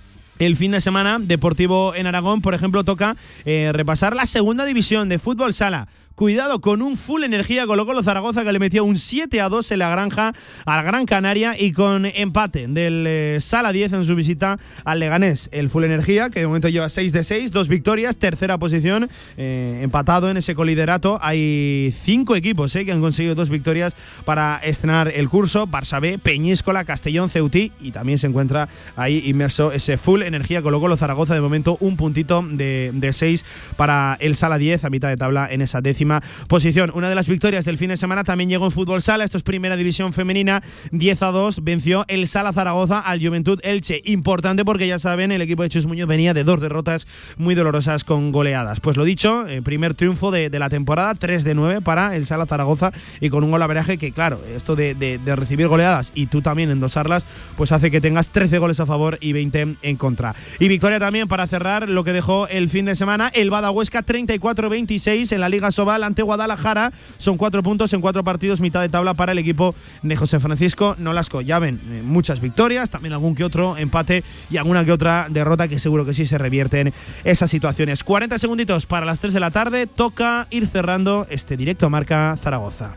el fin de semana deportivo en Aragón, por ejemplo, toca eh, repasar la segunda división de fútbol sala. Cuidado con un full energía Colo Colo Zaragoza, que le metió un siete a dos en la granja al Gran Canaria, y con empate del eh, Sala diez en su visita al Leganés. El full energía, que de momento lleva seis de seis, dos victorias, tercera posición, eh, empatado en ese coliderato. Hay cinco equipos eh, que han conseguido dos victorias para estrenar el curso: Barça B, Peñíscola, Castellón, Ceutí, y también se encuentra ahí inmerso ese full energía Colo Colo Zaragoza. De momento un puntito de, de seis para el Sala diez, a mitad de tabla en esa décima posición. Una de las victorias del fin de semana también llegó en fútbol sala. Esto es primera división femenina. diez a dos venció el Sala Zaragoza al Juventud Elche. Importante porque, ya saben, el equipo de Chus Muñoz venía de dos derrotas muy dolorosas con goleadas. Pues lo dicho, eh, primer triunfo de, de la temporada, tres de nueve para el Sala Zaragoza, y con un golaveraje que, claro, esto de, de, de recibir goleadas y tú también endosarlas, pues hace que tengas trece goles a favor y veinte en contra. Y victoria también para cerrar lo que dejó el fin de semana el Bada Huesca, treinta y cuatro veintiséis en la Liga Sobal ante Guadalajara. Son cuatro puntos en cuatro partidos, mitad de tabla para el equipo de José Francisco Nolasco. Ya ven, eh, muchas victorias, también algún que otro empate y alguna que otra derrota, que seguro que sí se revierten esas situaciones. cuarenta segunditos para las tres de la tarde. Toca ir cerrando este directo a Marca Zaragoza.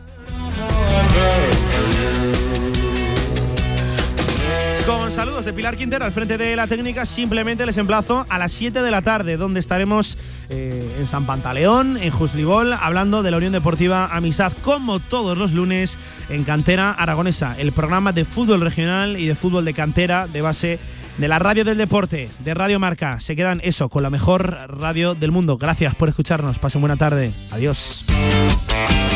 Con saludos de Pilar Quintero al frente de la técnica, simplemente les emplazo a las siete de la tarde, donde estaremos eh, en San Pantaleón, en Juslibol, hablando de la Unión Deportiva Amistad, como todos los lunes, en Cantera Aragonesa, el programa de fútbol regional y de fútbol de cantera de base de la radio del deporte, de Radio Marca. Se quedan eso, con la mejor radio del mundo. Gracias por escucharnos, pasen buena tarde, adiós.